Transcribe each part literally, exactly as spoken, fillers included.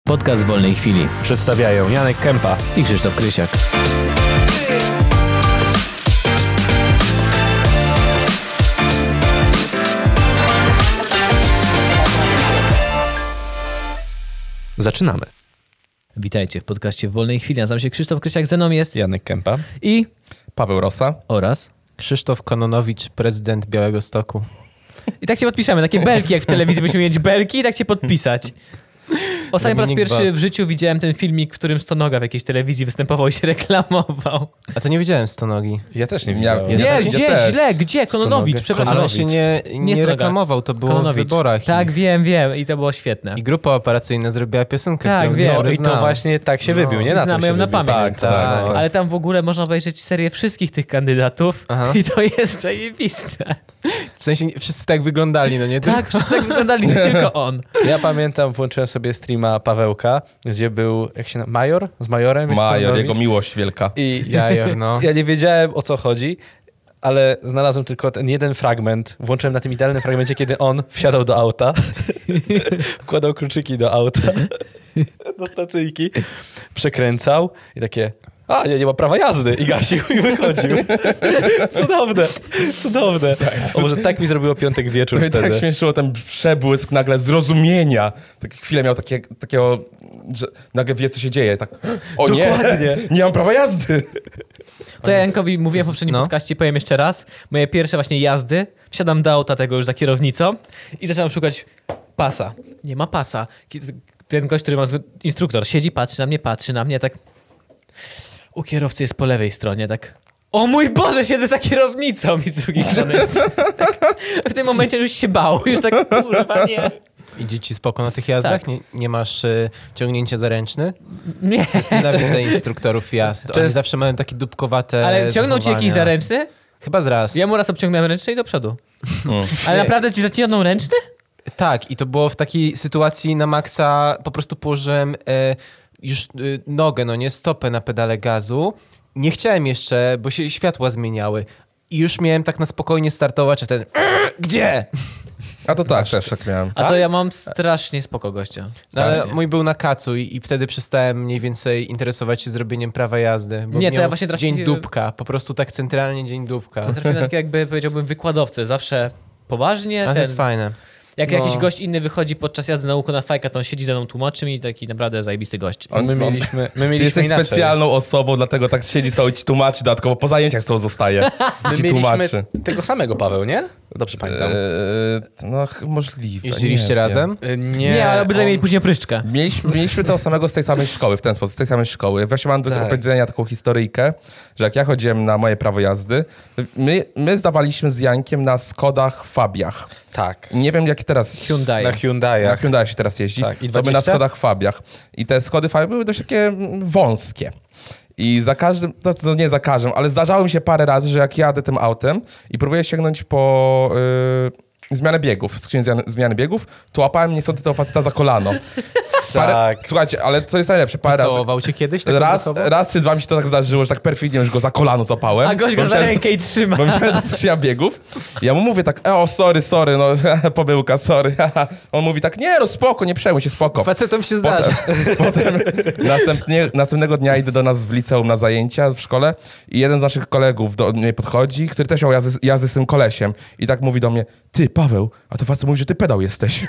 Podcast w wolnej chwili. Przedstawiają Janek Kępa i Krzysztof Krysiak. Zaczynamy. Witajcie w podcaście w wolnej chwili. Nazywam się Krzysztof Krysiak, ze mną jest Janek Kępa i Paweł Rosa oraz Krzysztof Kononowicz, prezydent Białegostoku. I tak się podpiszemy, takie belki, jak w telewizji musimy mieć belki i tak się podpisać. Ostatnio po raz pierwszy Bas. w życiu widziałem ten filmik, w którym Stonoga w jakiejś telewizji występował i się reklamował. A to nie widziałem Stonogi. Ja też nie widziałem. Nie, ja gdzie, też. źle, gdzie? Kononowicz, Stonogę. przepraszam. Ale on się nie, Nie nie Stonoga. reklamował, to było Kononowicz. w wyborach. Tak, I, wiem, wiem i to było świetne. I grupa operacyjna zrobiła piosenkę, Tak, którą wiem. dobry No i to znał. właśnie tak się No. wybił, nie? I Na tym znamy się ją na wybił. pamięć. Tak, tak. tak. Ale tam w ogóle można obejrzeć serię wszystkich tych kandydatów. Aha. I to jest zajebiste. W sensie wszyscy tak wyglądali, no nie? Tak, wszyscy tak wyglądali, nie tylko on. Ja pamiętam, włączyłem sobie streama Pawełka, gdzie był, jak się nazywa, Major? Z Majorem? jest Major, Kononowicz. jego miłość wielka. I Jajor, no. ja nie wiedziałem, o co chodzi, ale znalazłem tylko ten jeden fragment. Włączyłem na tym idealnym fragmencie, kiedy on wsiadał do auta, wkładał kluczyki do auta, do stacyjki, przekręcał i takie... A, nie, nie ma prawa jazdy. I gasił i wychodził. Cudowne, cudowne. O, może tak mi zrobiło piątek wieczór To mnie wtedy. tak śmieszyło ten przebłysk nagle zrozumienia. Tak chwilę miał takie, takiego, że nagle wie, co się dzieje. Tak, o nie, Dokładnie. nie mam prawa jazdy. To ja Jankowi mówiłem w poprzednim no. podcaście, powiem jeszcze raz. Moje pierwsze właśnie jazdy, wsiadam do auta tego już za kierownicą i zaczynam szukać pasa. Nie ma pasa. Ten gość, który ma zwy- instruktor, siedzi, patrzy na mnie, patrzy na mnie, tak... U kierowcy jest po lewej stronie, tak... O mój Boże, siedzę za kierownicą i z drugiej strony. Tak, w tym momencie już się bał, już tak, kurwa, nie. Idzie ci spoko na tych jazdach? Tak. Nie, nie masz y, ciągnięcia za ręczny? Nie. Nienawidzę instruktorów jazd. Oni Często- zawsze mają takie dupkowate Ale ciągnął ci jakiś zachowania. zaręczny? Chyba z raz. Ja mu raz obciągnąłem ręczny i do przodu. Mm. Ale naprawdę ci zaciągnął ręczny? Tak, i to było w takiej sytuacji na maksa, po prostu położyłem e, już e, nogę, no nie, stopę na pedale gazu. Nie chciałem jeszcze, bo się światła zmieniały. I już miałem tak na spokojnie startować, a ten gdzie? A to tak, też tak miałem. A to ja mam strasznie spoko gościa. No, ale Strasznie. mój był na kacu i, i wtedy przestałem mniej więcej interesować się zrobieniem prawa jazdy. Bo Nie, to miał ja właśnie trafiłem- dzień dupka, po prostu tak centralnie dzień dupka. To trafię na takie jakby, powiedziałbym, wykładowcę. Zawsze poważnie. A to ten, jest fajne. jak no. jakiś gość inny wychodzi podczas jazdy na łuku na fajka, to on siedzi ze mną, tłumaczy mi, taki naprawdę zajebisty gość. On, My on, mieliśmy, my ty mieliśmy jesteś inaczej. specjalną osobą, dlatego tak siedzi z tobą i ci tłumaczy, dodatkowo po zajęciach z tobą zostaje. My Ci mieliśmy tłumaczy. tego samego, Paweł, nie? Dobrze pamiętam. Eee, no, ch- możliwe. Jeździliście nie razem? E, nie, Nie, ale obydwaj on- mieli później opryszczkę. Mieliśmy, mieliśmy tego samego z tej samej szkoły, w ten sposób, z tej samej szkoły. Właśnie mam do Tak. powiedzenia taką historyjkę, że jak ja chodziłem na moje prawo jazdy, my, my zdawaliśmy z Jankiem na Skodach Fabiach. Tak. Nie wiem, jakie teraz... Hyundai. Na Hyundai. Na Hyundai się teraz jeździ. Tak, i to my na dwadzieścia? Skodach Fabiach. I te Skody Fabia były dość takie mm, wąskie. I za każdym, no to nie za każdym, ale zdarzało mi się parę razy, że jak jadę tym autem i próbuję sięgnąć po y, zmianę biegów, skrzynię zmiany, zmiany biegów, to łapałem niestety tego faceta za kolano. Parę, Tak. Słuchajcie, ale co jest najlepsze, parę razy... Całował cię kiedyś? taką Raz, osobą? raz czy dwa mi się to tak zdarzyło, że tak perfidnie już go za kolano złapałem. A gość bo go za myślałem, że rękę i trzyma. Bo myślałem, że to skrzynia biegów. Ja mu mówię tak, e, o, sorry, sorry, no, pomyłka, sorry. On mówi tak, nie, no spoko, nie przejmuj się, spoko. Facetom się zdarza. Potem następnie, następnego dnia idę do nas w liceum na zajęcia w szkole i jeden z naszych kolegów do mnie podchodzi, który też miał jazdy, jazdy z tym kolesiem i tak mówi do mnie, ty, Paweł, a to facet mówi, że ty pedał jesteś.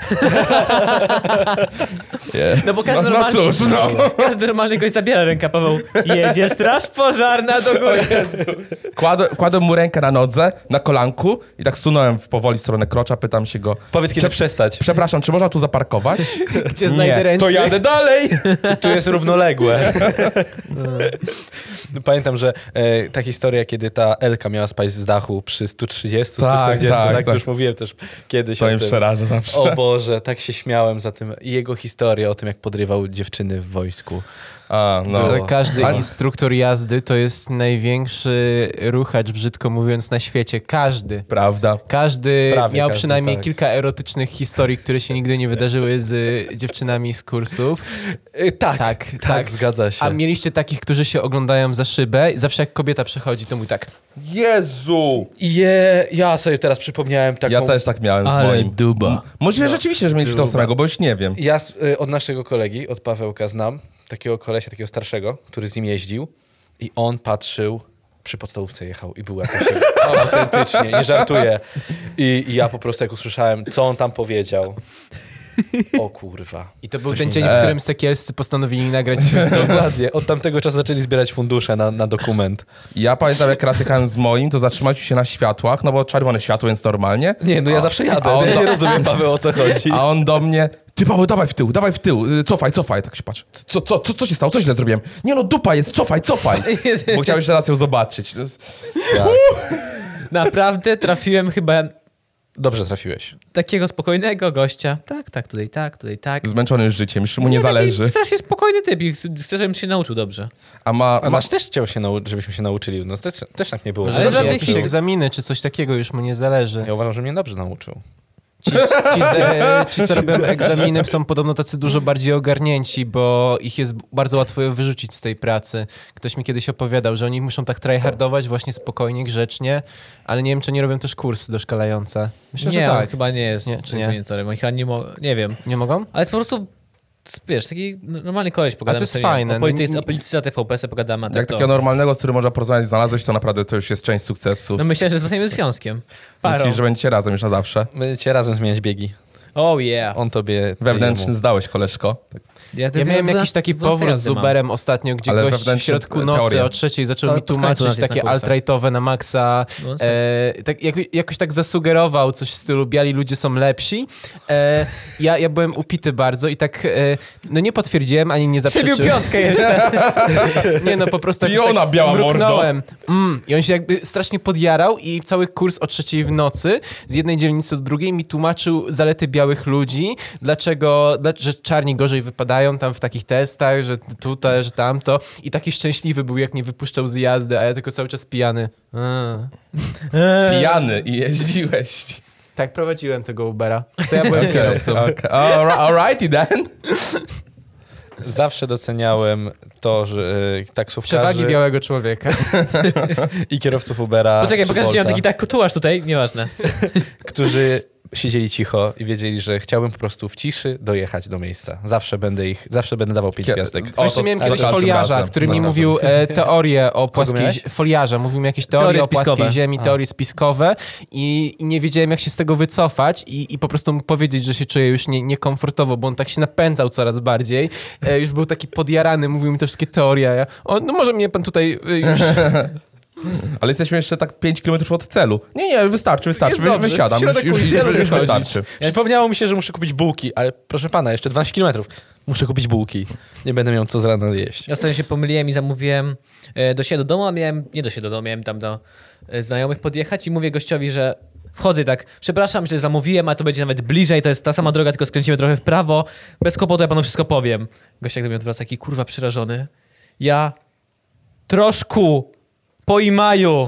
yeah. No bo każdy No, no normalny, cóż, no. każdy normalny gość zabiera rękę, Paweł. Jedzie straż pożarna do góry. Kładłem, kładłem mu rękę na nodze, na kolanku i tak sunąłem w powoli stronę krocza, pytam się go, Powiedz, kiedy przestać. przepraszam, czy można tu zaparkować? Gdzie znajdę ręczny? To jadę dalej! Tu jest równoległe. No, pamiętam, że e, ta historia, kiedy ta Elka miała spaść z dachu przy stu trzydziestu, stu Tak, czterdziestu, tak, tak, tak, tak. już mówiłem też kiedyś To o im tym. przeraża zawsze. O Boże, tak się śmiałem za tym. I jego historia o tym, jak podrywał dziewczyny w wojsku. A, no. Że każdy Ale- instruktor jazdy to jest największy ruchacz, brzydko mówiąc, na świecie. Każdy. Prawda. Każdy Prawie miał każdy, przynajmniej tak. kilka erotycznych historii, które się nigdy nie wydarzyły z dziewczynami z kursów. E, tak, Tak, tak, tak. zgadza się. A mieliście takich, którzy się oglądają wypuszczam za szybę i zawsze jak kobieta przechodzi, to mój tak... Jezu! Je, ja sobie teraz przypomniałem taką... Ja też tak miałem z Ale moim. duba. Możliwe rzeczywiście, że mieliście to Duba. samego, bo już nie wiem. Ja z, y, od naszego kolegi, od Pawełka znam takiego kolesia, takiego starszego, który z nim jeździł i on patrzył, przy podstawówce jechał i był jakoś autentycznie, nie żartuję. I, I ja po prostu jak usłyszałem, co on tam powiedział, o kurwa. I to był ten dzień, w którym Sekielscy postanowili nagrać film. Dokładnie, od tamtego czasu zaczęli zbierać fundusze na, na dokument. Ja pamiętam, jak raz jechałem z moim, to zatrzymaliśmy się na światłach, no bo czerwone światło, więc normalnie. Nie, no ja zawsze jadę, a on ja do- nie rozumiem, Paweł, o co chodzi. A on do mnie, ty Paweł, dawaj w tył, dawaj w tył, y, cofaj, cofaj. Tak się patrzy. Co, co, co, co się stało? Co źle zrobiłem? Nie no, dupa jest, cofaj, cofaj. Bo chciałem jeszcze raz ją zobaczyć. To jest... Tak. Naprawdę trafiłem chyba Dobrze trafiłeś. takiego spokojnego gościa. Tak, tak, tutaj tak, tutaj tak. Zmęczony już życiem, już mu nie zależy. Taki strasznie spokojny typ i chcę, żebym się nauczył dobrze. A ma... A ma... nasz też chciał się nauczyć, żebyśmy się nauczyli. No też, też tak nie było. Ale że- Ale żadnych jakieś sił. egzaminy czy coś takiego już mu nie zależy. Ja uważam, że mnie dobrze nauczył. Ci, ci, e, ci, co robią egzaminy, są podobno tacy dużo bardziej ogarnięci, bo ich jest bardzo łatwo wyrzucić z tej pracy. Ktoś mi kiedyś opowiadał, że oni muszą tak tryhardować właśnie spokojnie, grzecznie, ale nie wiem, czy nie robią też kursy doszkalające. Myślę, nie, że on tak. chyba nie jest Nie, czy nie? egzaminatorem. On chyba nie, mo- nie wiem. Nie mogą? Ale po prostu, wiesz, taki normalny koleś pogadamy. A to jest sobie fajne. O polityce, No nie- o polityce na T V P sobie pogadamy. A tak Jak to... takiego normalnego, z którym można porozmawiać, znalazłeś, to naprawdę to już jest część sukcesu. No myślę, że zostaniemy związkiem. Parą. Myślisz, że będziecie razem już na zawsze. Będziecie razem zmieniać biegi. Oh yeah. On tobie... ty Wewnętrzny jemu. zdałeś, koleżko. Ja, Ja miałem jakiś taki powrót z Uberem ostatnio, gdzie Ale gość w wewnętrzne środku nocy teorie. o trzeciej zaczął To mi pod końcu tłumaczyć nas jest takie na kursach. alt-rightowe na maksa. No, E, tak, jak, jakoś tak zasugerował coś w stylu biali ludzie są lepsi. E, ja, ja byłem upity bardzo i tak, e, no nie potwierdziłem, ani nie Przybił zaprzeczyłem. piątkę jeszcze. Nie no, po prostu jakoś Piona, tak biała mordo. mruknąłem. Mm. I on się jakby strasznie podjarał i cały kurs o trzeciej w nocy z jednej dzielnicy do drugiej mi tłumaczył zalety białych ludzi, dlaczego, dla- że czarni gorzej wypadają tam w takich testach, że tutaj, że tamto. I taki szczęśliwy był, jak nie wypuszczał z jazdy, a ja tylko cały czas pijany. A. Pijany i jeździłeś. Tak, prowadziłem tego Ubera. To ja byłem kierowcą. Okay. Alrighty then. Zawsze doceniałem to, że y, taksówkarzy Przewagi białego człowieka. i kierowców Ubera Poczekaj, czy pokażę ci, mam Wolta, taki tak tatuaż tutaj, nieważne. którzy siedzieli cicho i wiedzieli, że chciałbym po prostu w ciszy dojechać do miejsca. Zawsze będę ich, zawsze będę dawał pięć Kie- gwiazdek. O, Jeszcze to miałem za kiedyś każdym foliarza, razem. który Za mi każdym. mówił e, teorie o płaskiej... miałeś? Foliarza. Mówił mi jakieś teorie, Teorie o płaskiej spiskowe. ziemi, A. teorie spiskowe i, i nie wiedziałem, jak się z tego wycofać i, i po prostu mu powiedzieć, że się czuję już nie, niekomfortowo, bo on tak się napędzał coraz bardziej. E, już był taki podjarany, mówił mi te wszystkie teorie. a Ja, o, no może mnie pan tutaj e, już... Ale jesteśmy jeszcze tak pięć kilometrów od celu. Nie, nie, wystarczy, wystarczy. Jest Wy, dobrze. wysiadam, W już, środek już, ulicy już, lubię już chodzić. wystarczy. Przypomniało mi się, że muszę kupić bułki, ale proszę pana, jeszcze dwanaście kilometrów. Muszę kupić bułki. Nie będę miał co z rana jeść. Ja ostatnio się pomyliłem i zamówiłem e, do siebie do domu, a miałem, nie do siebie do domu, miałem tam do e, znajomych podjechać i mówię gościowi, że wchodzę i tak, przepraszam, że zamówiłem, a to będzie nawet bliżej, to jest ta sama droga, tylko skręcimy trochę w prawo, bez kłopotu ja panu wszystko powiem. Gość jak do mnie odwraca, taki kurwa przerażony. Ja troszku po imaju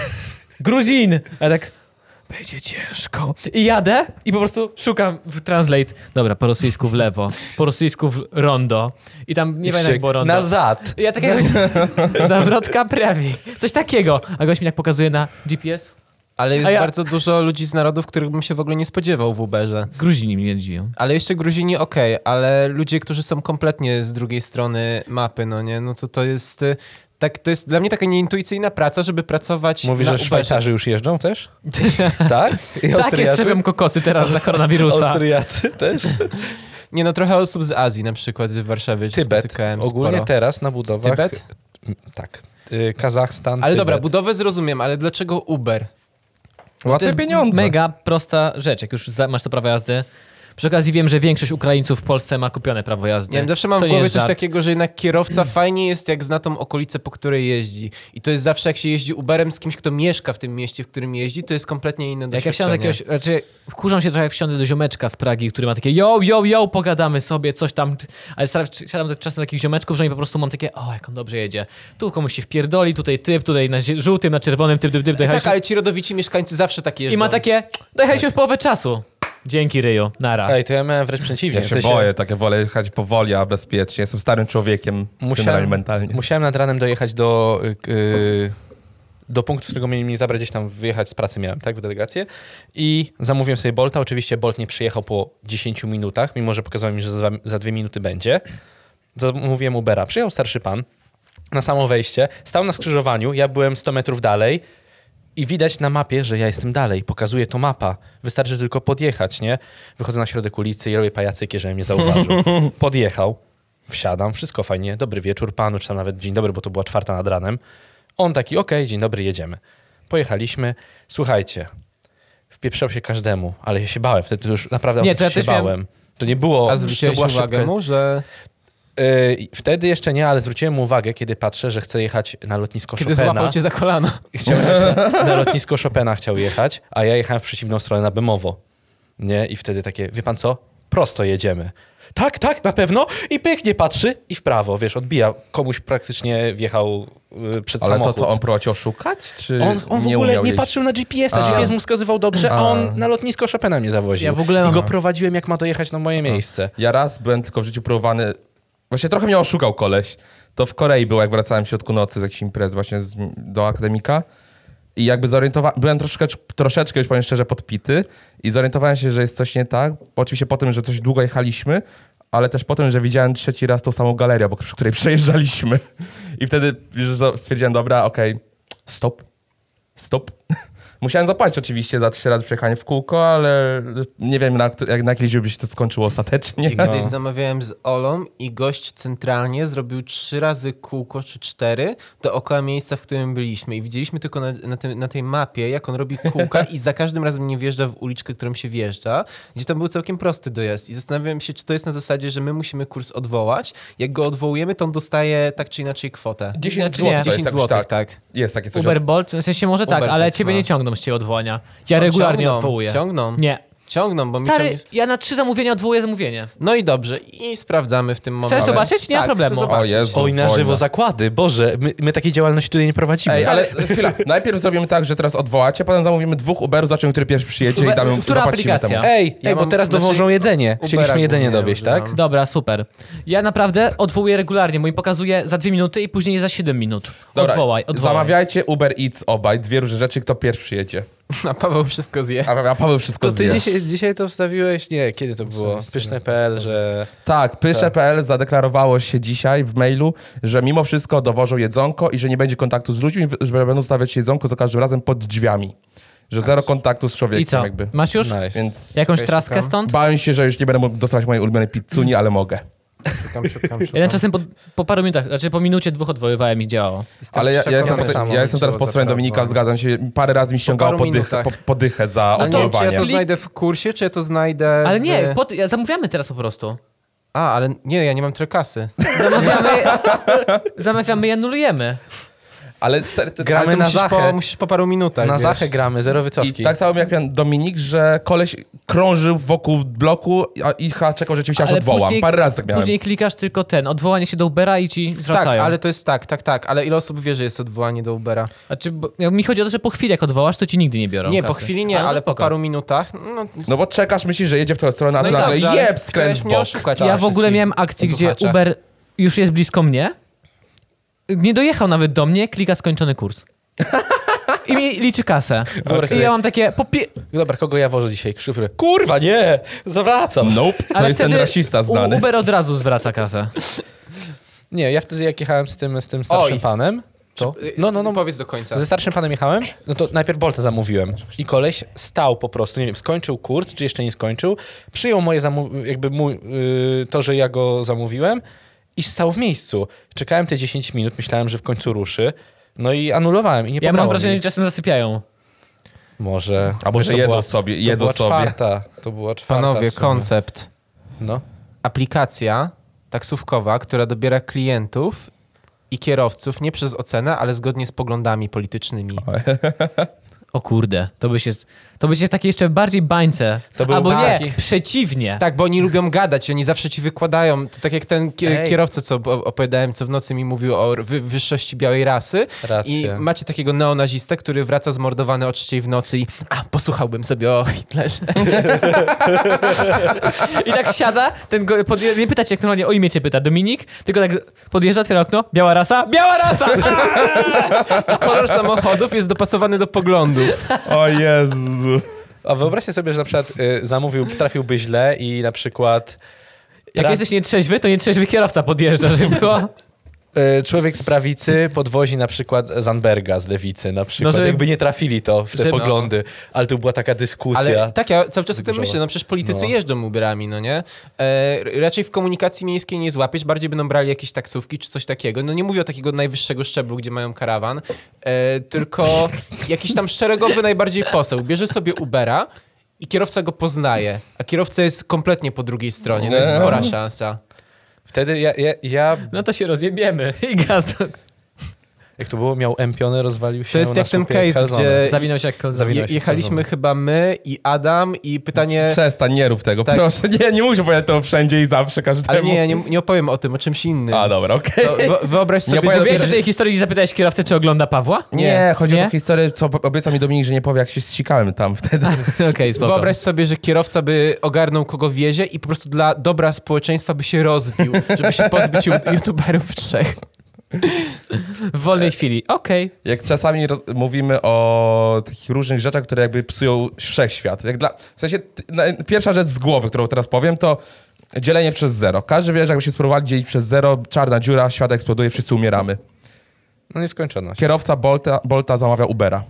Gruzin. A ja tak, będzie ciężko. I jadę i po prostu szukam w translate. Dobra, po rosyjsku w lewo, po rosyjsku w rondo. I tam nie wiem jak było rondo. Nazad. I ja tak jakoś zawrotka prawi. Coś takiego. A gość mi tak pokazuje na G P S. Ale jest A ja- bardzo dużo ludzi z narodów, których bym się w ogóle nie spodziewał w Uberze. Gruzini mnie dziwią. Ale jeszcze Gruzini okej, ale ludzie, którzy są kompletnie z drugiej strony mapy, no nie, no to to jest... y, Tak, to jest dla mnie taka nieintuicyjna praca, żeby pracować Mówisz, na że Uberze. Szwajcarzy już jeżdżą też? tak? I Takie Austriacy? trzebią kokosy teraz za koronawirusa. Austriacy też? Nie no, trochę osób z Azji na przykład w Warszawie Tybet. spotykałem Ogólnie sporo. teraz na budowach... Tybet? Tak. Y, Kazachstan, Ale Tybet. dobra, budowę zrozumiem, ale dlaczego Uber? To Łatwe jest pieniądze. mega prosta rzecz, jak już zda- masz to prawo jazdy. Przy okazji wiem, że większość Ukraińców w Polsce ma kupione prawo jazdy. Nie wiem, zawsze mam To w nie głowie jest coś żart. takiego, że jednak kierowca fajnie jest, jak zna tą okolicę, po której jeździ. I to jest zawsze, jak się jeździ Uberem z kimś, kto mieszka w tym mieście, w którym jeździ, to jest kompletnie inne Jak ja wsiadam do doświadczenie. jakiegoś, znaczy wkurzam się trochę, jak wsiądę do ziomeczka z Pragi, który ma takie yo, yo, yo, pogadamy sobie, coś tam, ale staram, siadam czasem do takich ziomeczków, że oni po prostu mam takie, o, jak on dobrze jedzie. Tu komuś się wpierdoli, tutaj typ, tutaj na zi- żółtym, na czerwonym, typ, typ, typ, Tak, dojechaliśmy. ale ci rodowici mieszkańcy zawsze tak jeżdżą. I ma takie, dojechaliśmy w połowę czasu. Dzięki, Ryju. Nara. Ej, to ja miałem wręcz przeciwnie. Ja W się sensie, boję, tak ja wolę jechać powoli, a bezpiecznie. Jestem starym człowiekiem, generalnie mentalnie. musiałem nad ranem dojechać do, yy, do punktu, z którego mieli mnie zabrać gdzieś tam, wyjechać z pracy miałem, tak, w delegację. I zamówiłem sobie Bolta. Oczywiście Bolt nie przyjechał po dziesięciu minutach, mimo że pokazał mi, że za, za dwie minuty będzie. Zamówiłem Ubera. Przyjechał starszy pan na samo wejście, stał na skrzyżowaniu, ja byłem sto metrów dalej i widać na mapie, że ja jestem dalej. Pokazuje to mapa. Wystarczy tylko podjechać, nie? Wychodzę na środek ulicy i robię pajacyki, żeby mnie zauważył. Podjechał, wsiadam, wszystko fajnie. Dobry wieczór panu, czy tam nawet dzień dobry, bo to była czwarta nad ranem. On taki, okej, okay, dzień dobry, jedziemy. Pojechaliśmy. Słuchajcie, wpieprzał się każdemu, ale ja się bałem. Wtedy już naprawdę Nie, to ja się też bałem. miałem- To nie było... A to zwróciłeś była uwagę szybka- mu, że Yy, wtedy jeszcze nie, ale zwróciłem mu uwagę, kiedy patrzę, że chce jechać na lotnisko kiedy Chopina. złapał cię za kolano. Chciał jechać na, na lotnisko Chopina chciał jechać, a ja jechałem w przeciwną stronę na Bemowo. Nie? I wtedy takie, wie pan co? Prosto jedziemy. Tak, tak, na pewno. I pięknie patrzy i w prawo, wiesz, odbija. Komuś praktycznie wjechał yy, przed Ale samochód. to co, on próbował cię oszukać, czy On, on w nie ogóle umiał nie jeździć? patrzył na G P S a. A. G P S mu wskazywał dobrze, a A. on na lotnisko Chopina mnie zawoził. Ja w ogóle I mam- go prowadziłem, jak ma dojechać na moje miejsce. Ja raz byłem tylko w życiu próbowany... Właśnie trochę mnie oszukał koleś. To w Korei było, jak wracałem w środku nocy z jakiejś imprezy właśnie z, do akademika. I jakby zorientowałem... Byłem troszeczkę, troszeczkę, już powiem szczerze, podpity. I zorientowałem się, że jest coś nie tak. Oczywiście po tym, że coś długo jechaliśmy, ale też po tym, że widziałem trzeci raz tą samą galerię, obok przy której przejeżdżaliśmy. I wtedy już stwierdziłem, dobra, okej, stop, stop. Musiałem zapłacić oczywiście za trzy razy przejechanie w kółko, ale nie wiem, na, jak, na jakiej by się to skończyło ostatecznie. I kiedyś zamawiałem z Olą i gość centralnie zrobił trzy razy kółko czy cztery dookoła miejsca, w którym byliśmy. I widzieliśmy tylko na, na, tym, na tej mapie, jak on robi kółka i za każdym razem nie wjeżdża w uliczkę, którą się wjeżdża, gdzie tam był całkiem prosty dojazd. I zastanawiałem się, czy to jest na zasadzie, że my musimy kurs odwołać. Jak go odwołujemy, to on dostaje tak czy inaczej kwotę. dziesięć Znaczy nie. złotych. to jest dziesięć jakoś złotych, tak. Jest takie coś. Uber, Bolt, w sensie może tak, Uber ale tak ciebie ma. nie ciągną z ciebie odwołania. Ja O, regularnie ciągną, odwołuję. Ciągną. Nie. Ciągną, bo mi Stary, ciągnie... ja na trzy zamówienia odwołuję zamówienie. No i dobrze. I sprawdzamy w tym momencie. Chcesz zobaczyć? Nie ma tak, problemu. chcę zobaczyć. O Jezu. Oj, na wojna. żywo zakłady. Boże, my, my takiej działalności tutaj nie prowadzimy. Ej, ale chwila. Najpierw zrobimy tak, że teraz odwołacie, potem zamówimy dwóch Uberów, zobaczymy, który pierwszy przyjedzie Uber- i damy, która zapłacimy aplikacja? temu. Ej, Ja ej, bo mam- teraz znaczy, dowożą jedzenie. Ubera Chcieliśmy jedzenie głównie dowieść, używam. tak? Dobra, super. Ja naprawdę odwołuję regularnie, bo mi pokazuje za dwie minuty i później za siedem minut. Dobra, Odwołaj, odwołaj. zamawiajcie Uber Eats obaj, dwie różne rzeczy, kto pierwszy przyjedzie. A Paweł wszystko zje. A, a Paweł wszystko To ty zje. dzisiaj, dzisiaj to wstawiłeś? Nie, kiedy to było? Pyszne kropka pe el, że... Tak, pysze kropka pe el zadeklarowało się dzisiaj w mailu, że mimo wszystko dowożą jedzonko i że nie będzie kontaktu z ludźmi, że będą stawiać jedzonko za każdym razem pod drzwiami. Że zero kontaktu z człowiekiem I co? jakby. Masz już Nice. Więc jakąś Czekaj, traskę szukam. stąd? bałem się, że już nie będę mógł dostawać mojej ulubionej pizzuni, ale mogę. Szukam, szukam, szukam. Jeden czasem po, po paru minutach, znaczy po minucie, dwóch odwoływałem i działało. Ale ja, ja, jestem, przekonany po, samo, ja jestem teraz po stronie Dominika, zgadzam się. Parę razy mi ściągało paru podych, po, minutach. podychę za A nie wiem, czy odwoływanie. ja to znajdę w kursie, czy ja to znajdę Ale w... nie, pod, ja zamawiamy teraz po prostu. A, ale nie, ja nie mam tyle kasy. Zamawiamy, zamawiamy i anulujemy. Ale ser, to jest, Gramy Ale to na musisz Zachę. po, musisz po paru minutach, Na wiesz. Zachę gramy, zero I wycofki. tak samo jak miał Dominik, że koleś krążył wokół bloku a i chyba czekał rzeczywiście, aż Ale odwołam. później- Parę razy tak miałem. Później klikasz tylko ten, odwołanie się do Ubera i ci Tak, zwracają. ale to jest tak, tak, tak. Ale ile osób wie, że jest odwołanie do Ubera? Znaczy, bo, jak mi chodzi o to, że po chwili jak odwołasz, to ci nigdy nie biorą Nie, po kasy. chwili nie, to ale po spoko. paru minutach. No, No bo czekasz, myślisz, że jedzie w twoją stronę, a no tu i nagle dobrze, ale jeb, skręt chciałeś w mnie bok. oszukać. Ja w ogóle wszystkich miałem akcję, gdzie słuchaczach. Uber już jest blisko mnie, nie dojechał nawet do mnie, klika skończony kurs. I mi liczy kasę. Wyobraź I sobie- ja mam takie... Popie... Dobra, kogo ja wożę dzisiaj? Krzyfry. Kurwa, nie! Zawracam. Nope, to Ale jest ten wtedy rasista znany. U- Uber od razu zwraca kasę. Nie, ja wtedy jak jechałem z tym, z tym starszym Oj. panem, to... No, no, no. Powiedz do końca. Ze starszym panem jechałem, no to najpierw Bolta zamówiłem. I koleś stał po prostu, nie wiem, skończył kurs, czy jeszcze nie skończył, przyjął moje zamówienie, jakby mój, yy, to, że ja go zamówiłem i stał w miejscu. Czekałem te dziesięć minut, myślałem, że w końcu ruszy, no i anulowałem i nie Ja mam pobrało wrażenie, mi. że czasem zasypiają. Może... Albo że to jedzą była- sobie, to jedzą była sobie. Czwarta, to była czwarta. Panowie, w sumie. koncept. No. Aplikacja taksówkowa, która dobiera klientów i kierowców nie przez ocenę, ale zgodnie z poglądami politycznymi. O kurde, to by się, to by się w takiej jeszcze bardziej bańce. To był Albo nie, taki- przeciwnie. Tak, bo oni lubią gadać, oni zawsze ci wykładają. To tak jak ten ki- Ej. kierowca, co op- opowiadałem, co w nocy mi mówił o wy- wyższości białej rasy. Racja. I macie takiego neonazistę, który wraca zmordowany o trzeciej w nocy i a, posłuchałbym sobie o Hitlerze. I tak siada, ten go, podje- nie pyta cię jak normalnie o imię cię pyta, Dominik, tylko tak podjeżdża, otwiera okno, biała rasa, biała rasa! Kolor samochodów jest dopasowany do poglądów. O Jezu. A wyobraźcie sobie, że na przykład y, zamówił, trafiłby źle i na przykład Jak Ra- jesteś nietrzeźwy, to nietrzeźwy kierowca podjeżdża, żeby było... y, człowiek z prawicy podwozi na przykład Zandberga z lewicy na przykład. No, że- Jakby nie trafili to w te że- poglądy, ale tu była taka dyskusja. Ale tak, ja cały czas o tym Wyburzowa. myślę, no przecież politycy No. jeżdżą Uberami, no nie? E, raczej w komunikacji miejskiej nie złapiesz, bardziej będą brali jakieś taksówki czy coś takiego. No nie mówię o takiego najwyższego szczeblu, gdzie mają karawan, e, tylko jakiś tam szeregowy najbardziej poseł. Bierze sobie Ubera i kierowca go poznaje, a kierowca jest kompletnie po drugiej stronie. To jest Nie. spora szansa. Wtedy ja, ja, ja, No to się rozjebiemy. I gaz do... jak to było, miał empionę, rozwalił się To jest na jak ten słupie case, kalzony. gdzie Zawinął się jak kolza. Zawinął je, się jechaliśmy kalzony. chyba my i Adam i pytanie... Przestań, nie rób tego, Tak. proszę. Nie, nie musisz powiedzieć to wszędzie i zawsze każdemu. Ale nie, ja nie, nie opowiem o tym, o czymś innym. A, dobra, okej. To wyo- wyobraź Nie sobie, opowiadam że... Wiesz, Wiesz- że tej historii gdzie zapytałeś kierowcę, czy ogląda Pawła? Nie, Nie. chodzi Nie? o tą historię, co obiecał mi Dominik, że nie powie, jak się zsikałem tam wtedy. Okej, spoko. Wyobraź sobie, że kierowca by ogarnął, kogo wiezie i po prostu dla dobra społeczeństwa by się rozbił, żeby się pozbyć ju- youtuberów trzech. W wolnej chwili. Okej. Jak czasami roz- mówimy o takich różnych rzeczach, które jakby psują wszechświat. Jak dla, w sensie, t- na, pierwsza rzecz z głowy, którą teraz powiem, to dzielenie przez zero. Każdy wie, że jakby się spróbowali dzielić przez zero, czarna dziura, świat eksploduje, wszyscy umieramy. No nieskończoność. Kierowca Bolta, Bolta zamawia Ubera.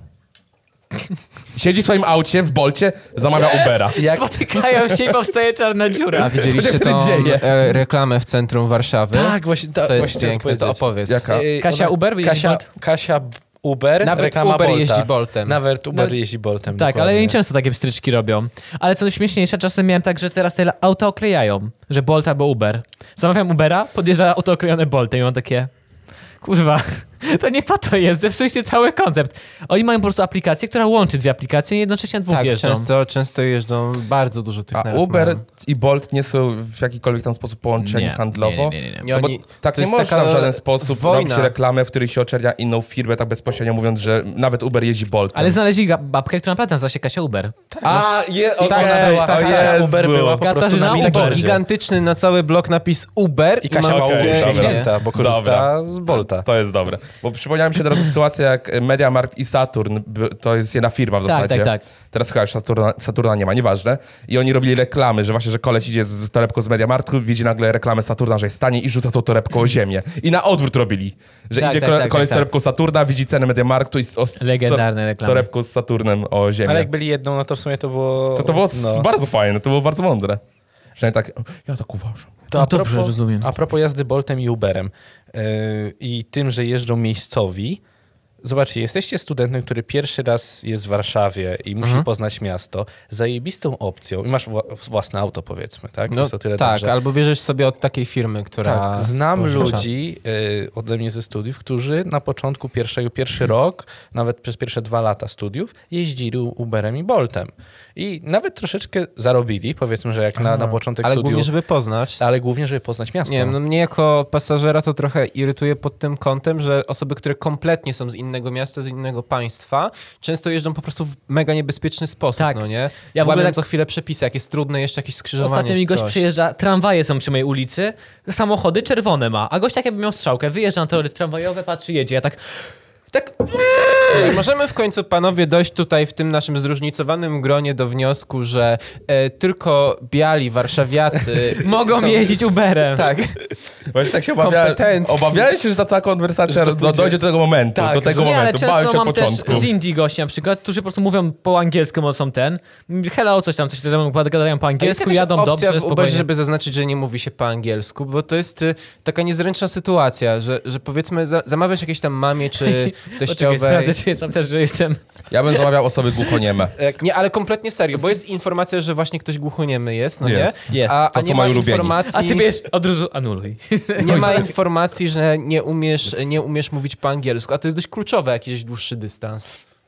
Siedzi w swoim aucie, w Bolcie, zamawia Ubera. Spotykają się i powstaje czarna dziura. A widzieliście Co się wtedy tą dzieje? e, reklamę w centrum Warszawy? Tak, właśnie, ta, To jest właśnie chciałem piękne, to powiedzieć. opowiedz. Jaka? Yy, Kasia ona- Uber jeździ Kasia, Bolt? Kasia B- Uber, Nawet reklama Uber Bolta. jeździ Boltem. Nawet Uber No- jeździ Boltem. Tak, ale dokładnie. nie często takie pstryczki robią. Ale co śmieszniejsze, czasem miałem tak, że teraz te auta oklejają, że Bolt albo Uber. Zamawiam Ubera, podjeżdża auto oklejone Boltem i mam takie... Kurwa, to nie po to jest, zepsuliście cały koncept. Oni mają po prostu aplikację, która łączy dwie aplikacje i jednocześnie na dwóch Tak, jeżdżą. często, często jeżdżą, bardzo dużo tych A naraz Uber mają. i Bolt nie są w jakikolwiek tam sposób połączeni Nie, handlowo? nie, nie, nie, nie. Nie, No bo oni- tak to nie jest można taka w żaden sposób wojna. robić reklamę, w której się oczernia inną firmę, tak bezpośrednio mówiąc, że nawet Uber jeździ Boltem. Ale znaleźli ga- babkę, która naprawdę nazywa się Kasia Uber. A, je, okej, tak, ona była- o tak, Kasia Jezu. Uber była po prostu Katarzyna na Uber. Taki billboardzie. gigantyczny na cały blok napis Uber I Kasia ma ma okej, okay, dobra. klienta, bo korzysta Dobra. z Bolta. To jest dobre. Bo przypomniała mi się teraz sytuacja, jak MediaMarkt i Saturn, by- to jest jedna firma w Tak, zasadzie. tak, tak. Teraz chyba już Saturna, Saturna nie ma, nieważne. I oni robili reklamy, że właśnie, że koleś idzie z torebką z MediaMarktu, widzi nagle reklamę Saturna, że jest tanie i rzuca tą torebką o ziemię. I na odwrót robili. Że Tak, idzie tak, kole, tak, koleś tak, z torebką Saturna, widzi cenę MediaMarktu i z, o, z Legendarne reklamy. torebką z Saturnem o ziemię. Ale jak byli jedną, no to w sumie to było... To, to było no. bardzo fajne, to było bardzo mądre. Przynajmniej tak, ja tak uważam. To No a dobrze, propos, rozumiem. A propos jazdy Boltem i Uberem yy, i tym, że jeżdżą miejscowi. Zobaczcie, jesteście studentem, który pierwszy raz jest w Warszawie i musi Mhm. poznać miasto. Zajebistą opcją, i masz wła- własne auto, powiedzmy, tak? No, Jest o tyle tak, dobrze. albo bierzesz sobie od takiej firmy, która... Tak, znam pożycza. ludzi y, ode mnie ze studiów, którzy na początku pierwszego, pierwszy rok, nawet przez pierwsze dwa lata studiów, jeździli Uberem i Boltem. I nawet troszeczkę zarobili, powiedzmy, że jak na, na początek Ale studiów, głównie, żeby poznać. ale głównie, żeby poznać miasto. Nie wiem, no mnie jako pasażera to trochę irytuje pod tym kątem, że osoby, które kompletnie są z innego miasta, z innego państwa, często jeżdżą po prostu w mega niebezpieczny sposób, Tak. no nie? Ja Ja w ogóle Łamią tak- co chwilę przepisy, jak jest trudne jeszcze jakieś skrzyżowanie Ostatnio mi czy gość coś. przyjeżdża, tramwaje są przy mojej ulicy, samochody czerwone ma, a gość tak jakby miał strzałkę, wyjeżdża na tory tramwajowe, patrzy, jedzie, ja tak... Tak, Czy możemy w końcu, panowie, dojść tutaj w tym naszym zróżnicowanym gronie do wniosku, że e, tylko biali warszawiacy mogą są... jeździć Uberem. Tak. Właśnie tak się obawia... Kompetencki. obawiałeś się, że ta cała konwersacja Że to do, pójdzie- dojdzie do tego momentu, Tak, do tego Nie, ale momentu. Bałem często się mam od początku. też z Indii gości na przykład, którzy po prostu mówią po angielsku, bo są ten, hello, coś tam, coś tam, gadają po A jest angielsku, jakaś jadą opcja dobrze, w Uberze, spokojnie. żeby zaznaczyć, że nie mówi się po angielsku, bo to jest y, taka niezręczna sytuacja, że, że powiedzmy za, zamawiasz jakieś tam mamie czy Poczekaj, teściowej. sprawdzę, czy jest opcja, że jestem... Ja bym zamawiał osoby głuchonieme. Nie, ale kompletnie serio, bo jest informacja, że właśnie ktoś głuchoniemy jest, no Jest, nie? jest. A, To a są nie ma moi ulubieni. informacji... A ty wiesz, od razu anuluj. Nie ma informacji, że nie umiesz, nie umiesz mówić po angielsku, a to jest dość kluczowe, jakiś dłuższy dystans.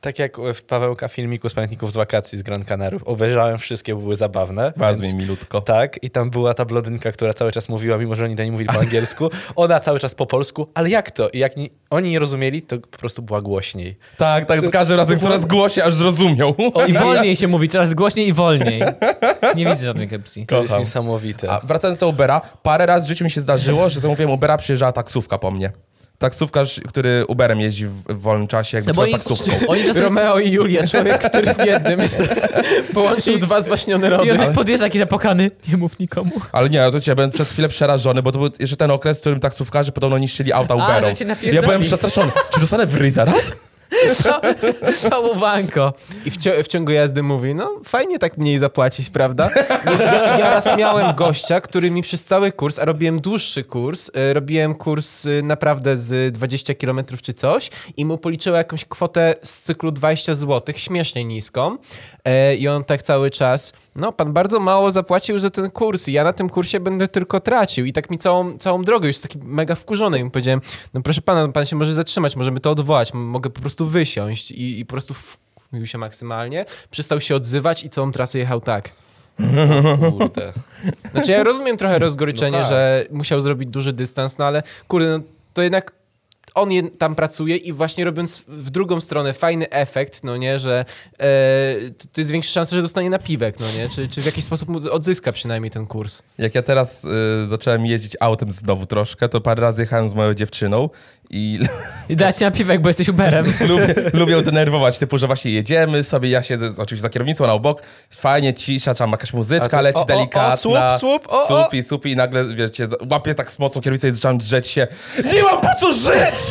Tak jak w Pawełka filmiku z Pamiętników z wakacji z Gran Canariów. Obejrzałem wszystkie, bo były zabawne. Bardzo więc- mi milutko. Tak, i tam była ta blondynka, która cały czas mówiła, mimo że oni do niej mówili po angielsku, ona cały czas po polsku, ale jak to? I jak ni- oni nie rozumieli, to po prostu była głośniej. Tak, tak, z każdym razem coraz głośniej, aż zrozumiał. I wolniej się mówi, coraz głośniej i wolniej. Nie widzę żadnej opcji. To jest Kocham. niesamowite. A wracając do Ubera, parę razy w życiu mi się zdarzyło, że zamówiłem Ubera, przyjeżdżała taksówka po mnie. Taksówkarz, który Uberem jeździ w, w wolnym czasie, jakby No bo swoją oni, taksówką. oni czasem... Romeo i Julia, człowiek, który w jednym połączył dwa zwaśnione I on rody. tak podjeżdża taki zapokany, nie mów nikomu. Ale nie, no to cię byłem przez chwilę przerażony, bo to był jeszcze ten okres, w którym taksówkarze podobno niszczyli auta Uberom. że cię napierdoli. Ja byłem przestraszony. Czy dostanę w ryj zaraz? Całowanko. I w, cio- w ciągu jazdy mówi, no fajnie tak mniej zapłacić, prawda? Ja, ja raz miałem gościa, który mi przez cały kurs, a robiłem dłuższy kurs, y, robiłem kurs y, naprawdę z dwadzieścia kilometrów czy coś i mu policzyła jakąś kwotę z cyklu dwadzieścia złotych, śmiesznie niską. E, I on tak cały czas, no pan bardzo mało zapłacił za ten kurs i ja na tym kursie będę tylko tracił. I tak mi całą, całą drogę już taki mega wkurzony i mu powiedziałem, no proszę pana, pan się może zatrzymać, możemy to odwołać, m- mogę po prostu wysiąść i, i po prostu wkurwił się maksymalnie, przestał się odzywać i całą trasę jechał tak. Kurde. Znaczy ja rozumiem trochę rozgoryczenie, No tak. że musiał zrobić duży dystans, no ale kurde, no, to jednak on je, tam pracuje i właśnie robiąc w drugą stronę fajny efekt, no nie, że e, to, to jest większa szansa, że dostanie napiwek, no nie, czy, czy w jakiś sposób mu odzyska przynajmniej ten kurs. Jak ja teraz y, zacząłem jeździć autem znowu troszkę, to parę razy jechałem z moją dziewczyną i I dać ci na piwek, bo jesteś Uberem. lubię, lubię ją denerwować, typu, że właśnie jedziemy sobie, ja siedzę oczywiście za kierownicą na obok, fajnie, cisza, tam jakaś A muzyczka ty- leci o, o, o, delikatna. słup, słup, o, o. Słup i słup i nagle, wiecie, łapię tak z mocą kierownicę i zacząłem drzeć się. Nie mam po co żyć!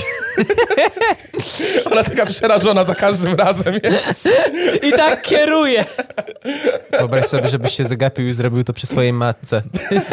Ona taka przerażona za każdym razem jest. I tak kieruje. Wyobraź sobie, żebyś się zagapił i zrobił to przy swojej matce.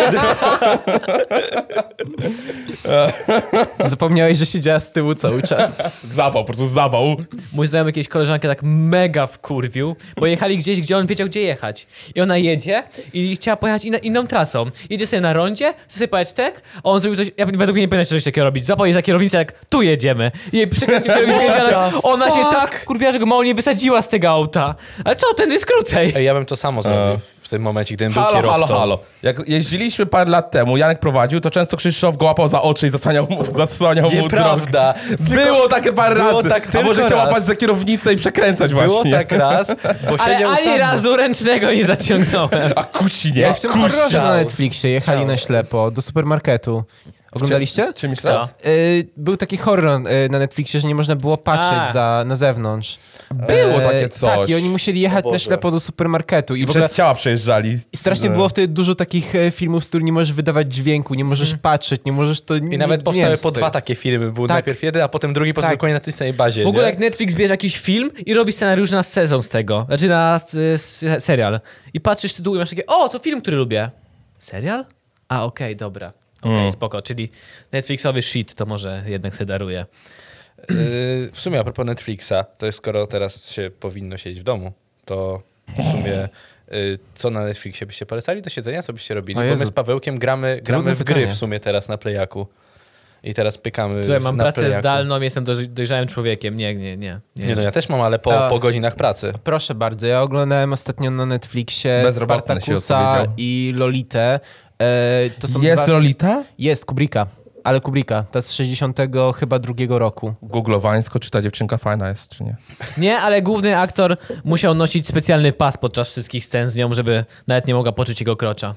Zapomniałeś, że siedziała z tyłu cały czas. Zawał, po prostu zawał. Mój znajomy jakieś koleżankę tak mega wkurwił, bo jechali gdzieś, gdzie on wiedział, gdzie jechać. I ona jedzie i chciała pojechać inna, inną trasą. Jedzie sobie na rondzie, chce sobie pojechać tak, a on zrobił coś, ja według mnie nie powinien coś takiego robić. Złapał jej za kierownicę, jak tu jedziemy. I jej przykręcił kierownicę, i ona, ona się tak kurwiła, że go mało nie wysadziła z tego auta. Ale co, ten jest krócej. Ej, ja bym to samo zrobił w tym momencie, gdybym był Halo, kierowcą. halo, halo. Jak jeździliśmy parę lat temu, Janek prowadził, to często Krzysztof go łapał za oczy i zasłaniał mu, zasłaniał mu drogę. Nieprawda. Było takie parę było razy. tak A tylko może chciał raz. łapać za kierownicę i przekręcać Było właśnie. tak raz, bo Ale siedział ani sam. razu ręcznego nie zaciągnąłem. A kusi nie. Jak w tym horrorze Chciał. na Netflixie jechali na ślepo do supermarketu. Oglądaliście? Czy myślałeś? Y, był taki horror y, na Netflixie, że nie można było patrzeć A. za, na zewnątrz. Było E, takie coś. Tak, i oni musieli jechać O na Boże. ślepo do supermarketu. I, I w ogóle przez ciała przejeżdżali. i strasznie No. było wtedy dużo takich e, filmów, z których nie możesz wydawać dźwięku, nie możesz patrzeć, nie możesz to... I nawet powstały po dwa takie filmy. Był Tak. najpierw jeden, a potem drugi, potem Tak. dokładnie na tej samej bazie. W ogóle nie? jak Netflix bierze jakiś film i robi scenariusz na sezon z tego, znaczy na s- s- serial. I patrzysz tytuł i masz takie, o, to film, który lubię. Serial? A, okej, dobra. Okej, Mm. spoko, czyli Netflixowy shit to może jednak se daruje. Yy, w sumie a propos Netflixa, to jest skoro teraz się powinno siedzieć w domu, to w sumie yy, co na Netflixie byście polecali do siedzenia, co byście robili? O Bo my Jezu. z Pawełkiem gramy, gramy w gry pytanie. w sumie teraz na Playaku. I teraz pykamy Słuchaj, mam na pracę Playaku. zdalną, jestem doj- dojrzałym człowiekiem. Nie, nie, nie. Nie no, ja też mam, ale po, A. po godzinach pracy. Proszę bardzo, ja oglądałem ostatnio na Netflixie Bezrobotny się Spartakusa odpowiedział. i Lolitę. E, to są Jest dwa... Lolita? Jest, Kubricka. Ale Kubricka, ta z sześćdziesiątego chyba drugiego roku. Googlowańsko, czy ta dziewczynka fajna jest, czy nie? Nie, ale główny aktor musiał nosić specjalny pas podczas wszystkich scen z nią, żeby nawet nie mogła poczuć jego krocza.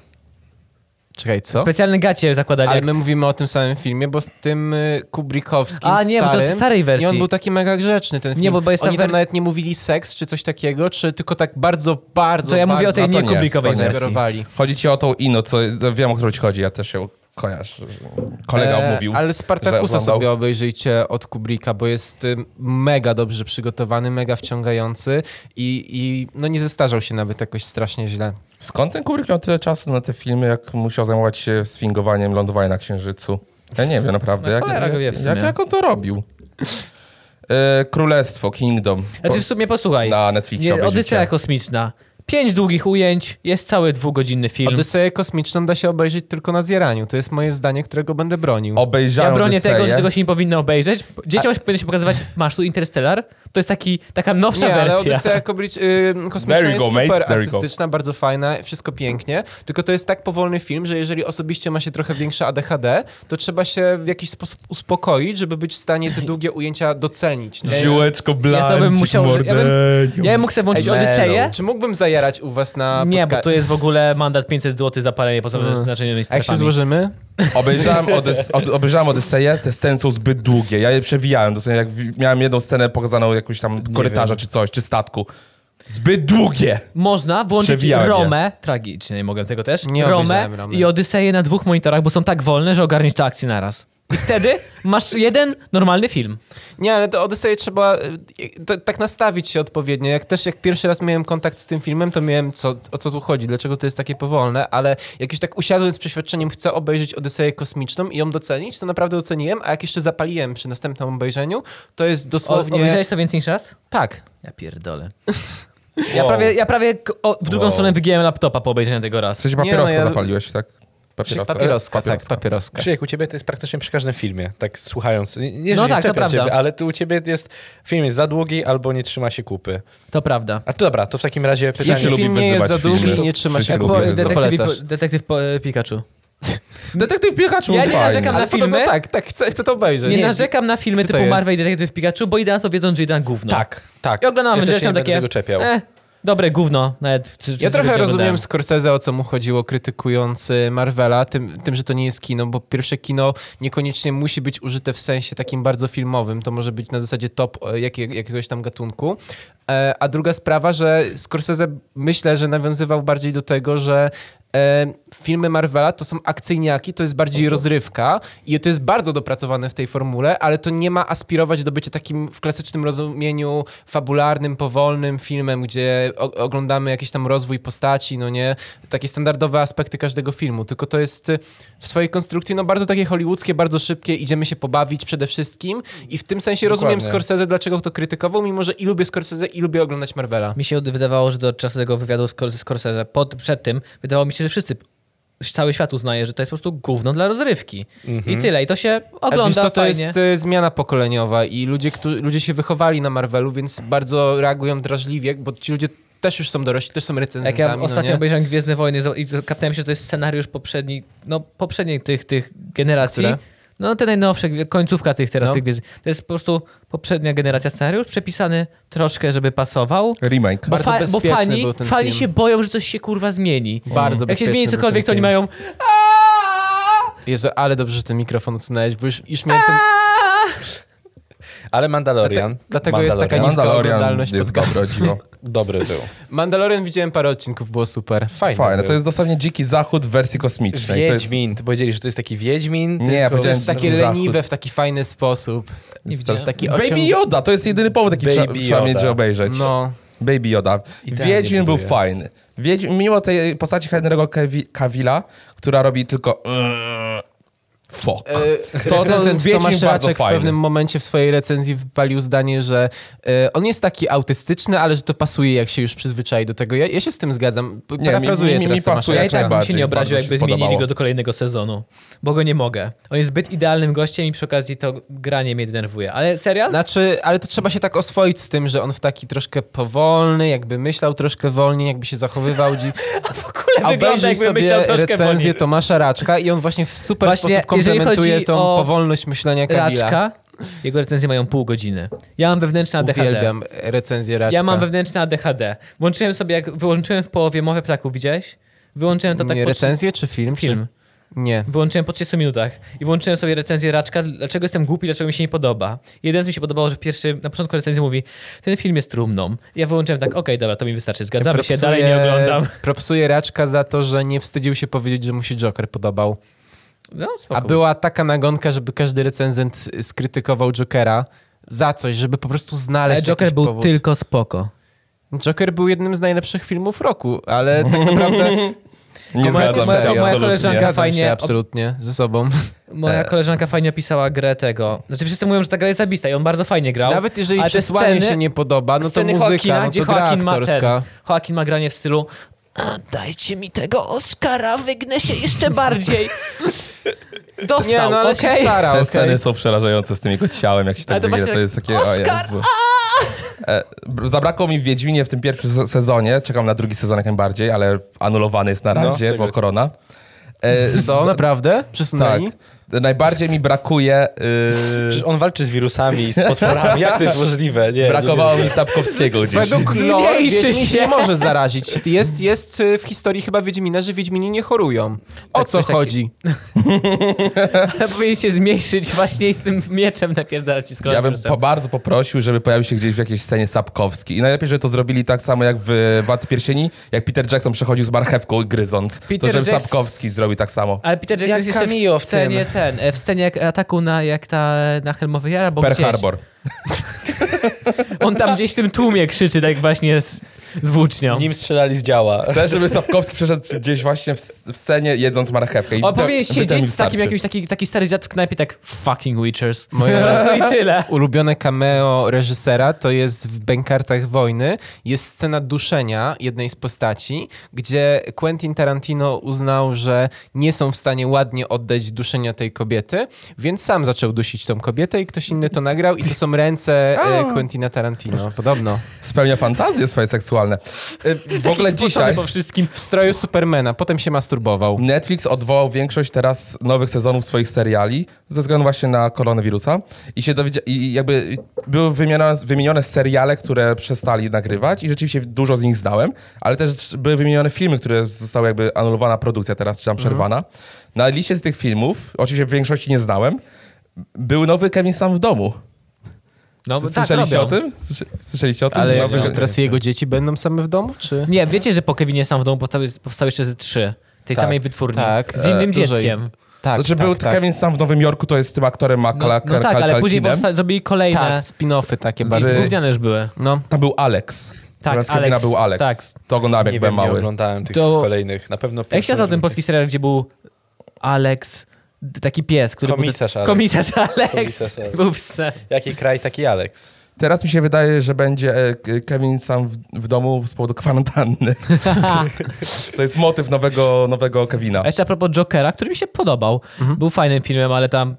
Czekaj, co? Specjalne gacie zakładali. Ale jak- my mówimy o tym samym filmie, bo w tym y, Kubrickowskim A, nie, bo to starym, w starej wersji. I on był taki mega grzeczny, ten film. Nie, bo- bo jest ta Oni tam wers- nawet nie mówili seks czy coś takiego, czy tylko tak bardzo, bardzo, To ja mówię o tej bardzo A to nie, niekubrickowej to nie. wersji. sugerowali. Chodzi ci o tą Ino, co wiem, o którą ci chodzi, ja też ją kojarzę. Kolega E, mówił. Ale że Spartakusa oglądał. sobie obejrzyjcie od Kubricka, bo jest y, mega dobrze przygotowany, mega wciągający i, i no nie zestarzał się nawet jakoś strasznie źle. Skąd ten Kubrick miał tyle czasu na te filmy, jak musiał zajmować się sfingowaniem lądowania na Księżycu? Ja nie wiem naprawdę, No jak, cholera go wie w jak, sumie. jak on to robił? E, Królestwo, Kingdom. Znaczy w sumie posłuchaj. Na Netflixie Nie, obejrzycie. Odyseja kosmiczna. Pięć długich ujęć, jest cały dwugodzinny film. Odyseję kosmiczną da się obejrzeć tylko na zjaraniu. To jest moje zdanie, którego będę bronił. Obejrzałem Ja bronię Odyseję. tego, że tego się nie powinno obejrzeć. Dzieciom powinno się pokazywać, masz tu Interstellar, To jest taki, taka nowsza Nie, ale wersja. Odyseja Koblicz, y, kosmiczna There you jest go, mate. super There you go. artystyczna, bardzo fajna, wszystko pięknie, tylko to jest tak powolny film, że jeżeli osobiście ma się trochę większe A D H D, to trzeba się w jakiś sposób uspokoić, żeby być w stanie te długie ujęcia docenić. No. Ziółeczko, blancik, Ja to bym musiał- ja bym- mordeniu. Ja bym mógł sobie włączyć Ej, Odyseję. Czy mógłbym zajarać u was na Nie, podca- bo to jest w ogóle mandat pięćset złotych za palenie poza Mm. znaczonymi A jak się strefami. złożymy? Obejrzałem, Odys od, obejrzałem Odyseję, te sceny są zbyt długie. Ja je przewijałem, dosłownie jak wi- miałem jedną scenę pokazaną jakoś tam korytarza czy coś, czy statku. Zbyt długie! Można włączyć Przewijałem je. Romę, tragicznie nie mogłem tego też, Nie Romę obejrzałem Romy. i Odyseję na dwóch monitorach, bo są tak wolne, że ogarniesz tę akcję naraz. I wtedy masz jeden normalny film. Nie, ale to Odyseję trzeba y, to, tak nastawić się odpowiednio. Jak też jak pierwszy raz miałem kontakt z tym filmem, to miałem co, o co tu chodzi, dlaczego to jest takie powolne, ale jak już tak usiadłem z przeświadczeniem, chcę obejrzeć Odyseję kosmiczną i ją docenić, to naprawdę doceniłem, a jak jeszcze zapaliłem przy następnym obejrzeniu, to jest O, dosłownie... obejrzałeś to więcej niż raz? Tak. Ja pierdolę. Ja prawie, ja prawie k- o, w drugą Wow. stronę wygiąłem laptopa po obejrzeniu tego raz. W sensie Nie, papieroska no ja- zapaliłeś, tak? Papieroska. Papieroska, tak, papieroska. Krzysiek, u ciebie to jest praktycznie przy każdym filmie, tak słuchając. Nie, nie No że się tak, to czepiam prawda. ciebie, ale tu u ciebie jest, film jest za długi albo nie trzyma się kupy. To prawda. A to dobra, to w takim razie Krzysiu pytanie... lubi film nie jest wyzywać za długi filmy. i nie trzyma Krzysiu się lubi Po, kupy. wyzywać. Co detektyw, polecasz? detektyw po, e, Pikachu. Detektyw Pikachu, Ja nie fajnie. narzekam na Ale podobno filmy. tak, tak, chcę, chcę to obejrzeć. Nie, narzekam na filmy Co to typu jest? Marvel i Detektyw Pikachu, bo idę na to wiedząc, że idę na gówno. Tak, tak. I oglądam ja Avengers, też nie mam będę takie, tego czepiał. e, dobre gówno. Nawet, czy, czy Ja trochę sobie rozumiem oglądałem. Scorsese, o co mu chodziło, krytykując y, Marvela, tym, tym, że to nie jest kino, bo pierwsze kino niekoniecznie musi być użyte w sensie takim bardzo filmowym, to może być na zasadzie top e, jakie, jakiegoś tam gatunku. E, a druga sprawa, że Scorsese myślę, że nawiązywał bardziej do tego, że e, filmy Marvela to są akcyjniaki, to jest bardziej rozrywka i to jest bardzo dopracowane w tej formule, ale to nie ma aspirować do bycia takim w klasycznym rozumieniu fabularnym, powolnym filmem, gdzie o, oglądamy jakiś tam rozwój postaci, no nie, takie standardowe aspekty każdego filmu, tylko to jest y, w swojej konstrukcji no bardzo takie hollywoodzkie, bardzo szybkie, idziemy się pobawić przede wszystkim i w tym sensie rozumiem Dokładnie. Scorsese, dlaczego to krytykował, mimo że i lubię Scorsese i lubię oglądać Marvela. Mi się wydawało, że do czasu tego wywiadu z Scor- ze Scorsese, pod, przed tym, wydawało mi się, że wszyscy, cały świat uznaje, że to jest po prostu gówno dla rozrywki. I tyle. I to się A wiesz ogląda co, to fajnie. jest y, zmiana pokoleniowa i ludzie, którzy, ludzie się wychowali na Marvelu, więc bardzo reagują drażliwie, bo ci ludzie też już są dorośli, też są Jak recenzentami. ja no ostatnio nie? obejrzałem Gwiezdne Wojny i kapnąłem się, że to jest scenariusz poprzedni, no poprzedniej tych, tych generacji. Które? No te najnowsze, końcówka tych teraz No. tych Gwiezdnych. To jest po prostu poprzednia generacja scenariusz, przepisany troszkę, żeby pasował. Remake. Bo, Bardzo fa- bo bezpieczny fani, był ten fani film. się boją, że coś się kurwa zmieni. Bardzo Jak się zmieni bezpieczny był cokolwiek, ten to oni film. mają... Jezu, ale dobrze, że ten mikrofon odsunąłeś, bo już, już miałem ten... Ale Mandalorian. Dlatego- dlatego jest taka Mandalorian. niska Mandalorian oglądalność jest podcastu. dobre, dziwo. Dobry był. Mandalorian widziałem parę odcinków, było super. Fajny Fajne, był. to jest dosłownie dziki zachód w wersji kosmicznej. To jest... Wiedźmin. To powiedzieli, że to jest taki Wiedźmin. Nie, tylko- ja To powiedziałem, jest takie Zachód. leniwe w taki fajny sposób. Nie Jest widziałem. taki Baby ociąg- Yoda, to jest jedyny powód, jaki Baby trzeba, trzeba mieć, Yoda. żeby obejrzeć. No. Baby Yoda. Idealnie Wiedźmin był buduje. fajny. Wiedźmin, mimo tej postaci Henry'ego Cavi- Cavilla, która robi tylko fuck. E, To- to recenzent Wiedźmin Tomasz bardzo Raczek w fajny. pewnym momencie w swojej recenzji wypalił zdanie, że e, on jest taki autystyczny, ale że to pasuje, jak się już przyzwyczai do tego. Ja, ja się z tym zgadzam. P- mi- Parafrazuję mi- mi- teraz mi Tomasza pasuje Ja i jak tak bym się najbardziej, nie obraził, bardzo się jakby zmienili spodobało. go do kolejnego sezonu. Bo go nie mogę. On jest zbyt idealnym gościem i przy okazji to granie mnie denerwuje. Ale serial? Znaczy, ale to trzeba się tak oswoić z tym, że on w taki troszkę powolny, jakby myślał troszkę wolniej, jakby się zachowywał. Dzi- w ogóle wygląda, Obejrzyj jakby sobie myślał troszkę recenzję wolniej. Tomasza Raczka i on właśnie w super Właśnie, sposób jeżeli komplementuje chodzi tą o powolność myślenia Cavilla. Raczka, jego recenzje mają pół godziny. Ja mam wewnętrzne A D H D. Uwielbiam recenzję Raczka. Ja mam wewnętrzne A D H D. Włączyłem sobie, jak wyłączyłem w połowie Mowę Ptaków, widziałeś? Wyłączyłem to tak Nie, po recenzję czy film? Film. Czy... Nie. Wyłączyłem po trzydziestu minutach i włączyłem sobie recenzję Raczka, dlaczego jestem głupi, dlaczego mi się nie podoba. Jeden z mi się podobało, że pierwszy, na początku recenzji mówi, ten film jest trumną. Ja wyłączyłem tak, okej, dobra, to mi wystarczy, zgadzamy się, dalej nie oglądam. Propsuję Raczka za to, że nie wstydził się powiedzieć, że mu się Joker podobał. No, A spoko. była taka nagonka, żeby każdy recenzent skrytykował Jokera za coś, żeby po prostu Ale znaleźć Joker jakiś był powód. tylko spoko. Joker był jednym z najlepszych filmów roku, ale tak naprawdę... Nie moja- zgadzam moja- się, moja absolutnie. koleżanka- Zgadzam fajnie się ob- absolutnie ze sobą. Moja koleżanka fajnie opisała grę tego. Znaczy wszyscy mówią, że ta gra jest zabista i on bardzo fajnie grał. Nawet jeżeli ale te przesłanie sceny- się nie podoba, no to sceny muzyka, Joaquina, no gdzie to gra Joaquin ma, ten, aktorska. Joaquin ma granie w stylu "A, dajcie mi tego Oscara, wygnę się jeszcze bardziej. Dostał, Nie, no ale okej? się stara, Te okej. sceny są przerażające z tym jego ciałem, jak się Ale tak to wygląda, właśnie to jest takie, o Oscar, Jezu. E, b- zabrakło mi w Wiedźminie w tym pierwszym se- sezonie, czekam na drugi sezon jak najbardziej, ale anulowany jest na No, razie, czego- bo korona. E, Co, z- naprawdę? Tak. Przesunęli? Najbardziej mi brakuje... Przecież Yy, on walczy z wirusami, z potworami. Jak to jest możliwe? Nie, brakowało nie mi Sapkowskiego gdzieś. Według lore Zmniejszy Wiedźmin się się. nie może zarazić. Jest, jest y, w historii chyba Wiedźmina, że Wiedźmini nie chorują. O Tak, co coś taki- chodzi? Ale powinien się zmniejszyć właśnie i z tym mieczem napierdalać ci z Ja bym koronawirusem. po, bardzo poprosił, żeby pojawił się gdzieś w jakiejś scenie Sapkowski. I najlepiej, żeby to zrobili tak samo jak w Władcy Pierścieni, jak Peter Jackson przechodził z marchewką gryząc. Peter to żeby Jackson- Sapkowski zrobił tak samo. Ale Peter Jackson Jak jest jeszcze cameo w w scenie ten, e, w scenie jak ataku na, jak ta, na Helmowy Jar, albo Pearl gdzieś. Harbor. On tam gdzieś w tym tłumie krzyczy, tak właśnie z, z włócznią. Nim strzelali z działa. Chcę, żeby Sapkowski przeszedł gdzieś właśnie w, w scenie jedząc marchewkę. I On to- powinien by to siedzieć mi z takim wystarczy. jakimś taki, taki stary dziad w knajpie, tak fucking Witchers. Moje Po prostu i tyle. ulubione cameo reżysera to jest w Bękartach Wojny. Jest scena duszenia jednej z postaci, gdzie Quentin Tarantino uznał, że nie są w stanie ładnie oddać duszenia tej kobiety, więc sam zaczął dusić tą kobietę i ktoś inny to nagrał i to są ręce e, Quentina Tarantino. Podobno. Spełnia fantazje swoje seksualne. Y, W ogóle Spoczony dzisiaj po wszystkim. W stroju Supermana, potem się masturbował. Netflix odwołał większość teraz nowych sezonów swoich seriali ze względu właśnie na koronawirusa i się dowiedzia- i jakby były wymienione, wymienione seriale, które przestali nagrywać i rzeczywiście dużo z nich znałem, ale też były wymienione filmy, które zostały jakby anulowana produkcja teraz, czy tam przerwana. Na liście z tych filmów, oczywiście w większości nie znałem, był nowy Kevin Sam w domu. No, tak, Słyszeliście robią. o tym? Słyszy- Słyszeliście o tym? Ale że jak nowy... to, teraz jego dzieci będą same w domu, czy? Nie, wiecie, że po Kevinie Sam w domu powstały, powstały jeszcze ze trzy. Tej Tak, samej wytwórni. tak. Z innym E, dużej. dzieckiem. Tak, Znaczy tak, był tak. Kevin Sam w Nowym Jorku, to jest z tym aktorem No, Makala no tak, ale później powsta- zrobili kolejne. Tak, spin-offy takie Z- bardzo. Gówniane już były. No. Tam był Alex. Tak, Zamiast Kevina Alex, był Alex. tak. To oglądałem jak Nie byłem wiem, nie mały. oglądałem tych To- kolejnych. Na pewno Jak się nazywał ten polski serial, gdzie był Alex, d- taki pies, który Komisarz był... Alex. Komisarz Alex. Komisarz Alex. Był w scenie. Jaki kraj, taki Alex. Teraz mi się wydaje, że będzie e, K- Kevin Sam w, w domu z powodu kwarantanny. To jest motyw nowego, nowego Kevina. A jeszcze a propos Jokera, który mi się podobał. Był fajnym filmem, ale tam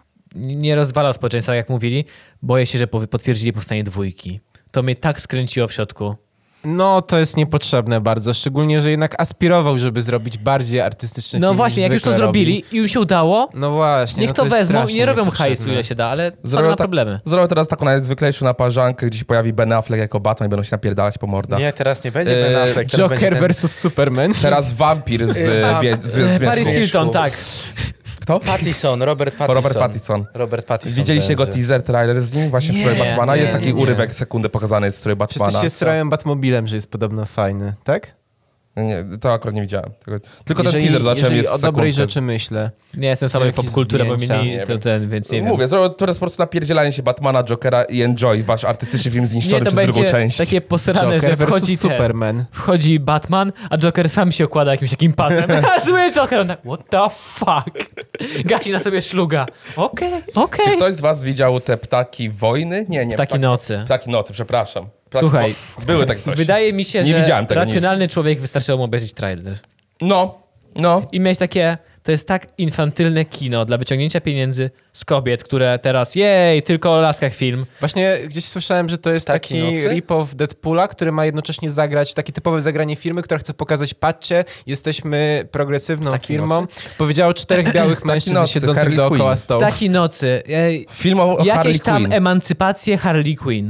nie rozwalał społeczeństwa, jak mówili. Boję się, że powie- potwierdzili powstanie dwójki. To mnie tak skręciło w środku. No, to jest niepotrzebne bardzo, szczególnie, że jednak aspirował, żeby zrobić bardziej artystyczny No film, właśnie, niż jak już to zwykle zrobili robi. i im się udało, No właśnie. niech no to, jest wezmą i strasznie nie robią niepotrzebne. hajsu, ile się da, ale są Zrobią na tak- problemy. Zrobią teraz taką najzwyklejszą naparzankę, gdzie się pojawi Ben Affleck jako Batman i będą się napierdalać po mordach. Nie, teraz nie będzie E, Ben Affleck. teraz będzie Joker ten- versus Superman. Teraz wampir z, E, wie, z, z, E, z Paris Zmierzchu. Hilton, tak. Kto? Pattison, Robert Pattison. Robert Pattinson. Robert Pattinson Widzieliście jego będzie. teaser, trailer z nim właśnie w Nie, stroju Batmana? nie, Jest taki nie, nie. urywek sekundy pokazany jest w stroju Wszyscy Batmana. się srają Batmobilem, że jest podobno fajny, tak? Nie, to akurat nie widziałem. Tylko, tylko ten Jeżeli- teaser zobaczyłem, jeżeli jest o dobrej sekundkę. rzeczy myślę. Nie jestem samej Jakieś popkulturę, bo zdjęcia. mieli Nie to, wiem. ten, więc nie wiem. Mówię, zrobią teraz po prostu napierdzielanie się Batmana, Jokera i Enjoy, wasz artystyczny film Nie, zniszczony to przez drugą będzie część. takie posrane, Joker że versus wchodzi ten, Superman. wchodzi Batman, a Joker sam się okłada jakimś takim pasem. A, zły Joker! On tak, what the fuck? Gasi na sobie szluga. Okej, okej. Czy ktoś z was widział te Ptaki Wojny? Nie, nie. Ptaki ptaki, nocy. Ptaki Nocy, przepraszam. Ptaki Słuchaj, wo- Były takie coś. Wydaje mi się, Nie że widziałem tego, racjonalny człowiek wystarczyło mu obejrzeć trailer. No, no. I miałeś takie, to jest tak infantylne kino dla wyciągnięcia pieniędzy z kobiet, które teraz, jej, tylko o laskach film. Właśnie gdzieś słyszałem, że to jest Taki taki nocy? rip-off Deadpoola, który ma jednocześnie zagrać, takie typowe zagranie firmy, która chce pokazać, patrzcie, jesteśmy progresywną Taki firmą. nocy? Powiedziało czterech białych mężczyzn nocy, siedzących Harley dookoła Quinn. stołu. Taki nocy. Ej, Film o, o Harley jakieś tam Quinn. emancypacje Harley Quinn.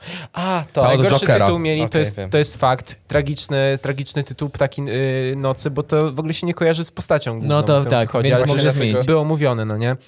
A, to. Ta od Najgorszy Jokera. tytuł mieli, to, Okej, jest, wiem. to jest fakt. Tragiczny, tragiczny tytuł Ptaki yy, Nocy, bo to w ogóle się nie kojarzy z postacią główną, No to którą tak, chodzi, więc ale może myślę, że zmienić. Było mówione, no nie?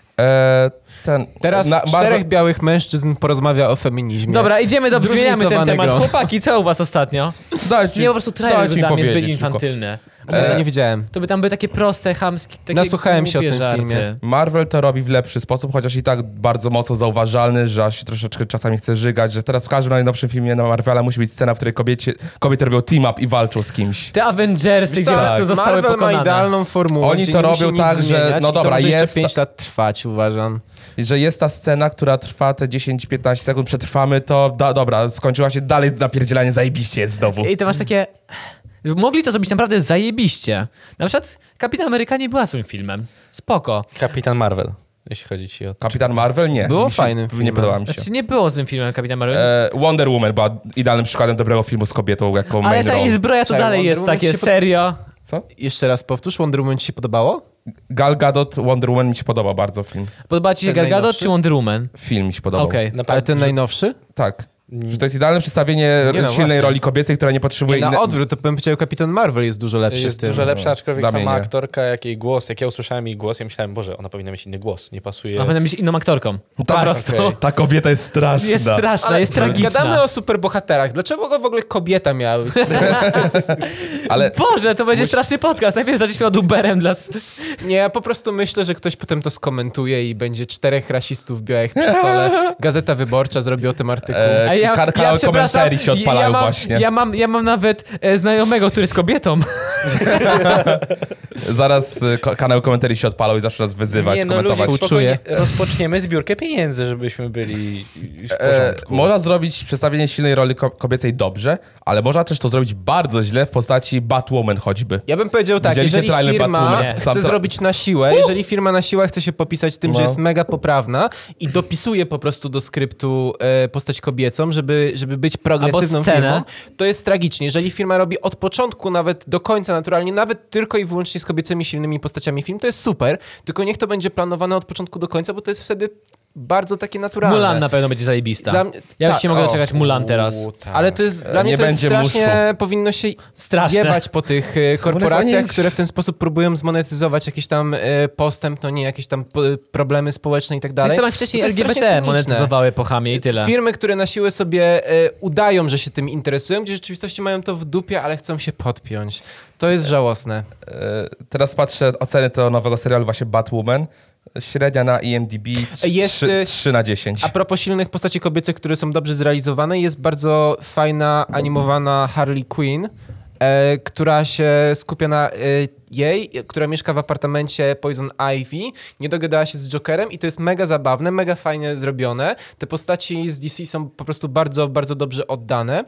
E, ten, Teraz na- czterech Marvel- białych mężczyzn porozmawia o feminizmie. Dobra, idziemy, do, zmieniamy ten Zróżnicowane temat. grono. Chłopaki, co u was ostatnio? Dajcie, Nie, po prostu trailer dajcie mi dla mnie jest zbyt powiedzieć tylko. infantylny. Ja to nie wiedziałem. To by tam były takie proste, chamskie, takie Nasłuchałem się o głupie tym żarty. filmie. Marvel to robi w lepszy sposób, chociaż i tak bardzo mocno zauważalny, że aż się troszeczkę czasami chce żygać, że teraz w każdym najnowszym filmie na Marvela musi być scena, w której kobiecie, kobiety robią team-up i walczą z kimś. Te Avengersy, gdzie po prostu zostały Marvel pokonane. ma idealną formułę, Oni gdzie to nie musi robią nic tak, że- zmieniać no i to dobra, może jest jeszcze pięć ta- lat trwać, uważam. Że jest ta scena, która trwa te dziesięć piętnaście sekund, przetrwamy to, da, dobra, skończyła się dalej napierdzielanie, zajebiście jest znowu. I to masz takie... Mogli to zrobić naprawdę zajebiście. Na przykład Kapitan Ameryka nie była złym filmem. Spoko. Kapitan Marvel. jeśli chodzi ci o to. Kapitan Marvel? Nie. Było Mi się, fajnym Nie filmem. podoba mi się. Znaczy nie było z tym filmem Kapitan Marvel. E, Wonder Woman była idealnym przykładem dobrego filmu z kobietą jako Ale main ta jej role. zbroja to Czekaj, dalej Wonder jest Woman takie, się pod- serio. Co? Jeszcze raz powtórz, Wonder Woman ci się podobało? Gal Gadot, Wonder Woman mi się podoba bardzo film. Podoba ci się Ten Gal Gadot najnowszy? czy Wonder Woman? Film mi się podobał. Okej. Na Ale ten że- najnowszy? Tak. Że to jest idealne przedstawienie Nie no, silnej właśnie. roli kobiecej, która nie potrzebuje... Nie, na inne- odwrót, to bym powiedział, Kapitan Marvel jest dużo lepszy Jest z tym. dużo lepsza, aczkolwiek Dla mnie sama nie. aktorka, jak jej głos, jak ja usłyszałem jej głos, ja myślałem, Boże, ona powinna mieć inny głos, nie pasuje. A powinna być inną aktorką. Po Tak, prostu. okej. Ta kobieta jest straszna. Jest straszna, Ale jest tragiczna. gadamy o superbohaterach. Dlaczego go w ogóle kobieta miała być? Ale Boże, to będzie straszny podcast. Najpierw zacząć miał duberem dla... s- Nie, ja po prostu myślę, że ktoś potem to skomentuje i będzie czterech rasistów w białych przy stole. Gazeta Wyborcza zrobi o tym artykuł. E, A ja, kar- kanał przepraszam, komentarii się odpalają ja mam, właśnie. Ja mam, ja mam nawet e, znajomego, który jest kobietą. zaraz e, ko- kanał komentarii się odpalał i zaczął nas wyzywać, nie, no komentować. ludzie, spokojnie, rozpoczniemy zbiórkę pieniędzy, żebyśmy byli w E, porządku. można zrobić przedstawienie silnej roli ko- kobiecej dobrze, ale można też to zrobić bardzo źle w postaci Batwoman choćby. Ja bym powiedział tak, Widzieliście jeżeli trailer firma Batmana? chce Sam tra- zrobić na siłę, jeżeli firma na siłę chce się popisać tym, No. że jest mega poprawna i dopisuje po prostu do skryptu e, postać kobiecą, żeby, żeby być progresywną scenę. firmą, to jest tragicznie. Jeżeli firma robi od początku nawet do końca naturalnie, nawet tylko i wyłącznie z kobiecymi silnymi postaciami film, to jest super, tylko niech to będzie planowane od początku do końca, bo to jest wtedy bardzo takie naturalne. Mulan na pewno będzie zajebista. Dla mnie- Ja już tak, nie mogę o. doczekać Mulan teraz. U, tak. Ale to jest, dla mnie nie to jest będzie strasznie, muszu. powinno się Straszne. jebać po tych e, korporacjach, najfajniejsze. które w ten sposób próbują zmonetyzować jakiś tam e, postęp, no nie, jakieś tam po, problemy społeczne i tak Tak dalej. samo jak wcześniej To jest L G B strasznie T cyniczne. monetyzowały po chamie i tyle. Firmy, które na siłę sobie e, udają, że się tym interesują, gdzie w rzeczywistości mają to w dupie, ale chcą się podpiąć. To jest żałosne. E, teraz patrzę oceny tego nowego serialu właśnie Batwoman. Średnia na I M D B Jest, trzy, y, trzy na dziesięć. A propos silnych postaci kobiecych, które są dobrze zrealizowane, jest bardzo fajna, animowana Harley Quinn, e, która się skupia na e, jej, która mieszka w apartamencie Poison Ivy, nie dogadała się z Jokerem i to jest mega zabawne, mega fajnie zrobione. Te postaci z D C są po prostu bardzo, bardzo dobrze oddane.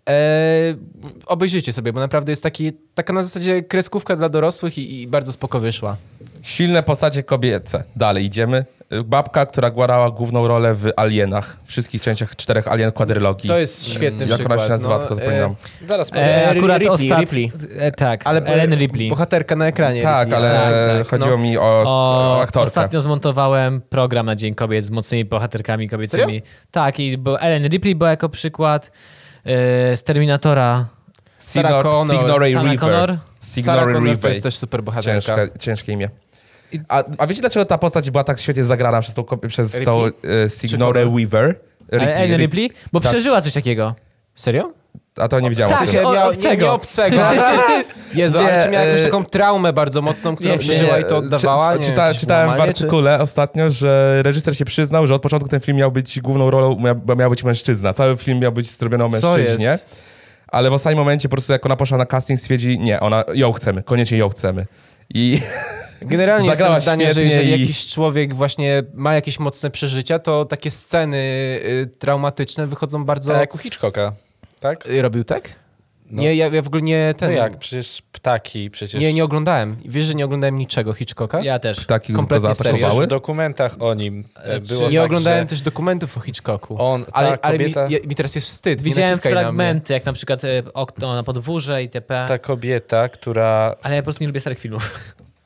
E, obejrzyjcie sobie, bo naprawdę jest taki, taka na zasadzie kreskówka dla dorosłych i, i bardzo spoko wyszła. Silne postacie kobiece. Dalej idziemy. Babka, która grała główną rolę w Alienach. Wszystkich częściach czterech Alien quadrylogii. To jest świetny Jak przykład. ona się nazywa, no, tylko zapomniałem. Zaraz E, Ripley, akurat Ripley, ostat... Ripley. E, tak, Ale Ellen Ripley. Bohaterka na ekranie. Tak, Ripley. ale Tak, tak, chodziło no. mi o, O, o aktorkę. ostatnio zmontowałem program na Dzień Kobiet z mocnymi bohaterkami kobiecymi. Tak, i bo Ellen Ripley była jako przykład e, z Terminatora. Sarah Signor, Connor. Signory Sarah River. Connor. Sarah Signory Connor to River. jest też super bohaterka. Ciężkie, ciężkie imię. A, a wiecie, dlaczego ta postać była tak świetnie zagrana przez tą, kobie- przez tą e, Signorę Connor? Weaver? Ale Ellen Ripley? Bo Tak. przeżyła coś takiego. Serio? A to nie widziałem. Tak, o tym. o- miał, obcego. Nie, nie obcego. ale czy- Jezu, Nie, ale czy miała jakąś e, taką traumę bardzo mocną, którą nie, przeżyła i to oddawała? Czy, Nie, czy, czyta, jakieś czytałem w łamanie, czy- artykule ostatnio, że reżyser się przyznał, że od początku ten film miał być główną rolą, miał, miał być mężczyzna. Cały film miał być zrobiony o Co mężczyźnie. jest? Ale w ostatnim momencie po prostu jak ona poszła na casting, stwierdzi, nie, ona, ją chcemy, koniecznie ją chcemy. I Generalnie jestem Zagrała zdania, że świetnie jeżeli i- jakiś człowiek właśnie ma jakieś mocne przeżycia, to takie sceny y, traumatyczne wychodzą bardzo... Tak jak u Hitchcocka, tak? Y, Robił tak? No. Nie, ja, ja w ogóle nie No ten... jak, przecież ptaki, przecież... Nie, nie oglądałem. Wiesz, że nie oglądałem niczego Hitchcocka? Ja też. ptaki go Kompletnie serio. zaatakowały. w dokumentach o nim e, było nie tak, oglądałem że też dokumentów o Hitchcocku. on, ale ta ale mi, kobieta, ja, mi teraz jest wstyd. nie Widziałem naciskaj na mnie. fragmenty, jak na przykład e, okno na podwórze itp. ta kobieta, która Ale ja po prostu nie lubię starych filmów.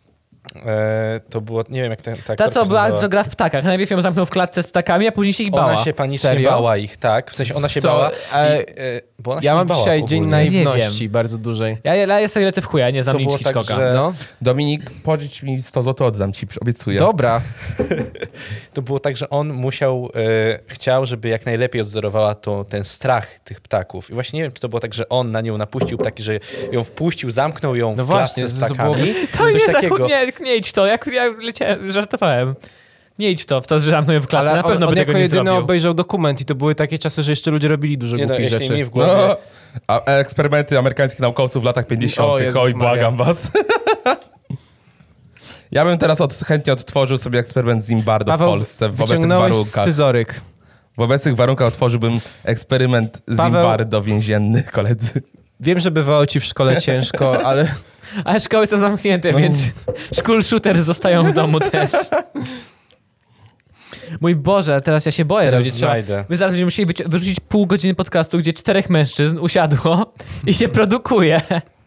e, to było, nie wiem jak ten, ta Ta, aktorka co, się była, nazywała. co gra w ptakach. Najpierw ją zamknął w klatce z ptakami, a później się ich bała. Ona się panicznie Serio? bała ich, tak? W sensie ona się Co? bała E, i, e, bo ona się Ja nie mam bała dzisiaj dzień ogólnie. Nie naiwności bardzo dużej. Ja, ja, ja sobie lecę w chuja, nie znam To nic było tak, Hitchcocka. że- No, Dominik, pożycz mi sto złotych, oddam ci, obiecuję. dobra. To było tak, że on musiał, e, chciał, żeby jak najlepiej odzorowała to, ten strach tych ptaków. I właśnie nie wiem, czy to było tak, że on na nią napuścił ptaki, że ją wpuścił, zamknął ją No w właśnie, klatce z to ptakami. byłoby- To Coś nie, takiego. takiego. Nie, nie idź w to, jak ja leciałem, żartowałem. Nie idź w to, w to, że zamknął ją w klatce, Ale na pewno on, by on tego jako nie jedyny zrobił. obejrzał dokument i to były takie czasy, że jeszcze ludzie robili dużo Nie no, głupich jeśli rzeczy. mi w głowie... No, a eksperymenty amerykańskich naukowców w latach O pięćdziesiątych. Jezus Oj, Maria. błagam was. Ja bym teraz od, chętnie odtworzył sobie eksperyment Zimbardo w Paweł, Polsce w obecnych wyciągnąłeś warunkach. scyzoryk. W obecnych warunkach otworzyłbym eksperyment Paweł- Zimbardo więzienny, koledzy. Wiem, że bywało ci w szkole ciężko, ale Ale szkoły są zamknięte, No. więc school shooters zostają w domu też. Mój Boże, teraz ja się boję, Teraz że będzie trzeba... znajdę. My zaraz będziemy musieli wyci- wyrzucić pół godziny podcastu, gdzie czterech mężczyzn usiadło i się produkuje.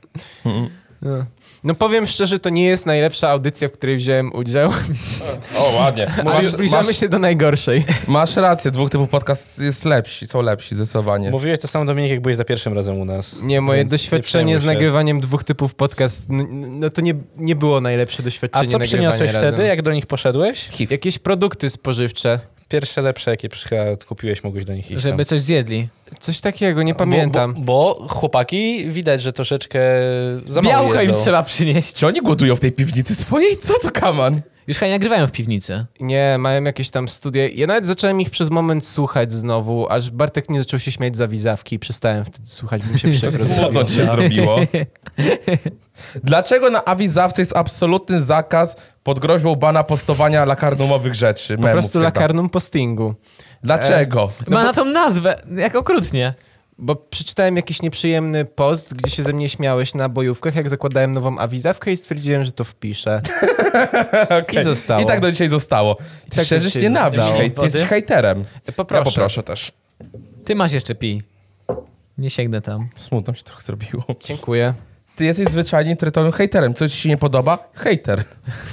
No powiem szczerze, to nie jest najlepsza audycja, w której wziąłem udział, O, ładnie. ale Masz, zbliżamy masz, się do najgorszej. masz rację, dwóch typów podcast jest lepsi, są lepsi zdecydowanie. Mówiłeś to samo, Dominik, jak byłeś za pierwszym razem u nas. Nie, moje Więc nie doświadczenie przejmuj z się. nagrywaniem dwóch typów podcast, n- no to nie, nie było najlepsze A doświadczenie co nagrywania przyniosłeś razem. wtedy, jak do nich poszedłeś? H I V. Jakieś produkty spożywcze. Pierwsze lepsze, jakie przycha- kupiłeś, mogłeś do nich iść Żeby tam. coś zjedli. Coś takiego, nie pamiętam. Bo, bo, bo chłopaki widać, że troszeczkę za mało Białko im jedzą. trzeba przynieść. Czy oni głodują w tej piwnicy swojej? Co to kaman? Już chyba nie nagrywają w piwnicy. Nie, mają jakieś tam studie. Ja nawet zacząłem ich przez moment słuchać znowu, aż Bartek nie zaczął się śmiać za wizawki i przestałem wtedy słuchać, bo mi się przykro Smutno zrobiło. ci się zrobiło. Dlaczego na awizawce jest absolutny zakaz pod groźbą bana postowania lakarnumowych rzeczy? Po memów prostu chyba. lakarnum postingu. Dlaczego? No Ma bo- na tą nazwę, jak okrutnie. Bo przeczytałem jakiś nieprzyjemny post, gdzie się ze mnie śmiałeś na bojówkach, jak zakładałem nową awizawkę i stwierdziłem, że to wpiszę. I zostało. I tak do dzisiaj zostało. Ty tak szczerze do dzisiaj nienawiść, zostało. hej, ty jesteś hejterem. Poproszę. Ja poproszę też. Ty masz jeszcze pi. Nie sięgnę tam. Smutno mi się trochę zrobiło. Dziękuję. Ty jesteś zwyczajnie internetowym hejterem. Co ci się nie podoba? Hejter.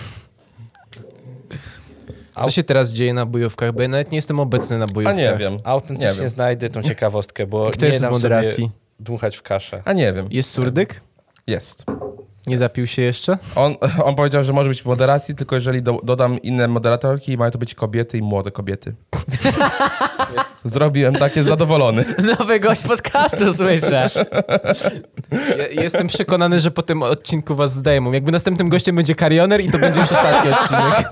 Co się teraz dzieje na bojówkach? Bo ja nawet nie jestem obecny na A bojówkach. nie wiem. Nie Autentycznie wiem. znajdę tą ciekawostkę, bo Kto nie jest w dam moderacji? sobie dmuchać w kaszę. A nie wiem. Jest surdyk? Jest. Nie zapił się jeszcze? On, on powiedział, że może być w moderacji, tylko jeżeli do, dodam inne moderatorki, mają to być kobiety i młode kobiety. Zrobiłem takie zadowolony. Nowy gość podcastu, słyszę. Ja, jestem przekonany, że po tym odcinku was zdejmą. Jakby następnym gościem będzie Karioner i to będzie już ostatni odcinek.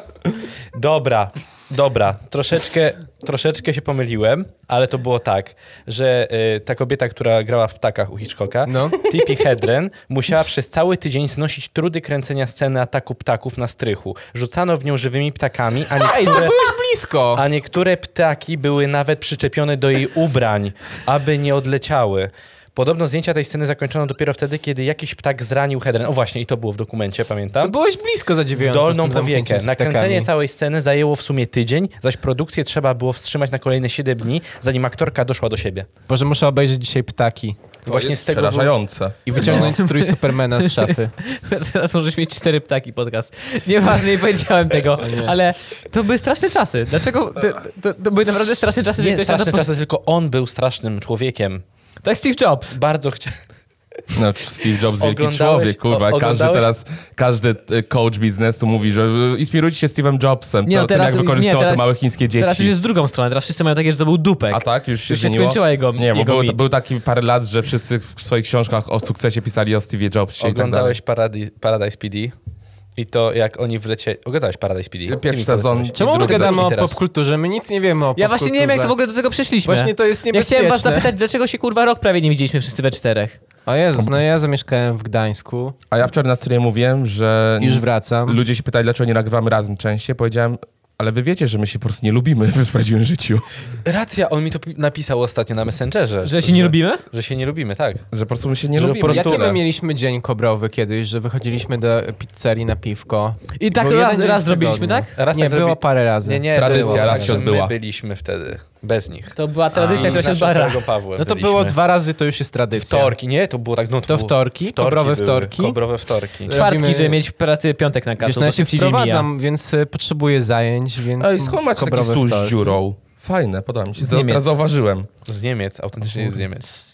Dobra, dobra. Troszeczkę, troszeczkę się pomyliłem, ale to było tak, że y, ta kobieta, która grała w Ptakach u Hitchcocka, No. Tippi Hedren, musiała przez cały tydzień znosić trudy kręcenia sceny ataku ptaków na strychu. Rzucano w nią żywymi ptakami, a Ej, to niektóre, byłeś blisko! a niektóre ptaki były nawet przyczepione do jej ubrań, aby nie odleciały. Podobno zdjęcia tej sceny zakończono dopiero wtedy, kiedy jakiś ptak zranił Hedren. O właśnie, i to było w dokumencie, pamiętam. To byłeś blisko W zadziwiająco z dolną tym zamknięciem powiekę. z Nakręcenie ptakami. całej sceny zajęło w sumie tydzień, zaś produkcję trzeba było wstrzymać na kolejne siedem dni, zanim aktorka doszła do siebie. Boże, muszę obejrzeć dzisiaj ptaki. To Właśnie jest z tego był- przerażające. I wyciągnąć strój Supermana z szafy. Teraz możesz mieć cztery ptaki podcast. Nieważne, nie powiedziałem tego, ale to były straszne czasy. Dlaczego? To, to, to były naprawdę straszne czasy, że Nie ktoś na to straszne pos- czasy, tylko on był strasznym człowiekiem. Tak Steve Jobs. Bardzo chciał... No, Steve Jobs, wielki Oglądałeś- człowiek, kurwa. o- Każdy oglądałeś- teraz, każdy e, coach biznesu mówi, że e, inspirujcie się Steve'em Jobsem. Nie, to, no tym, teraz- jak wykorzystywał nie, teraz- te małe chińskie dzieci. Teraz już jest z drugą stroną. Teraz wszyscy mają takie, że to był dupek. A tak? Już się Już się zmieniło? skończyła jego Nie, bo jego był, mit. był taki parę lat, że wszyscy w swoich książkach o sukcesie pisali o Steve'ie Jobsie i tak dalej. Oglądałeś Paradise, Paradise P D i to jak oni wlecieli... Oglądałeś Paradise P D? Pierwszy Ty mi sezon. powiedz. Czemu my drugi gadamy o zacznij teraz. popkulturze? My nic nie wiemy o Ja właśnie nie wiem, jak to w ogóle do tego przeszliśmy. Właśnie to jest Ja niebezpieczne. chciałem was zapytać, dlaczego się kurwa rok prawie nie widzieliśmy wszyscy we czterech. O Jezus, no ja zamieszkałem w Gdańsku. A ja wczoraj na streamie mówiłem, że Już wracam. ludzie się pytali, dlaczego nie nagrywamy razem częściej. Powiedziałem, ale wy wiecie, że my się po prostu nie lubimy w prawdziwym życiu. Racja, on mi to pi- napisał ostatnio na Messengerze. Że się nie lubimy? Że się nie lubimy, tak. Że po prostu my się nie Że lubimy. po prostu- Jaki my mieliśmy dzień kobrowy kiedyś, że wychodziliśmy do pizzerii na piwko? I tak Był raz, jeden dzień raz w zrobiliśmy, tygodniu. tak? Raz Nie, tak było zrobi- parę razy. Nie, nie, Tradycja było, raz tak, się że odbyła. My byliśmy wtedy bez nich. To była tradycja, I która się naszym odbywa. kolegą Pawłem No to byliśmy. było dwa razy, to już jest tradycja. Wtorki, nie? To było tak, no to, To było- wtorki? Kobrowe były, wtorki? Kobrowe wtorki. Czwartki, Robimy- żeby mieć w pracy piątek na Wiesz, kacu, no ja to się szybciej dzień mija. wprowadzam, więc y, potrzebuję zajęć, więc Ej, skąd macie taki kobrowe stół z wtorki. dziurą? Fajne, podoba mi się. Z Teraz Niemiec. zauważyłem. Z Niemiec, autentycznie jest z Niemiec.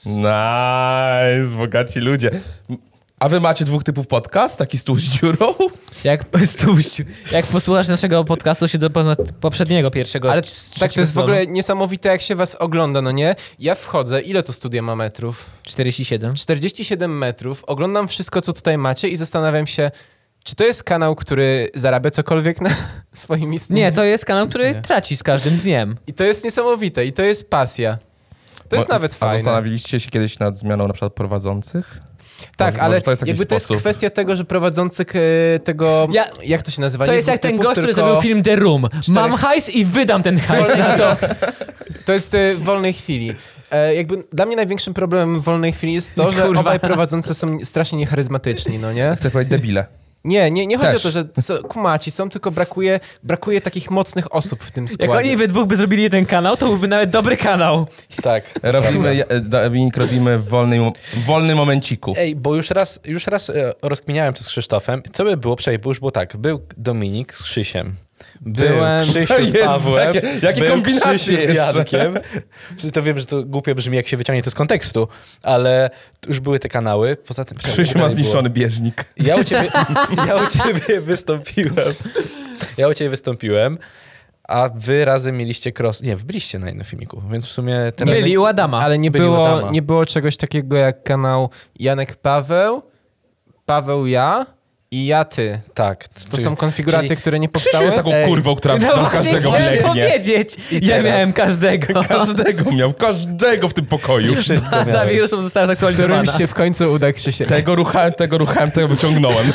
Nice, bogaci ludzie. A wy macie dwóch typów podcast? Taki stół z dziurą? Jak, stójść, jak posłuchasz naszego podcastu, się do pozna- poprzedniego, pierwszego. Ale z tak, to trzeciego jest w sezonu. ogóle niesamowite, jak się was ogląda, no nie? Ja wchodzę, ile to studia ma metrów? czterdzieści siedem. czterdzieści siedem metrów, oglądam wszystko, co tutaj macie i zastanawiam się, czy to jest kanał, który zarabia cokolwiek na swoim istnieniu? Nie, to jest kanał, który Nie. traci z każdym dniem. I to jest niesamowite, i to jest pasja. To jest Mo- nawet A fajne. zastanowiliście się kiedyś nad zmianą na przykład prowadzących? Tak, Może- ale może to jest jakiś jakby to jest sposób. kwestia tego, że prowadzący k- tego... Ja- jak to się nazywa? To Nie jest jak dwóch ten typów, gość, który tylko- zrobił film The Room. Mam hajs i wydam ten hajs na to. To jest y, w wolnej chwili. E, jakby dla mnie największym problemem w wolnej chwili jest to, że Kurwa. obaj prowadzący są strasznie niecharyzmatyczni, no nie? Chcę powiedzieć debile. Nie, nie, nie chodzi Też. o to, że so, kumaci są, tylko brakuje, brakuje takich mocnych osób w tym Jak składzie. oni we dwóch by zrobili jeden kanał, to byłby nawet dobry kanał. Tak. Robimy, e, Dominik, robimy w wolnym, w wolnym momenciku. Ej, bo już raz, już raz e, rozkminiałem to z Krzysztofem. Co by było, przecież, bo już było tak, był Dominik z Krzysiem. Był Byłem- Krzysiu z Jezu, Pawłem. jakie- jakie był kombinacje Krzysiu z jeszcze. Jankiem. Czy to wiem, że to głupio brzmi, jak się wyciągnie to z kontekstu, ale już były te kanały. Poza tym... Krzysiu ma zniszczony bieżnik. Ja u ciebie, ja u ciebie wystąpiłem. Ja u ciebie wystąpiłem, a wy razem mieliście cross... Nie, byliście na jednym filmiku, więc w sumie... Teraz... Byli u Adama. Ale nie Byli u było, Adama. nie było czegoś takiego jak kanał Janek Paweł, Paweł ja i ja ty. Tak. To są konfiguracje, Czyli- które nie Krzysiu powstały. jest taką Ej. kurwą, która No do właśnie każdego chciałem biegnie. powiedzieć. Ja teraz? miałem każdego. Każdego miał, każdego w tym pokoju. Wszystko Baza miałeś. wirusów została Z którym zaktualizowana. się w końcu uda Krzysiek. Tego ruchałem, tego ruchałem, tego wyciągnąłem.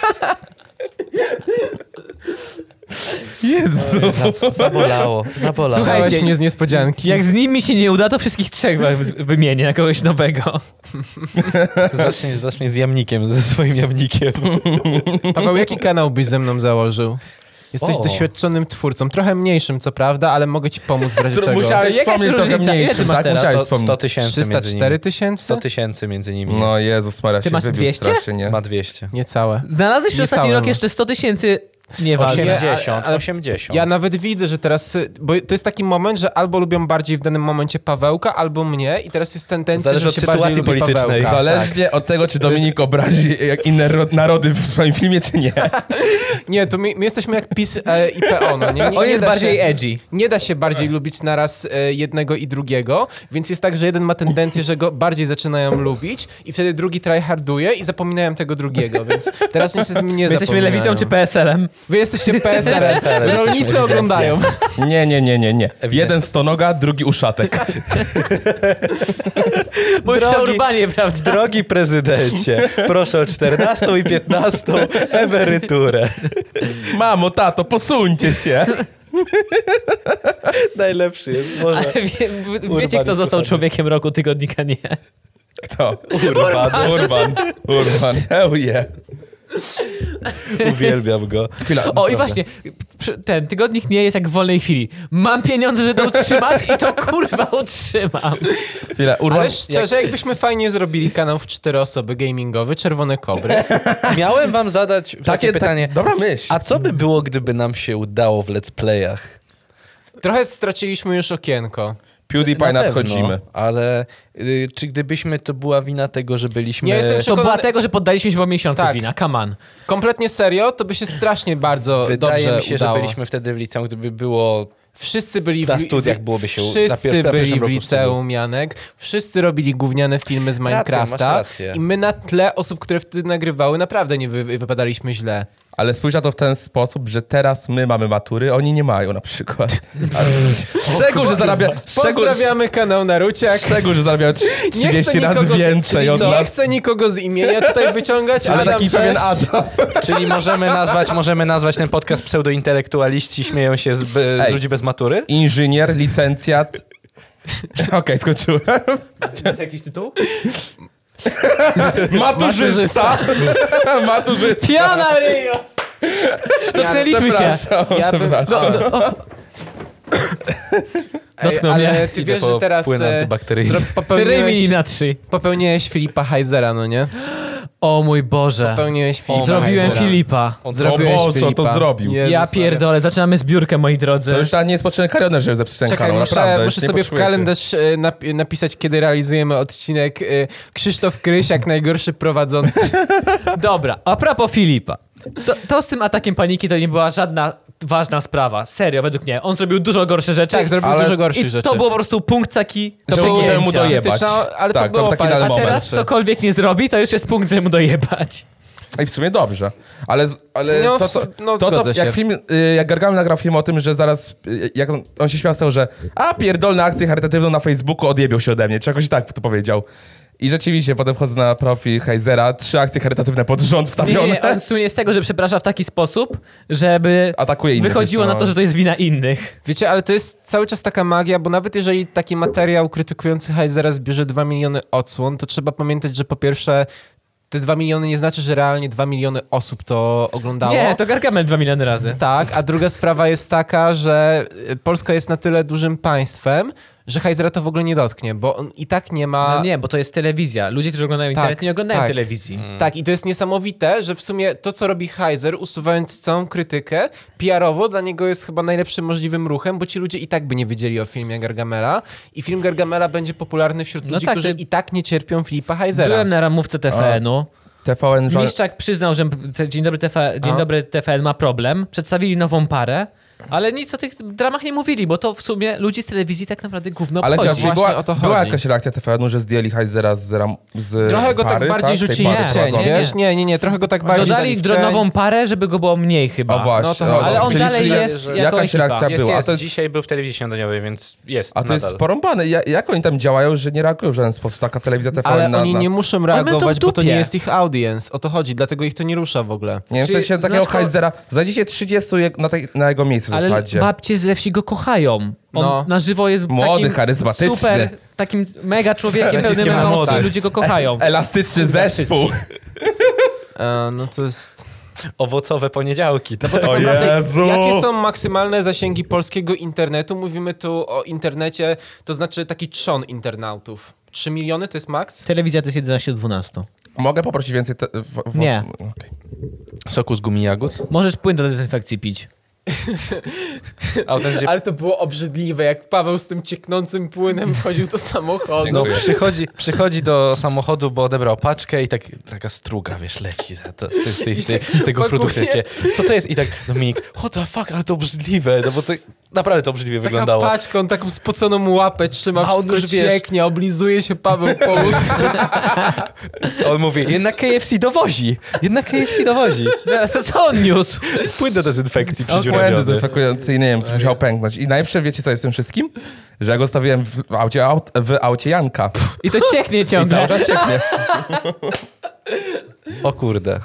Jezu. Zabolało, zabolało. Słuchaj, Słuchałeś Słuchajcie, mnie z niespodzianki. Jak z nimi się nie uda, to wszystkich trzech wy- wymienię na kogoś nowego. Zacznij, zacznij z jamnikiem, ze swoim jamnikiem. Paweł, jaki kanał byś ze mną założył? Jesteś O. doświadczonym twórcą, trochę mniejszym, co prawda, ale mogę ci pomóc w razie czego. Musiałeś Jaka jest wspomnieć trochę różnica? Ile ty mniejszym, masz tak? teraz? Musiałeś sto wspomnieć. tysięcy trzysta między cztery nimi. tysięcy? sto tysięcy między nimi No jest. Jezus Maria, Ty się masz wybił dwieście? strasznie, nie? Ma dwieście. Niecałe. Znalazłeś przez ostatni Niecałe, rok no. jeszcze sto tysięcy... Nieważne. Nie, osiemdziesiąt, ale- osiemdziesiąt. Ja nawet widzę, że teraz, y, bo to jest taki moment, że albo lubią bardziej w danym momencie Pawełka, albo mnie i teraz jest tendencja, Zależy że od się sytuacji bardziej lubi politycznej. Pawełka. Zależnie od tego, czy Dominik obrazi jak inne ro- narody w swoim filmie, czy nie. Nie, to my, my jesteśmy jak PiS e, i P O, no nie? nie On nie jest da bardziej się, edgy. Nie da się bardziej lubić naraz e, jednego i drugiego, więc jest tak, że jeden ma tendencję, że go bardziej zaczynają lubić i wtedy drugi tryharduje i zapominają tego drugiego, więc teraz niestety mnie nie My jesteśmy zapominają. lewicą czy P S L-em? Wy jesteście P S L-em. jesteśmy Rolnicy ewidentnie. oglądają. Nie, nie, nie, nie, nie. Jeden stonoga, drugi uszatek. Bo już Drogi- się urbanie, prawda? Drogi prezydencie, proszę o czternastą i piętnastą emeryturę. Mamo, tato, posuńcie się. Najlepszy jest, może. Ale wie, wiecie, Urban kto jest został kochany. człowiekiem roku, tygodnika nie. Kto? Urban. Urban. Urban. Hell yeah. Uwielbiam go. Chwila. O, i naprawdę. właśnie, przy- ten tygodnik nie jest jak w wolnej chwili. Mam pieniądze, żeby to utrzymać i to kurwa utrzymam. Chwila. Urban. Ale szczerze, jakbyśmy fajnie zrobili kanał w cztery osoby gamingowy, Czerwone Kobry. Miałem wam zadać takie, Takie pytanie. Tak, dobra myśl. A co by było, gdyby nam się udało w let's playach? Trochę straciliśmy już okienko. PewDiePie Na nadchodzimy. pewno, ale y, czy gdybyśmy, to była wina tego, że byliśmy... Nie jestem To przekonany- była tego, że poddaliśmy się po miesiącu Tak. wina. Come on. Kompletnie serio, to by się strasznie bardzo Wydaje dobrze mi się, udało. że byliśmy wtedy w liceum, gdyby było... Wszyscy byli Na w, studiach w- byłoby się u- na Wszyscy pier- na pierwszym byli w roku liceum, Janek. Wszyscy robili gówniane filmy z Racja, Minecrafta. masz rację. I my na tle osób, które wtedy nagrywały, naprawdę nie wy, wypadaliśmy źle. Ale spójrz na to w ten sposób, że teraz my mamy matury, oni nie mają na przykład. Ale szczegół, że zarabia... Szczegół, Pozdrawiamy kanał Naruciak. szczegół, że zarabia trzydzieści razy nikogo z- więcej od Nie nas. chcę nikogo z imienia tutaj wyciągać, Ale Adam, taki cześć. pewien Adam. Czyli możemy nazwać, możemy nazwać ten podcast pseudointelektualiści śmieją się z, be, z Ej. ludzi bez matury? Inżynier, licencjat. Okej, skończyłem. Masz jakiś tytuł? Maturzysta. Maturzysta. Fiona Rio! Dotknęliśmy się. Przepraszam, Ja bym- przepraszam. Ej, Dotknął ale mnie. ty Idę wiesz, po że teraz płyn e, antybakteryjny. zro- Ryj mi popełniłeś, na trzy. popełniłeś Filipa Heizera, no nie? O mój Boże. Popełniłeś Filipa Zrobiłem Heizera. Filipa. O Zrobiłeś Boże, on to Filipa. zrobił. Jezus Ja Maria. pierdolę, zaczynamy zbiórkę, moi drodzy. To już nie jest potrzebny karioner, żeby zepsuć ten Czekaj, kanał, muszę, naprawdę. muszę już nie sobie w potrzebujecie. kalendarz e, nap- napisać, kiedy realizujemy odcinek. E, Krzysztof Krysiak, najgorszy prowadzący. Dobra, a propos Filipa. To, to z tym atakiem paniki to nie była żadna ważna sprawa. Serio, według mnie. On zrobił dużo gorsze rzeczy. Tak, zrobił ale- dużo gorszych I rzeczy. to było po prostu punkt taki To do było, żeby mu przegięcia. dojebać. Krytyczna, ale to tak, było to był taki parę- dany A moment. teraz cokolwiek nie zrobi, to już jest punkt, żeby mu dojebać. I w sumie dobrze. Ale, ale No, to, co, no, to, co zgodzę jak się. film, y, jak Gargamel nagrał film o tym, że zaraz, y, jak on, on się śmiał z tego, że a pierdolę akcję charytatywną na Facebooku, odjebił się ode mnie, czy jakoś tak to powiedział. I rzeczywiście, potem wchodzę na profil Heizera, trzy akcje charytatywne pod rząd Nie, wstawione. nie, on słynie z tego, że przeprasza w taki sposób, żeby Atakuje innych wychodziło jeszcze, na to, no. że to jest wina innych. Wiecie, ale to jest cały czas taka magia, bo nawet jeżeli taki materiał krytykujący Heizera zbierze dwa miliony odsłon, to trzeba pamiętać, że po pierwsze te dwa miliony nie znaczy, że realnie dwa miliony osób to oglądało. Nie, to Gargamel dwa miliony razy. Tak, a druga sprawa jest taka, że Polska jest na tyle dużym państwem, że Heizera to w ogóle nie dotknie, bo on i tak nie ma... No nie, bo to jest telewizja. Ludzie, którzy oglądają Tak, internet, nie oglądają tak. telewizji. Tak, i to jest niesamowite, że w sumie to, co robi Heizer, usuwając całą krytykę, P R-owo dla niego jest chyba najlepszym możliwym ruchem, bo ci ludzie i tak by nie wiedzieli o filmie Gargamela i film Gargamela będzie popularny wśród No ludzi, tak, którzy ty- i tak nie cierpią Filipa Heizera. Byłem na ramówce T V N-u. T V N... żo- Miszczak przyznał, że te- Dzień Dobry, T V, Dzień A? Dobry T V N ma problem. Przedstawili nową parę, ale nic o tych dramach nie mówili, bo to w sumie ludzi z telewizji tak naprawdę gówno Ale obchodzi. chwila, Właśnie była, o to była chodzi. jakaś reakcja T V N-u, że zdjęli Heizera z, ram, z Trochę go pary, tak bardziej Tej rzucili pary w cień, prowadzącej. wiesz? Nie, nie, nie, trochę go tak bardziej Dodali dali w dro- cień. nową parę, żeby go było mniej chyba. O właśnie. No to o, chodzi. Ale on czyli, dalej czyli jest że jako jakaś ekipa. reakcja Jest, była. jest. A to jest, Dzisiaj był w telewizji śniadaniowej, więc jest a to jest nadal. porąbane. Ja, jak oni tam działają, że nie reagują w żaden sposób? Taka telewizja T V N Ale na, oni na... nie muszą mają to w reagować, bo to nie dupie. jest ich audience. O to chodzi, dlatego ich to nie rusza w ogóle. Nie wiem, w Czyli sensie takiego znasz ko- Heizera. Znajdziecie trzydziestu je- na, tej, na jego miejscu w Ale zasadzie. babcie z Lewsi go kochają. On No. na żywo jest Młody, takim charyzmatyczny. super, takim mega człowiekiem pełnym Wszystkie ma emocji. młody. Ludzie go kochają. Elastyczny zespół. E, no to jest... Owocowe poniedziałki. No, O Jezu! Jakie są maksymalne zasięgi polskiego internetu? Mówimy tu o internecie, to znaczy taki trzon internautów. trzy miliony to jest maks? Telewizja to jest jedenaście do dwunastu. Mogę poprosić więcej... Te, w, w, Nie. okej. Soku z gumi jagód. Możesz płyn do dezynfekcji pić. Autentycznie. Ale to było obrzydliwe, jak Paweł z tym cieknącym płynem wchodził do samochodu. No, przychodzi, przychodzi do samochodu, bo odebrał paczkę i tak, taka struga, wiesz, leci za to, z, tej- z, tej- z, tej- z tego pakuje. produktu. Takie, co to jest? I tak, Dominik, what the fuck, ale to obrzydliwe, no bo to naprawdę to obrzydliwie Taka wyglądało. paczka, on taką spoconą łapę trzyma, A on wszystko już, wiesz- cieknie, oblizuje się Paweł po ust. On mówi, jednak K F C dowozi, jednak K F C dowozi. Zaraz, to co on niósł? Płyn do dezynfekcji Błędy przydziurawiony. dezynfekujące i nie wiem, co musiał pęknąć. I najlepsze, wiecie co jest w tym wszystkim? Że ja go stawiłem w aucie, aut, w aucie Janka. I to cieknie I ciągle. cały czas cieknie. O kurde.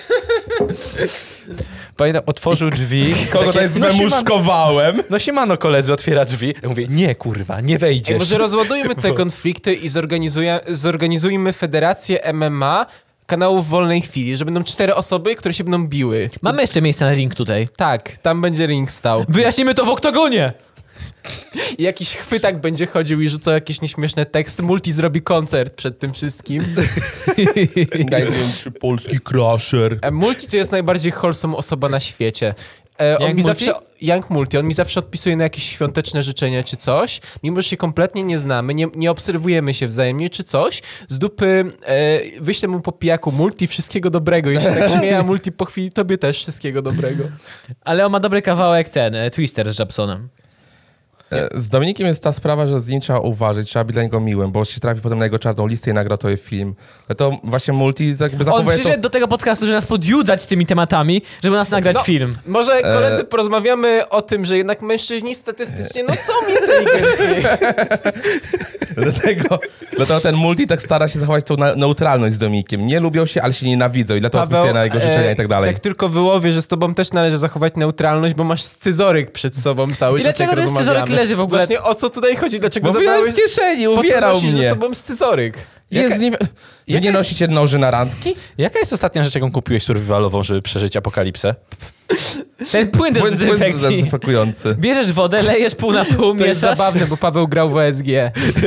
Pamiętam, otworzył drzwi. Kogo takie, tutaj no, siemano, zmemuszkowałem? no siemano, koledzy, otwiera drzwi. Ja mówię, nie kurwa, nie Ej, wejdziesz. może rozładujmy te konflikty i zorganizuje, zorganizujmy federację M M A kanałów w wolnej chwili, że będą cztery osoby, które się będą biły. Mamy jeszcze miejsce na ring tutaj. Tak, tam będzie ring stał. Wyjaśnimy to w oktagonie. I jakiś chwytak będzie chodził i rzucał jakieś nieśmieszne teksty. Multi zrobi koncert przed tym wszystkim. Największy polski crusher. E, Multi to jest najbardziej wholesome osoba na świecie. E, on Young mi Multi? zawsze, Young Multi, on mi zawsze odpisuje na jakieś świąteczne życzenia czy coś, mimo że się kompletnie nie znamy, nie, nie obserwujemy się wzajemnie czy coś, z dupy e, wyślę mu po pijaku Multi wszystkiego dobrego i się tak śmieje, a Multi po chwili tobie też wszystkiego dobrego. Ale on ma dobry kawałek ten, e, Twister z Japsonem. E, Z Dominikiem jest ta sprawa, że z nim trzeba uważać, trzeba być dla niego miłym, bo się trafi potem na jego czarną listę i nagra to film. Ale to właśnie Multi jakby On zachowuje to... przyszedł do tego podcastu, żeby nas podjudzać tymi tematami, żeby nas nagrać No. film. Może koledzy porozmawiamy o tym, że jednak mężczyźni statystycznie no są inteligentni. Dlatego, dlatego ten Multi tak stara się zachować tą na- neutralność z Dominikiem. Nie lubią się, ale się nienawidzą i dlatego odpisuje na jego życzenia e, i tak dalej. Tak tylko wyłowię, że z tobą też należy zachować neutralność, bo masz scyzoryk przed sobą cały I czas, dlaczego jak to jest rozmawiamy. scyzoryk leży w ogóle? Właśnie o co tutaj chodzi? Dlaczego Bo wyjął zabrałeś... z kieszeni, Po co uwierał nosisz ze mnie. sobą scyzoryk? Jest, nie, wy nie jest- nosicie noży na randki? Jaka jest ostatnia rzecz, jaką kupiłeś survivalową, żeby przeżyć apokalipsę? Ten płyn do Płyn, płyn dezynfekcji. dezynfekujący. Bierzesz wodę, lejesz pół na pół, To jest mieszasz. zabawne, bo Paweł grał w O S G.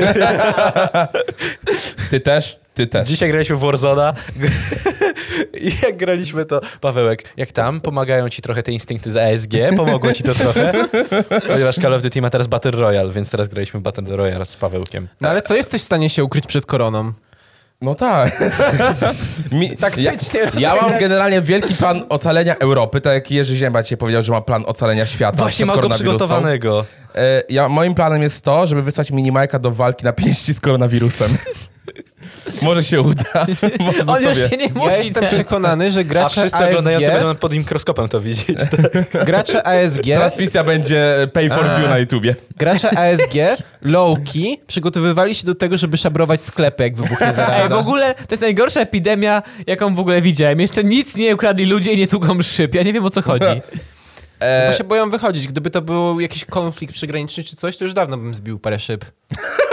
Ty też? Ty też. Dzisiaj graliśmy w Warzona i jak graliśmy to, Pawełek, jak tam? Pomagają ci trochę te instynkty z A S G? Pomogło ci to trochę? Ponieważ Call of Duty ma teraz Battle Royale, więc teraz graliśmy w Battle Royale z Pawełkiem. No ale co jesteś w stanie się ukryć przed koroną? No tak. Mi, Taktycznie ja, ja mam rozegrać. generalnie wielki plan ocalenia Europy, tak jak Jerzy Zięba dzisiaj powiedział, że ma plan ocalenia świata Właśnie przed mam go koronawirusem. przygotowanego. E, ja, moim planem jest to, żeby wysłać Minimajka do walki na pięści z koronawirusem. Może się uda. Może On już tobie. się nie Ja musi. jestem ten- przekonany, że A gracze wszyscy oglądający A S G, będą pod mikroskopem to widzieć. gracze A S G, Transmisja będzie pay for view na YouTubie. gracze A S G, low-key, przygotowywali się do tego, żeby szabrować sklepy, jak wybuchnie Ej, zaraza. w ogóle to jest najgorsza epidemia, jaką w ogóle widziałem. Jeszcze nic nie ukradli ludzie i nie tłuką szyb. Ja nie wiem, o co chodzi. E, Bo się boją wychodzić. Gdyby to był jakiś konflikt przygraniczny czy coś, to już dawno bym zbił parę szyb.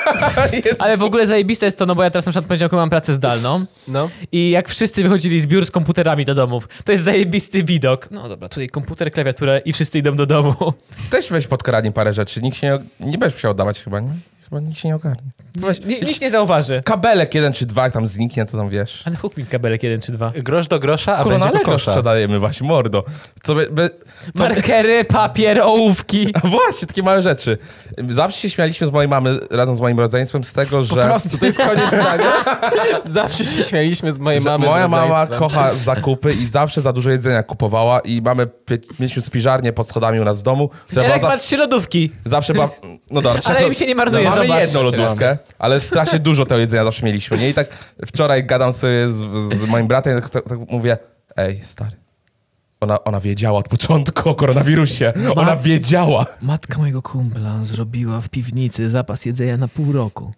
Jest... Ale w ogóle zajebiste jest to, no bo ja teraz na przykład poniedziałku mam pracę zdalną No. i jak wszyscy wychodzili z biur z komputerami do domów, to jest zajebisty widok. No dobra, tutaj komputer, klawiatura i wszyscy idą do domu. Też weź pod kradnie parę rzeczy. Nikt się nie, nie będziesz musiał oddawać chyba, nie? Chyba nikt się nie ogarnie. Weź, Ni- Nikt nie zauważy. kabelek jeden czy dwa, jak tam zniknie, to tam wiesz. Ale huk mi kabelek jeden czy dwa. Grosz do grosza, a Korona będzie Lego kokosza. sprzedajemy właśnie, mordo. Co by, by, co by, Markery, papier, ołówki. a właśnie, takie małe rzeczy. Zawsze się śmialiśmy z mojej mamy, razem z moim rodzeństwem, z tego, Po że... prostu, to jest koniec zdania. Zawsze się śmialiśmy z mojej że mamy. moja z mama rodzeństwem. kocha zakupy i zawsze za dużo jedzenia kupowała i mamy, mieliśmy spiżarnię pod schodami u nas w domu, która była Jak zawsze, masz trzy lodówki. zawsze była, no dobra. Ale trzech- im się nie marnuje, no, mamy zobacz. jedną lodówkę, ale strasznie dużo tego jedzenia zawsze mieliśmy, nie? I tak wczoraj gadam sobie z, z moim bratem i tak, tak, tak mówię, ej, stary, ona, ona wiedziała od początku o koronawirusie, ona wiedziała. Matka mojego kumpla zrobiła w piwnicy zapas jedzenia na pół roku.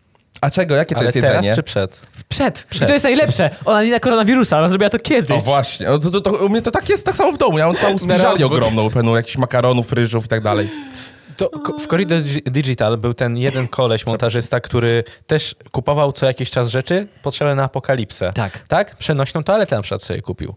A czego, jakie to Ale jest teraz jedzenie? czy przed? Przed. I to jest najlepsze. Ona nie na koronawirusa, ona zrobiła to kiedyś. O właśnie, no, to, to, to, u mnie to tak jest tak samo w domu, ja mam całą spiżarnię rozwód. ogromną, pełną jakichś makaronów, ryżów i tak dalej. To ko- w Corridor Digi- Digital był ten jeden koleś, montażysta, który też kupował co jakiś czas rzeczy potrzebne na apokalipsę. Tak. Tak? Przenośną toaletę na przykład sobie kupił.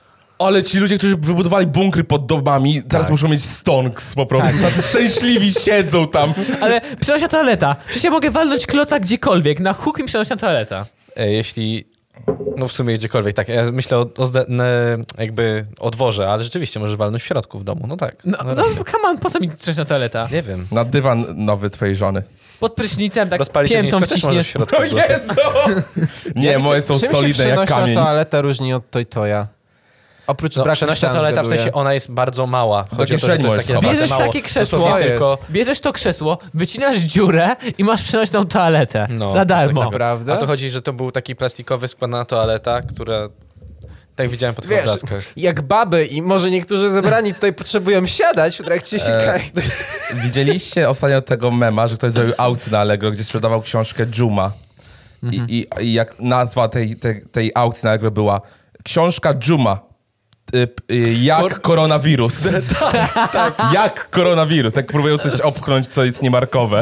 Ale ci ludzie, którzy wybudowali bunkry pod domami, teraz Tak. muszą mieć stonks po prostu. Tacy szczęśliwi siedzą tam. Ale przenośna toaleta. Przecież ja mogę walnąć kloca gdziekolwiek. Na huk mi przenośna toaleta. E, jeśli... No w sumie gdziekolwiek, tak. Ja myślę o, o zde- ne, jakby o dworze, ale rzeczywiście możesz walnąć w środku w domu. No tak. No, no, no come on, po co mi przenośna toaleta? Nie wiem. Na dywan nowy twojej żony. Pod prysznicem tak Rozpalić piętą ognisko też możesz w wciśniesz. środku. O Jezu! Nie, moje są Czym solidne się jak przenośna kamień. toaleta różni od Toy-Toya? Oprócz No, braku przenośna ścian toaleta, w zgaduję. sensie ona jest bardzo mała. Chodzi o to, że kieszeni to możesz jest takie schować. Bierzesz mało. takie krzesło, Dosłownie jest. tylko... Bierzesz to krzesło, wycinasz dziurę i masz przenośną toaletę. No, za darmo. tak Naprawdę? A to chodzi, że to był taki plastikowy składana toaleta, która... Tak widziałem po tych Wiesz, obrazkach. jak baby i może niektórzy zebrani tutaj potrzebują siadać w trakcie sikania. Widzieliście ostatnio tego mema, że ktoś zrobił aukcję na Allegro, gdzie sprzedawał książkę Dżuma. I, i, I jak nazwa tej, tej, tej aukcji na Allegro była książka Dżuma. Y, y, jak Kor- koronawirus. tak, Jak koronawirus. Jak próbują coś opchnąć, co jest niemarkowe.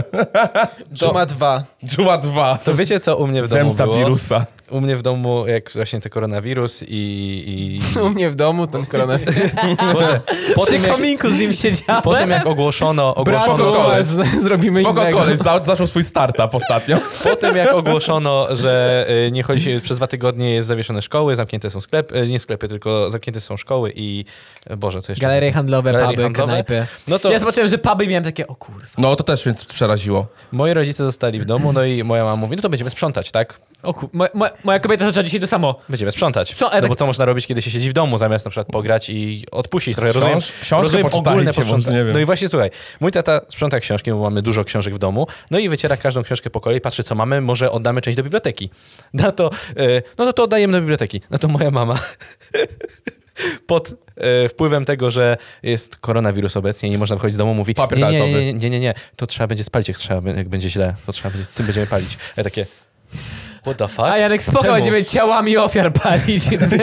Dżuma dwa. Dżuma dwa. To wiecie, co u mnie w domu Zemsta było? wirusa. U mnie w domu, jak właśnie ten koronawirus i... i... U mnie w domu ten koronawirus. Boże, po Przy tym, jak, kominku z nim siedziałem. po tym jak ogłoszono... ogłoszono Bratu, koleś. z- zrobimy Spoko innego. koleś, za, zaczął swój startup ostatnio. Po tym, jak ogłoszono, że y, nie chodzi się, przez dwa tygodnie jest zawieszone szkoły, zamknięte są sklepy, y, nie sklepy, tylko zamknięte są szkoły i... Boże, co jeszcze? Galerie handlowe, Galerie puby, handlowe? knajpy. No to Ja zobaczyłem, że puby i miałem takie, o kurwa. No to też mnie przeraziło. moi rodzice zostali w domu, no i moja mama mówi, no to będziemy sprzątać, tak? O kur... moja, moja, moja kobieta zaczęła dzisiaj to samo. Będziemy sprzątać. Sprząt- No bo co można robić, kiedy się siedzi w domu, zamiast na przykład pograć i odpuścić trochę. Książ- Rozumiem, książkę rozumiem poczytajcie, ogólne może, posprzątanie. nie wiem. No i właśnie słuchaj, mój tata sprząta książki, bo mamy dużo książek w domu, no i wyciera każdą książkę po kolei, patrzy co mamy, może oddamy część do biblioteki. Na to, e, no to to oddajemy do biblioteki. No to moja mama pod e, wpływem tego, że jest koronawirus obecnie i nie można wychodzić z domu, mówi Papier nie, nie, toaletowy. nie, nie, nie, nie, to trzeba będzie spalić, jak, trzeba, jak będzie źle, to trzeba będzie, tym będziemy palić. A ja takie, what the fuck? A Janek, spoko, Czemu? będziemy ciałami ofiar palić.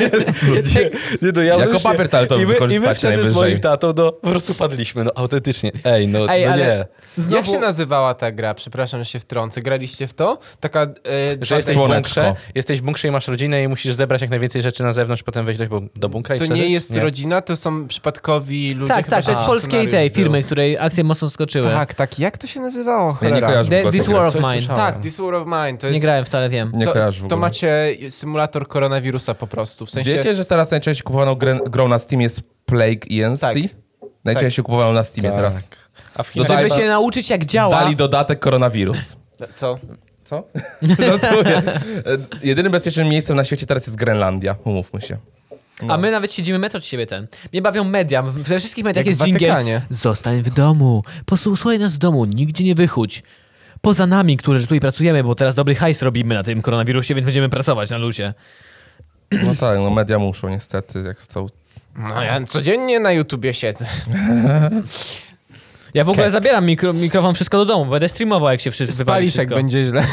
Nie, no ja Jako wreszcie- papier toaletowy I my, i my wykorzystacie wtedy z najwyżej. moim tatą no, po prostu padliśmy, no autentycznie. Ej, no, Ej, no ale nie. Znowu... Jak się nazywała ta gra? Przepraszam, że się wtrącę. Graliście w to? Taka... E, Że dwa- jesteś w Słoneczko. bunkrze, jesteś w bunkrze i masz rodzinę i musisz zebrać jak najwięcej rzeczy na zewnątrz, potem wejść do, do bunkra i To przeżyć? nie jest rodzina, to są przypadkowi ludzie. Tak, chyba tak, to jest się polskiej tej scenariusz był. firmy, której akcje mocno skoczyły. Tak, tak. Jak to się nazywało? Ja nie Cholera. kojarzę w The- ogóle This tej War gry. of Coś Mine. słyszałem. Tak, This War of Mine. To jest... Nie grałem w to, ale wiem. Nie to, kojarzę w ogóle. To macie symulator koronawirusa po prostu. W sensie... Wiecie, że teraz najczęściej kupowaną grę, grą na Steamie jest Plague E N C? Tak. Najczęściej kupowaną na Steamie Tak. teraz. A w Chinach Żeby Dodaj- się nauczyć jak działa. Dali dodatek koronawirus. Co? Co? Żartuję. E, Jedynym bezpiecznym miejscem na świecie teraz jest Grenlandia, umówmy się. A my nawet siedzimy metro od siebie ten. Mnie bawią media. We wszystkich mediach Jak jest w dżingiel. Watykanie. Zostań w domu. Posłuchaj nas w domu. Nigdzie nie wychódź. Poza nami, którzy tutaj pracujemy, bo teraz dobry hajs robimy na tym koronawirusie, więc będziemy pracować na luzie. No tak, no media muszą niestety, jak chcą. No ja codziennie na YouTubie siedzę. Ja w ogóle Kek. zabieram mikro, mikrofon, wszystko do domu. Będę streamował, jak się wszyscy wywali Spalisz, jak wszystko. będzie źle.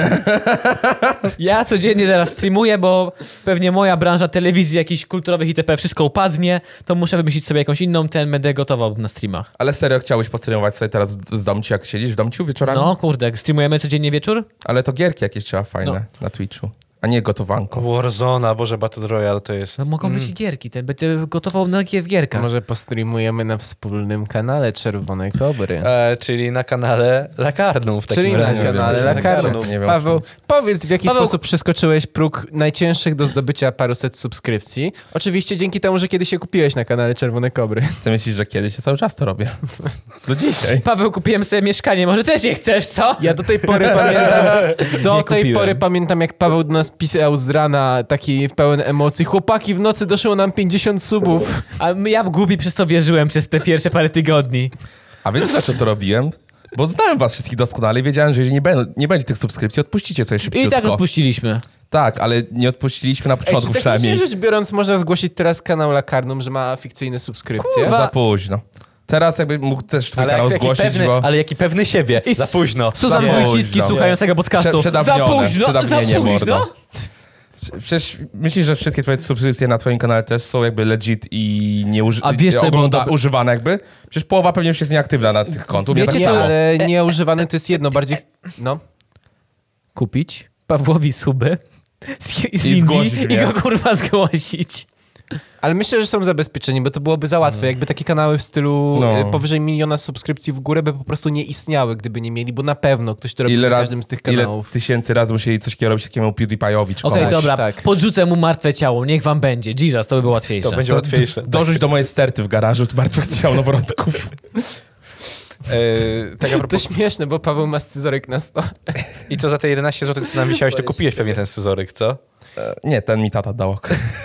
Ja codziennie teraz streamuję, bo pewnie moja branża telewizji, jakichś kulturowych itp. wszystko upadnie, to muszę wymyślić sobie jakąś inną, ten będę gotował na streamach. Ale serio, chciałbyś postreamować sobie teraz z domciu, jak siedzisz w domciu wieczorami? No kurde, streamujemy codziennie wieczór? Ale to gierki jakieś trzeba fajne No. na Twitchu, a nie gotowanko. Warzona, Boże, Battle Royale to jest... No mogą być i gierki, ten będę gotował na w gierkach. Może postreamujemy na wspólnym kanale Czerwonej Kobry. E, czyli na kanale Lakarnum w takim Czyli na razie. kanale Lakarnum. Nie wiem, Paweł, powiedz, w jaki Paweł- sposób przeskoczyłeś próg najcięższych do zdobycia paruset subskrypcji. Oczywiście dzięki temu, że kiedyś się kupiłeś na kanale Czerwone Kobry. Ty myślisz, że kiedyś? Ja cały czas to robię. Do dzisiaj. Paweł, kupiłem sobie mieszkanie, może też je chcesz, co? Ja do tej pory pamiętam, do Nie tej kupiłem. pory pamiętam, jak Paweł do nas pisał z rana, taki pełen emocji. Chłopaki, w nocy doszło nam pięćdziesiąt subów. A my- ja głupi przez to wierzyłem przez te pierwsze parę tygodni. A wiecie, dlaczego to robiłem? Bo znałem was wszystkich doskonale i wiedziałem, że jeżeli nie, będą, nie będzie tych subskrypcji, odpuścicie sobie I szybciutko. tak odpuściliśmy. Tak, ale nie odpuściliśmy na Ej, początku czy technicznie przynajmniej. rzecz biorąc, można zgłosić teraz kanał Lakarnum, że ma fikcyjne subskrypcje? Kurwa. Za późno. Teraz jakby mógł też twój Ale kanał jaki zgłosić, pewny, bo... ale jaki pewny siebie. I Za późno. Suzan Za Wójcicki późno. słuchającego podcastu. Prze- Za przedawnione, późno, za przedawnienie, późno. mordo. Przecież myślisz, że wszystkie twoje subskrypcje na twoim kanale też są jakby legit i nieuży- A wiesz, co było ogląda- dobre? używane jakby? Przecież połowa pewnie już jest nieaktywna na tych kontach. Wiecie tak Nie, co? samo. ale nieużywany to jest jedno, bardziej... No. Kupić Pawłowi suby z, z I Indii zgłosić i mnie. go kurwa zgłosić. Ale myślę, że są zabezpieczeni, bo to byłoby za łatwe. Jakby takie kanały w stylu No. e, powyżej miliona subskrypcji w górę by po prostu nie istniały, gdyby nie mieli, bo na pewno ktoś to robi Ile, na raz, każdym z tych ile kanałów. tysięcy razy musieli coś takiego robić takiemu PewDiePie'owi czy Okej, komuś. dobra, tak. podrzucę mu martwe ciało, niech wam będzie. Jesus, to by było łatwiejsze. To będzie To- łatwiejsze. Dorzuć do mojej sterty w garażu, to martwych ciał noworodków. E, tak a To propos, śmieszne, bo Paweł ma scyzoryk na stole. I co za te jedenaście złotych, co nam wisiałeś, to kupiłeś pewnie ten scyzoryk, co? Nie, ten mi tata dał.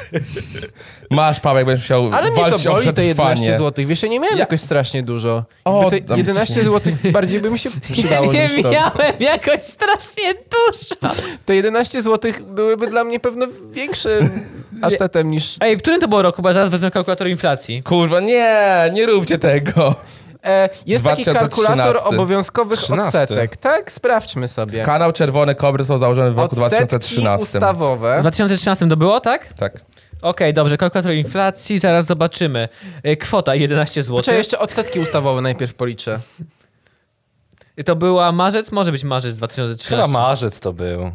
Masz, Paweł, będziesz musiał Ale mnie walczyć to o boli te jedenaście przetrwanie. złotych. Wiesz, ja nie miałem Ja- jakoś strasznie dużo. O, Jakby te dam ci. jedenaście złotych bardziej by mi się przydało Nie niż to. miałem jakoś strasznie dużo. Te jedenaście złotych byłyby dla mnie pewno większym asetem niż... Ej, w którym to było roku? Bo ja zaraz wezmę kalkulator inflacji. Kurwa, nie, nie róbcie tego. E, jest taki dwa tysiące kalkulator trzynasty. obowiązkowych trzynasty. odsetek, tak? Sprawdźmy sobie. Kanał Czerwone Kobry są założone w roku dwa tysiące Odsetki trzynastym. ustawowe. W dwa tysiące trzynastym to było, tak? Tak. Okej, dobrze, kalkulator inflacji, zaraz zobaczymy. E, Kwota jedenaście Poczekaj, złotych. jeszcze odsetki ustawowe najpierw policzę. To była marzec? Może być marzec dwa tysiące Chyba trzynasty. marzec to był.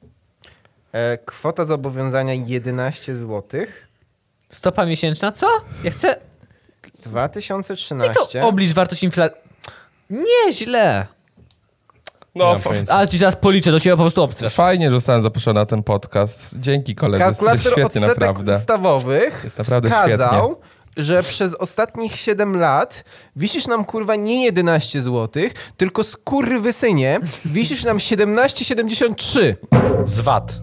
E, kwota zobowiązania jedenaście złotych. Stopa miesięczna, co? Ja chcę... dwa tysiące I trzynaście. to oblicz wartość inflacji. Nieźle. No, Nie mam fa- pojęcia. Ale ci zaraz policzę, to się po prostu obstrasz. fajnie, że zostałem zaproszony na ten podcast. Dzięki koledzy, jest Kalkulator świetnie odsetek naprawdę. ustawowych Jest naprawdę wskazał, że przez ostatnich siedem lat wisisz nam kurwa nie jedenaście złotych, tylko skurwysynie wisisz nam siedemnaście siedemdziesiąt trzy. Z V A T.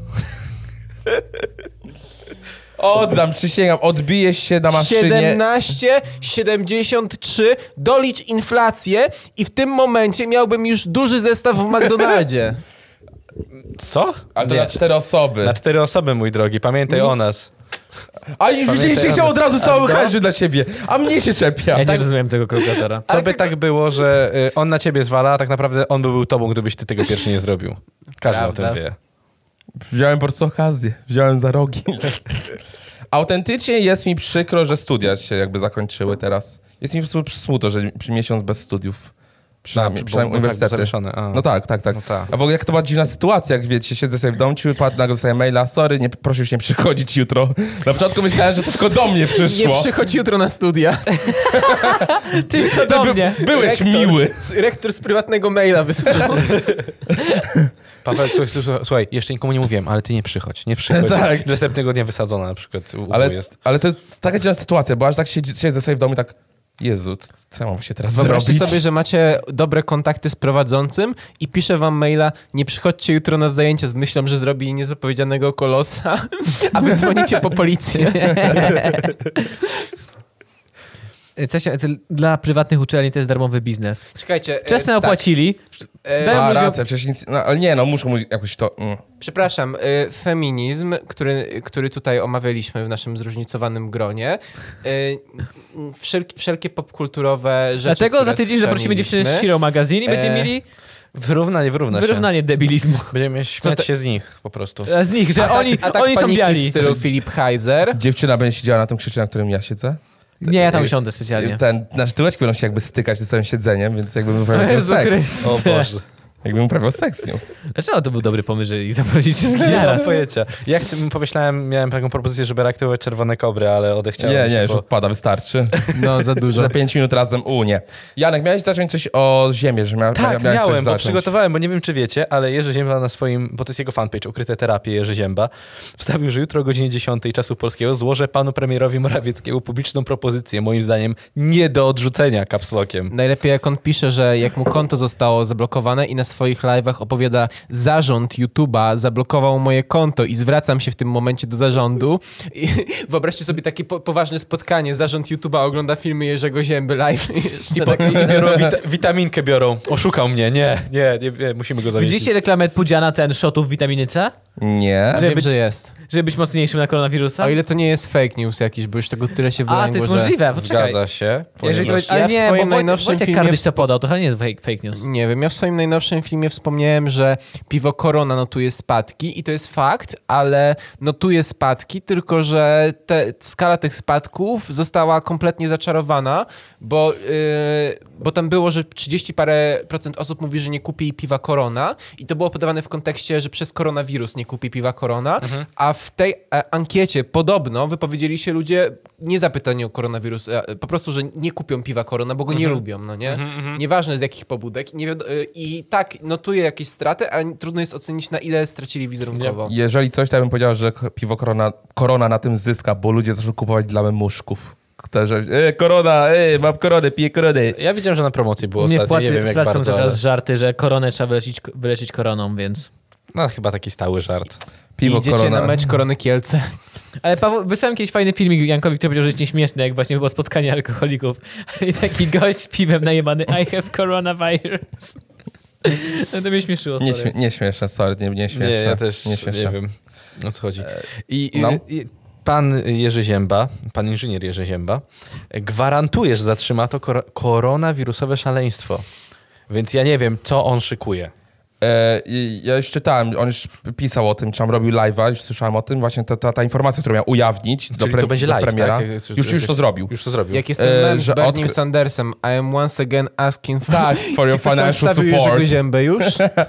Oddam, przysięgam, odbijesz się na maszynie. siedemnaście siedemdziesiąt trzy, dolicz inflację i w tym momencie miałbym już duży zestaw w McDonaldzie. Co? Ale to Nie. na cztery osoby. Na cztery osoby, mój drogi. Pamiętaj o nas. A już widzieliście, Pamiętaj chciał o od nas. razu cały hajży dla ciebie, a mnie się czepia. Ja nie rozumiem tego kalkulatora. To by tak było, że y, on na ciebie zwala, a tak naprawdę on by był tobą, gdybyś ty tego pierwszy nie zrobił. Każdy o Prawda. tym wie. Wziąłem po prostu okazję, wziąłem za rogi. Autentycznie jest mi przykro, że studia się jakby zakończyły teraz. Jest mi po prostu smutno, że przy miesiąc bez studiów. Przynajmniej, bo- przynajmniej bo tak, uniwersytety. bo zawieszone, a. No tak, tak, tak. No tak. A w ogóle jak to była dziwna sytuacja, jak wiecie, siedzę sobie w domciu, patrzę, nagle dostaję maila, sorry, nie, proszę już nie przychodzić jutro. Na początku myślałem, że to tylko do mnie Nie przyszło. przychodź jutro na studia. Tylko do By- mnie. Byłeś Rektor, miły. z- Rektor z prywatnego maila wysłał. Paweł, słuchaj, słuchaj, słuchaj, jeszcze nikomu nie mówiłem, ale ty nie przychodź, nie przychodź. Tak. Następnego dnia wysadzona na przykład u Ale, ale... jest. ale to taka dziwna sytuacja, bo aż tak siedzi, siedzę sobie w domu i tak, Jezu, c- co ja mam się teraz Wyobraźcie zrobić? sobie, że macie dobre kontakty z prowadzącym i pisze wam maila, nie przychodźcie jutro na zajęcia z myślą, że zrobi niezapowiedzianego kolosa, a wy dzwonicie po policję. Coś, dla prywatnych uczelni to jest darmowy biznes. Czekajcie. Wczesne e, opłacili. E, Dają A, ludziom- racja, przecież nic... No, ale nie, no muszą mu jakoś to... Mm. Przepraszam, y, feminizm, który, który tutaj omawialiśmy w naszym zróżnicowanym gronie, y, wszelkie, wszelkie popkulturowe rzeczy, Dlatego które za tydzień zaprosimy dziewczyny z schrzaniliśmy, Shiro Magazine i będziemy E, mieli Wyrównanie, wyrówna się. wyrównanie debilizmu. Będziemy śmiać to- się z nich po prostu. A z nich, że Atak- oni, atak oni są paniki biali. w stylu Filip Heiser. Dziewczyna będzie siedziała na tym krzyczy, na którym ja siedzę. Nie, ja tam siądę specjalnie. Ten, nasze tyłeczki będą się jakby stykać ze swoim siedzeniem, więc jakbym uprawiał z nią Jezu seks. Chryste. O Boże. Jakbym uprawiał seks z nią. Dlaczego to był dobry pomysł, że ich zaprosić wszystkich Nie mam naraz? pojęcia. Ja chci- pomyślałem, miałem taką propozycję, żeby reaktywować czerwone kobry, ale odechciałem Nie, się, nie, już bo... odpada, wystarczy. No, za dużo. Za pięć minut razem, u, nie. Janek, miałeś zacząć coś o ziemię, że mia, Tak, miałeś coś miałem, bo zacząć. przygotowałem, bo nie wiem, czy wiecie, ale Jerzy Ziemba na swoim, bo to jest jego fanpage, Ukryte Terapie Jerzy Ziemba, wstawił, że jutro o godzinie dziesiątej czasu polskiego złożę panu premierowi Morawieckiemu publiczną propozycję, moim zdaniem nie do odrzucenia kapslokiem. Najlepiej jak on pisze, że jak mu konto zostało zablokowane i na swoich live'ach opowiada, zarząd YouTube'a zablokował moje konto i zwracam się w tym momencie do zarządu. I wyobraźcie sobie takie po poważne spotkanie. Zarząd YouTube'a ogląda filmy Jerzego Zięby live. I, po, i biorą wita- witaminkę biorą. Oszukał mnie, nie, nie, nie, nie musimy go zawiesić. Widzieliście reklamę Pudziana, ten shotów witaminy C? Nie. Żeby Wiem, być- że jest. Żeby być mocniejszym na koronawirusa? O ile to nie jest fake news jakiś, bo już tego tyle się A, to wylęgło, jest że... możliwe, poczekaj. Zgadza się. Jeżeli ponieważ- ktoś, ale Ja w nie, swoim bo Wojtek, najnowszym Wojtek filmie Kardyś w- to podał, to chyba nie jest fake, fake news. Nie wiem, ja w swoim najnowszym filmie wspomniałem, że piwo Corona notuje spadki i to jest fakt, ale notuje spadki, tylko że te, skala tych spadków została kompletnie zaczarowana, bo, yy, bo tam było, że trzydzieści parę procent osób mówi, że nie kupi piwa Corona i to było podawane w kontekście, że przez koronawirus nie kupi piwa Corona, Mhm. a w tej e, ankiecie podobno wypowiedzieli się ludzie nie zapytani o koronawirus, e, po prostu, że nie kupią piwa Corona, bo go nie lubią, no nie? Nieważne z jakich pobudek. Nie wiad- y, I tak notuje jakieś straty, ale trudno jest ocenić, na ile stracili wizerunkowo. Jeżeli coś, to ja bym powiedział, że k- piwo korona, korona na tym zyska, bo ludzie zaczną kupować dla memuszków. Kto, że, e, korona, e, mam koronę, piję koronę. Ja widziałem, że na promocji było Nie ostatnio, wpłaty, nie wiem jak wpłacą bardzo, teraz ale... żarty, że koronę trzeba wyleczyć, wyleczyć koroną, więc... No chyba taki stały żart. Piwo Idziecie korona. na mecz Korony Kielce. Ale Paweł, wysłałem kiedyś fajny filmik Jankowi, który powiedział, że jest nieśmieszny, jak właśnie było spotkanie alkoholików. I taki gość z piwem najebany, I have coronavirus. No to mnie śmieszyło, Nie, sorry. śmie- nie śmieszne, sorry, nie, nie śmieszne. Nie, ja też nie, nie, śmieszne. wiem, o co chodzi. I, i, no. i pan Jerzy Zięba, pan inżynier Jerzy Zięba, gwarantuje, że zatrzyma to kor- koronawirusowe szaleństwo. Więc ja nie wiem, co on szykuje. E, i ja już czytałem, on już pisał o tym, czy tam robił live'a, już słyszałem o tym, właśnie ta, ta, ta informacja, którą miał ujawnić do, Czyli pre- to będzie do live, premiera. tak? Już, już to zrobił. Już to zrobił. Jak jest ten E, mem z że Bernie odkry- Sandersem, I am once again asking for... Tak, for your Ci ktoś tam financial wstawił support. Jerzego Ziębę już?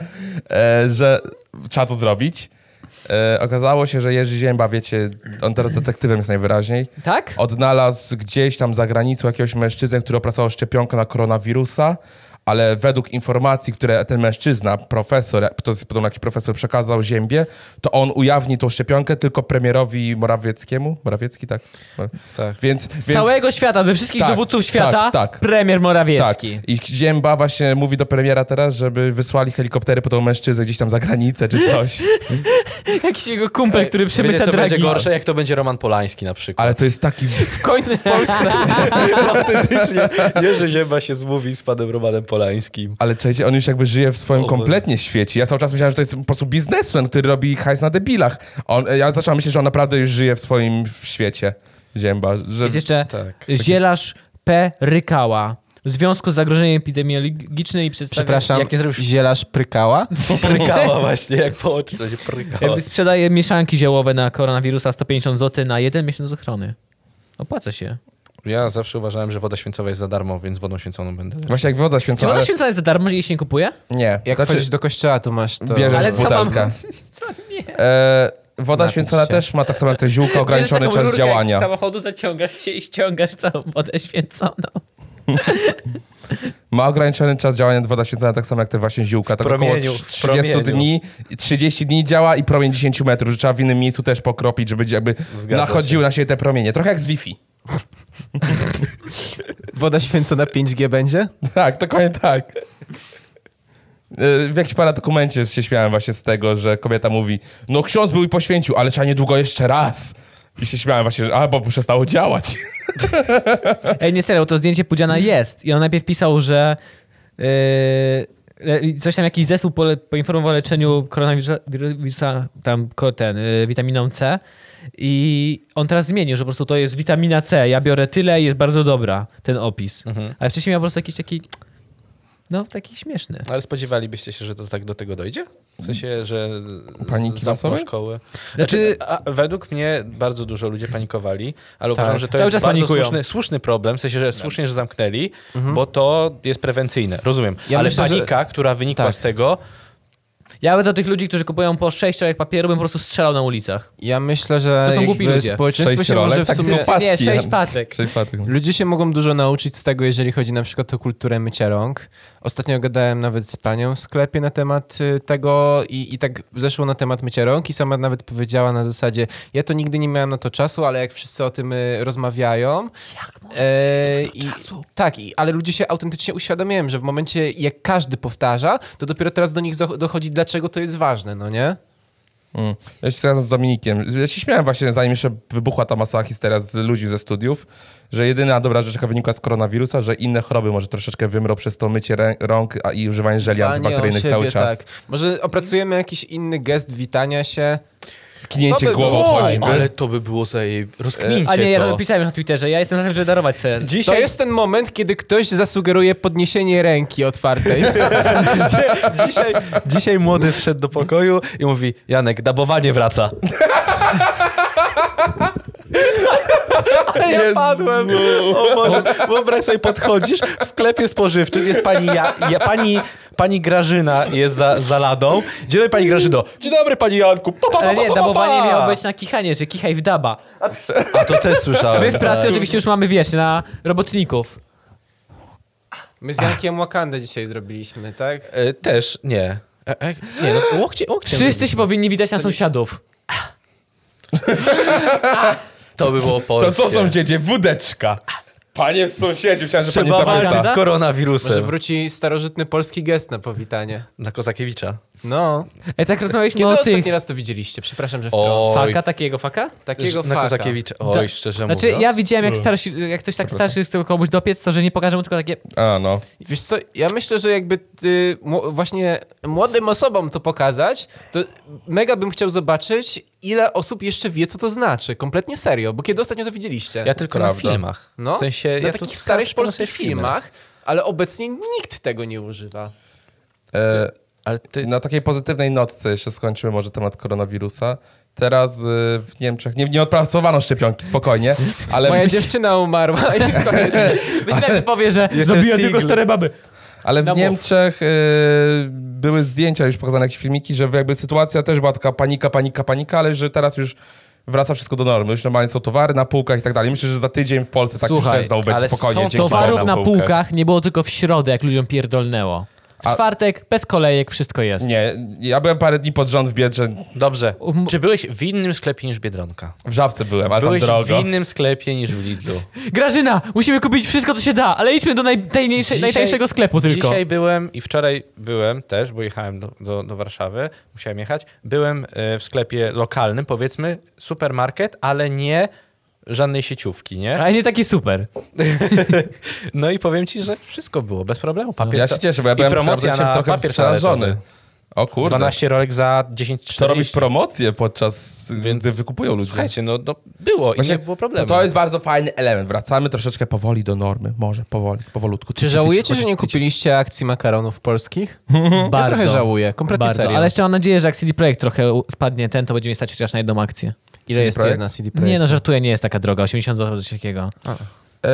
e, że trzeba to zrobić. E, okazało się, że Jerzy Zięba, wiecie, on teraz detektywem jest najwyraźniej, Tak? odnalazł gdzieś tam za granicą jakiegoś mężczyznę, który opracował szczepionkę na koronawirusa, ale według informacji, które ten mężczyzna, profesor, to jest podobno jakiś profesor, przekazał Ziębie, to on ujawni tą szczepionkę tylko premierowi Morawieckiemu. Morawiecki, tak? Tak. Więc, Z więc całego świata, ze wszystkich Tak, dowódców świata, tak, tak. premier tak. Morawiecki. I Zięba właśnie mówi do premiera teraz, żeby wysłali helikoptery po tą mężczyznę gdzieś tam za granicę czy coś. Jakiś jego kumpel, który Wiecie, przemyca co będzie dragi. gorsze, jak to będzie Roman Polański na przykład. Ale to jest taki... W końcu w Polsce. Autentycznie Jerzy Zięba się zmówi z panem Romanem Polańskim. Ale czekajcie, on już jakby żyje w swoim O Boże. kompletnie świecie. Ja cały czas myślałem, że to jest po prostu biznesmen, który robi hajs na debilach. A On, ja zacząłem myśleć, że on naprawdę już żyje w swoim świecie. Zięba. Że... Jest jeszcze Tak. zielarz P. Rykała. W związku z zagrożeniem epidemiologicznym i przedstawia... Przepraszam, Jakie zrobisz? zielarz prykała? Prykała właśnie, jak po oczy, to się prykała. Jakby sprzedaje mieszanki ziołowe na koronawirusa sto pięćdziesiąt złotych na jeden miesiąc ochrony. Opłaca się. Ja zawsze uważałem, że woda święcowa jest za darmo, więc wodą święconą będę. Właśnie jak woda Czy święcona. woda ale... święcona jest za darmo, że jej się nie kupuje? Nie. Jak Znaczy, wchodzisz do kościoła, to masz to... bierzesz Ale co mam- butelkę. Co nie? E, woda Napisz święcona się. też ma tak samo jak te ziółka, ograniczony Bierzesz taką czas rurkę, działania. Jak z samochodu zaciągasz się i ściągasz całą wodę święconą. Ma ograniczony czas działania woda święcona, tak samo jak te właśnie ziółka. Tak około promieniu, trz- w trzydzieści promieniu. dni, trzydzieści dni działa i promień dziesięć metrów, że trzeba w innym miejscu też pokropić, żeby jakby Zgadza nachodziły na siebie te promienie. Trochę jak z Wi-Fi. Woda święcona pięć G będzie? Tak, dokładnie tak. E, W jakimś paradokumencie się śmiałem właśnie z tego, że kobieta mówi, no ksiądz był i poświęcił, ale trzeba niedługo jeszcze raz. I się śmiałem właśnie, że a, bo przestało działać. Ej, nie serio, to zdjęcie Pudziana jest. I on najpierw pisał, że yy, coś tam, jakiś zespół pole, poinformował o leczeniu koronawirusa, tam ko- ten, yy, witaminą C. I on teraz zmienił, że po prostu to jest witamina C. Ja biorę tyle i jest bardzo dobra, ten opis. Mhm. Ale wcześniej miał po prostu jakiś taki, no taki śmieszny. Ale spodziewalibyście się, że to tak do tego dojdzie? W sensie, że Paniki zamkną masowej? szkoły? Znaczy- Znaczy, a według mnie bardzo dużo ludzie panikowali, ale Tak. uważam, że to Cały jest czas bardzo panikują. słuszny, słuszny problem, w sensie, że słusznie, że zamknęli, bo to jest prewencyjne, rozumiem. Ja ale myślę, że- panika, która wynikła Tak. z tego, Ja bym do tych ludzi, którzy kupują po sześć rolek papieru, bym po prostu strzelał na ulicach. Ja myślę, że To są głupi jakby ludzie. społeczeństwo Sześć się może rolek? w Tak, sumie... są paczki. Nie, sześć paczek. Sześć paczek. Ludzie się mogą dużo nauczyć z tego, jeżeli chodzi na przykład o kulturę mycia rąk. Ostatnio gadałem nawet z panią w sklepie na temat y, tego i, i tak zeszło na temat mycia rąk i sama nawet powiedziała na zasadzie, ja to nigdy nie miałem na to czasu, ale jak wszyscy o tym y, rozmawiają... Jak można e, i, Tak, i, ale ludzie się autentycznie uświadamiają, że w momencie jak każdy powtarza, to dopiero teraz do nich zo- dochodzi, dlaczego to jest ważne, no nie? Mm. Ja się zgadzam z Dominikiem. Ja się śmiałem właśnie, zanim jeszcze wybuchła ta masowa histeria z ludzi ze studiów, że jedyna dobra rzecz, jaka wynikła z koronawirusa, że inne choroby może troszeczkę wymrą przez to mycie rę- rąk a i używanie żeli Dbanie o antybakteryjnych siebie, cały czas. Tak. Może opracujemy jakiś inny gest witania się. Skinięcie To by głową było- choćby. ale to by było za jej... Rozkmincie A nie, ja to. napisałem na Twitterze, ja jestem za tym, żeby darować sobie. Dzisiaj... To jest ten moment, kiedy ktoś zasugeruje podniesienie ręki otwartej. dzisiaj, dzisiaj młody wszedł do pokoju i mówi, Janek, dabowanie wraca. A ja padłem. O Boże, wyobraź sobie, podchodzisz, w sklepie spożywczym jest pani, ja, ja, pani, pani Grażyna jest za, za ladą. Dzień dobry, pani Grażyno. Dzień dobry, pani Janku. Pa, pa, pa, Ale pa, nie, pa, pa. dabowanie miało być na kichanie, że kichaj w daba. A to też słyszałem. My w pracy oczywiście już mamy, wiesz, na robotników. My z Jankiem Wakandę dzisiaj zrobiliśmy, tak? E, też, nie. E, e, nie, no łokcie, łokcie. Wszyscy się powinni widać na sąsiadów. To by było To polskie. co są dziedzie? Wódeczka. Panie w sąsiedzi, chciałem, że pani Trzeba zapyta. walczyć z Może koronawirusem. Wróci starożytny polski gest na powitanie. Na Kozakiewicza. No. Ej, tak rozmawialiśmy Kiedy o ostatni tych... raz to widzieliście? Przepraszam, że O, wtrącę. Faka, takiego faka? Takiego Na faka. Kozakiewicza. Oj, Da- szczerze Znaczy, mówiąc. ja widziałem, jak, starsi, jak ktoś tak starszy chce komuś dopiec, to że nie pokaże mu tylko takie... A, no. Wiesz co, ja myślę, że jakby ty, mło- właśnie młodym osobom to pokazać, to mega bym chciał zobaczyć, ile osób jeszcze wie, co to znaczy. Kompletnie serio, bo kiedy ostatnio to widzieliście? Ja tylko Prawda. na filmach. No, W sensie, na ja takich to starych przypominam polskich sobie filmy. filmach, ale obecnie nikt tego nie używa. E, Ale ty... na takiej pozytywnej notce jeszcze skończymy może temat koronawirusa. Teraz y, w Niemczech, nie, nie odpracowano szczepionki, spokojnie, ale... Moja w- dziewczyna umarła. I Myślałem, że powie, że Jestem zabiję tylko single. cztery baby. Ale w No mów. Niemczech y, były zdjęcia już pokazane, jakieś filmiki, że jakby sytuacja też była taka panika, panika, panika, ale że teraz już wraca wszystko do normy. Już normalnie są towary na półkach i tak dalej. Myślę, że za tydzień w Polsce tak Słuchaj, już też znowu będzie ale spokojnie. są dzięki Towarów Bogu. na półkach. półkach nie było tylko w środę, jak ludziom pierdolnęło. W A- czwartek, bez kolejek, wszystko jest. Nie, ja byłem parę dni pod rząd w Biedrze, Dobrze. Um- Czy byłeś w innym sklepie niż Biedronka? w Żabce byłem, ale Byłeś tam drogo. w innym sklepie niż w Lidlu. Grażyna, musimy kupić wszystko, co się da, ale idźmy do najtajniejsze, Dzisiaj- najtańszego sklepu tylko. Dzisiaj byłem i wczoraj byłem też, bo jechałem do, do, do Warszawy, musiałem jechać. Byłem e, w sklepie lokalnym, powiedzmy, supermarket, ale nie żadnej sieciówki, nie? Ale nie taki super. No i powiem ci, że wszystko było bez problemu. Papier Ja się cieszę, bo ja i byłem promocja naprawdę na trochę papier przerażony. toaletowy. O kurde. dwanaście rolek za dziesięć czterdzieści. To robić promocję podczas, Więc gdy wykupują ludzie. Słuchajcie, no, no było Właśnie i nie było problemu. To, to jest bardzo fajny element. Wracamy troszeczkę powoli do normy. Może powoli, powolutku. Czy żałujecie, że nie kupiliście akcji makaronów polskich? Ja Bardzo. trochę żałuję, kompletnie Bardzo. serio. Ale jeszcze mam nadzieję, że jak C D Projekt trochę u- spadnie ten, to będziemy stać chociaż na jedną akcję. Ile C D jest Projekt? jedna C D Projekt? Nie no, żartuję, nie jest taka droga, osiemdziesiąt złotych, coś takiego. Eee,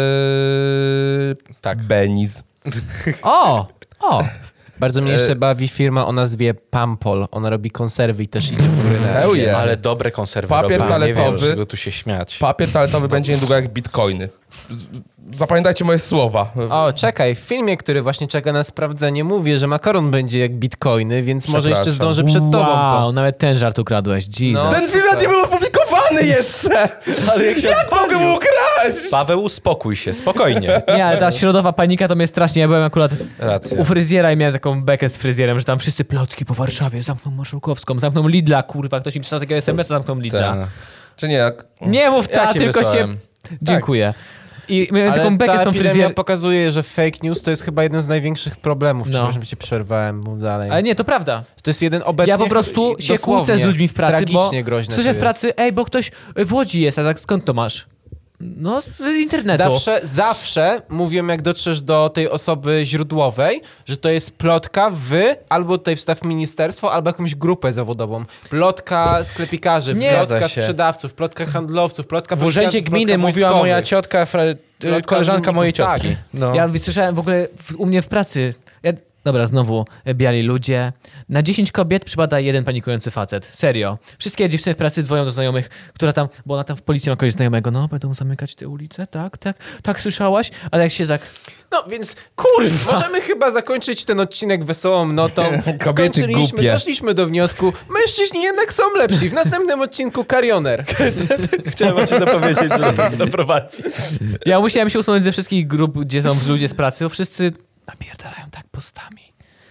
Tak. Beniz. O! O! Bardzo mnie jeszcze bawi firma o nazwie Pampol. Ona robi konserwy i też idzie w górę. Hell yeah. Ale dobre konserwy Papier robią. Nie wiem, toaletowy. z czego tu się śmiać. Papier toaletowy będzie niedługo jak bitcoiny. Z- Zapamiętajcie moje słowa. O, czekaj, w filmie, który właśnie czeka na sprawdzenie, mówię, że makaron będzie jak bitcoiny, więc może jeszcze Przepraszam. zdążę przed tobą Wow, to. nawet ten żart ukradłeś. Jesus. No. Ten film nawet nie był opublikowany jeszcze! Ale jak się Jak mogę mu ukraść? Paweł, uspokój się, spokojnie. Nie, ale ta środowa panika to mnie strasznie. Ja byłem akurat Racja. u fryzjera i miałem taką bekę z fryzjerem, że tam wszyscy plotki po Warszawie, zamkną Marszałkowską, zamkną Lidla, kurwa, ktoś mi pisał takiego es em es a, zamkną Lidla. Ta. Czy nie? Jak... Nie mów Ja tak, ci tylko wysłałem. się Dziękuję. I miałem Ale taką bekę z ta tą epidemia fryzjer... pokazuje, że fake news to jest chyba jeden z największych problemów. No. Przepraszam, że cię przerwałem, mów dalej. Ale nie, to prawda. To jest jeden obecnie... Ja po prostu się dosłownie, kłócę z ludźmi w pracy, bo tragicznie groźne słyszę to w jest. pracy, ej, bo ktoś w Łodzi jest, a tak skąd to masz? No, z internetu. Zawsze, zawsze mówią, jak dotrzesz do tej osoby źródłowej, że to jest plotka w, albo tutaj wstaw ministerstwo, albo jakąś grupę zawodową. Plotka sklepikarzy, Nie. plotka Zgadza się. sprzedawców, plotka handlowców, plotka W urzędzie policjantów, gminy plotka mówiła moja wojskowych. ciotka, fra... Plotka koleżanka mojej urzędników, ciotki. tak. No. Ja słyszałem w ogóle w, u mnie w pracy. Ja, dobra, znowu e, biali ludzie. Na dziesięć kobiet przypada jeden panikujący facet. Serio. Wszystkie dziewczyny w pracy dzwonią do znajomych, która tam, bo ona tam w policji ma kogoś znajomego. No, będą zamykać te ulice, tak, tak. Tak słyszałaś? Ale jak się tak... No więc, kurwa, możemy chyba zakończyć ten odcinek wesołą notą. Kobiety Skończyliśmy, głupie. doszliśmy do wniosku, mężczyźni jednak są lepsi. W następnym odcinku Karioner. Chciałem właśnie dopowiedzieć, że to doprowadzi. Ja musiałem się usunąć ze wszystkich grup, gdzie są ludzie z pracy, bo wszyscy napierdalają tak postami.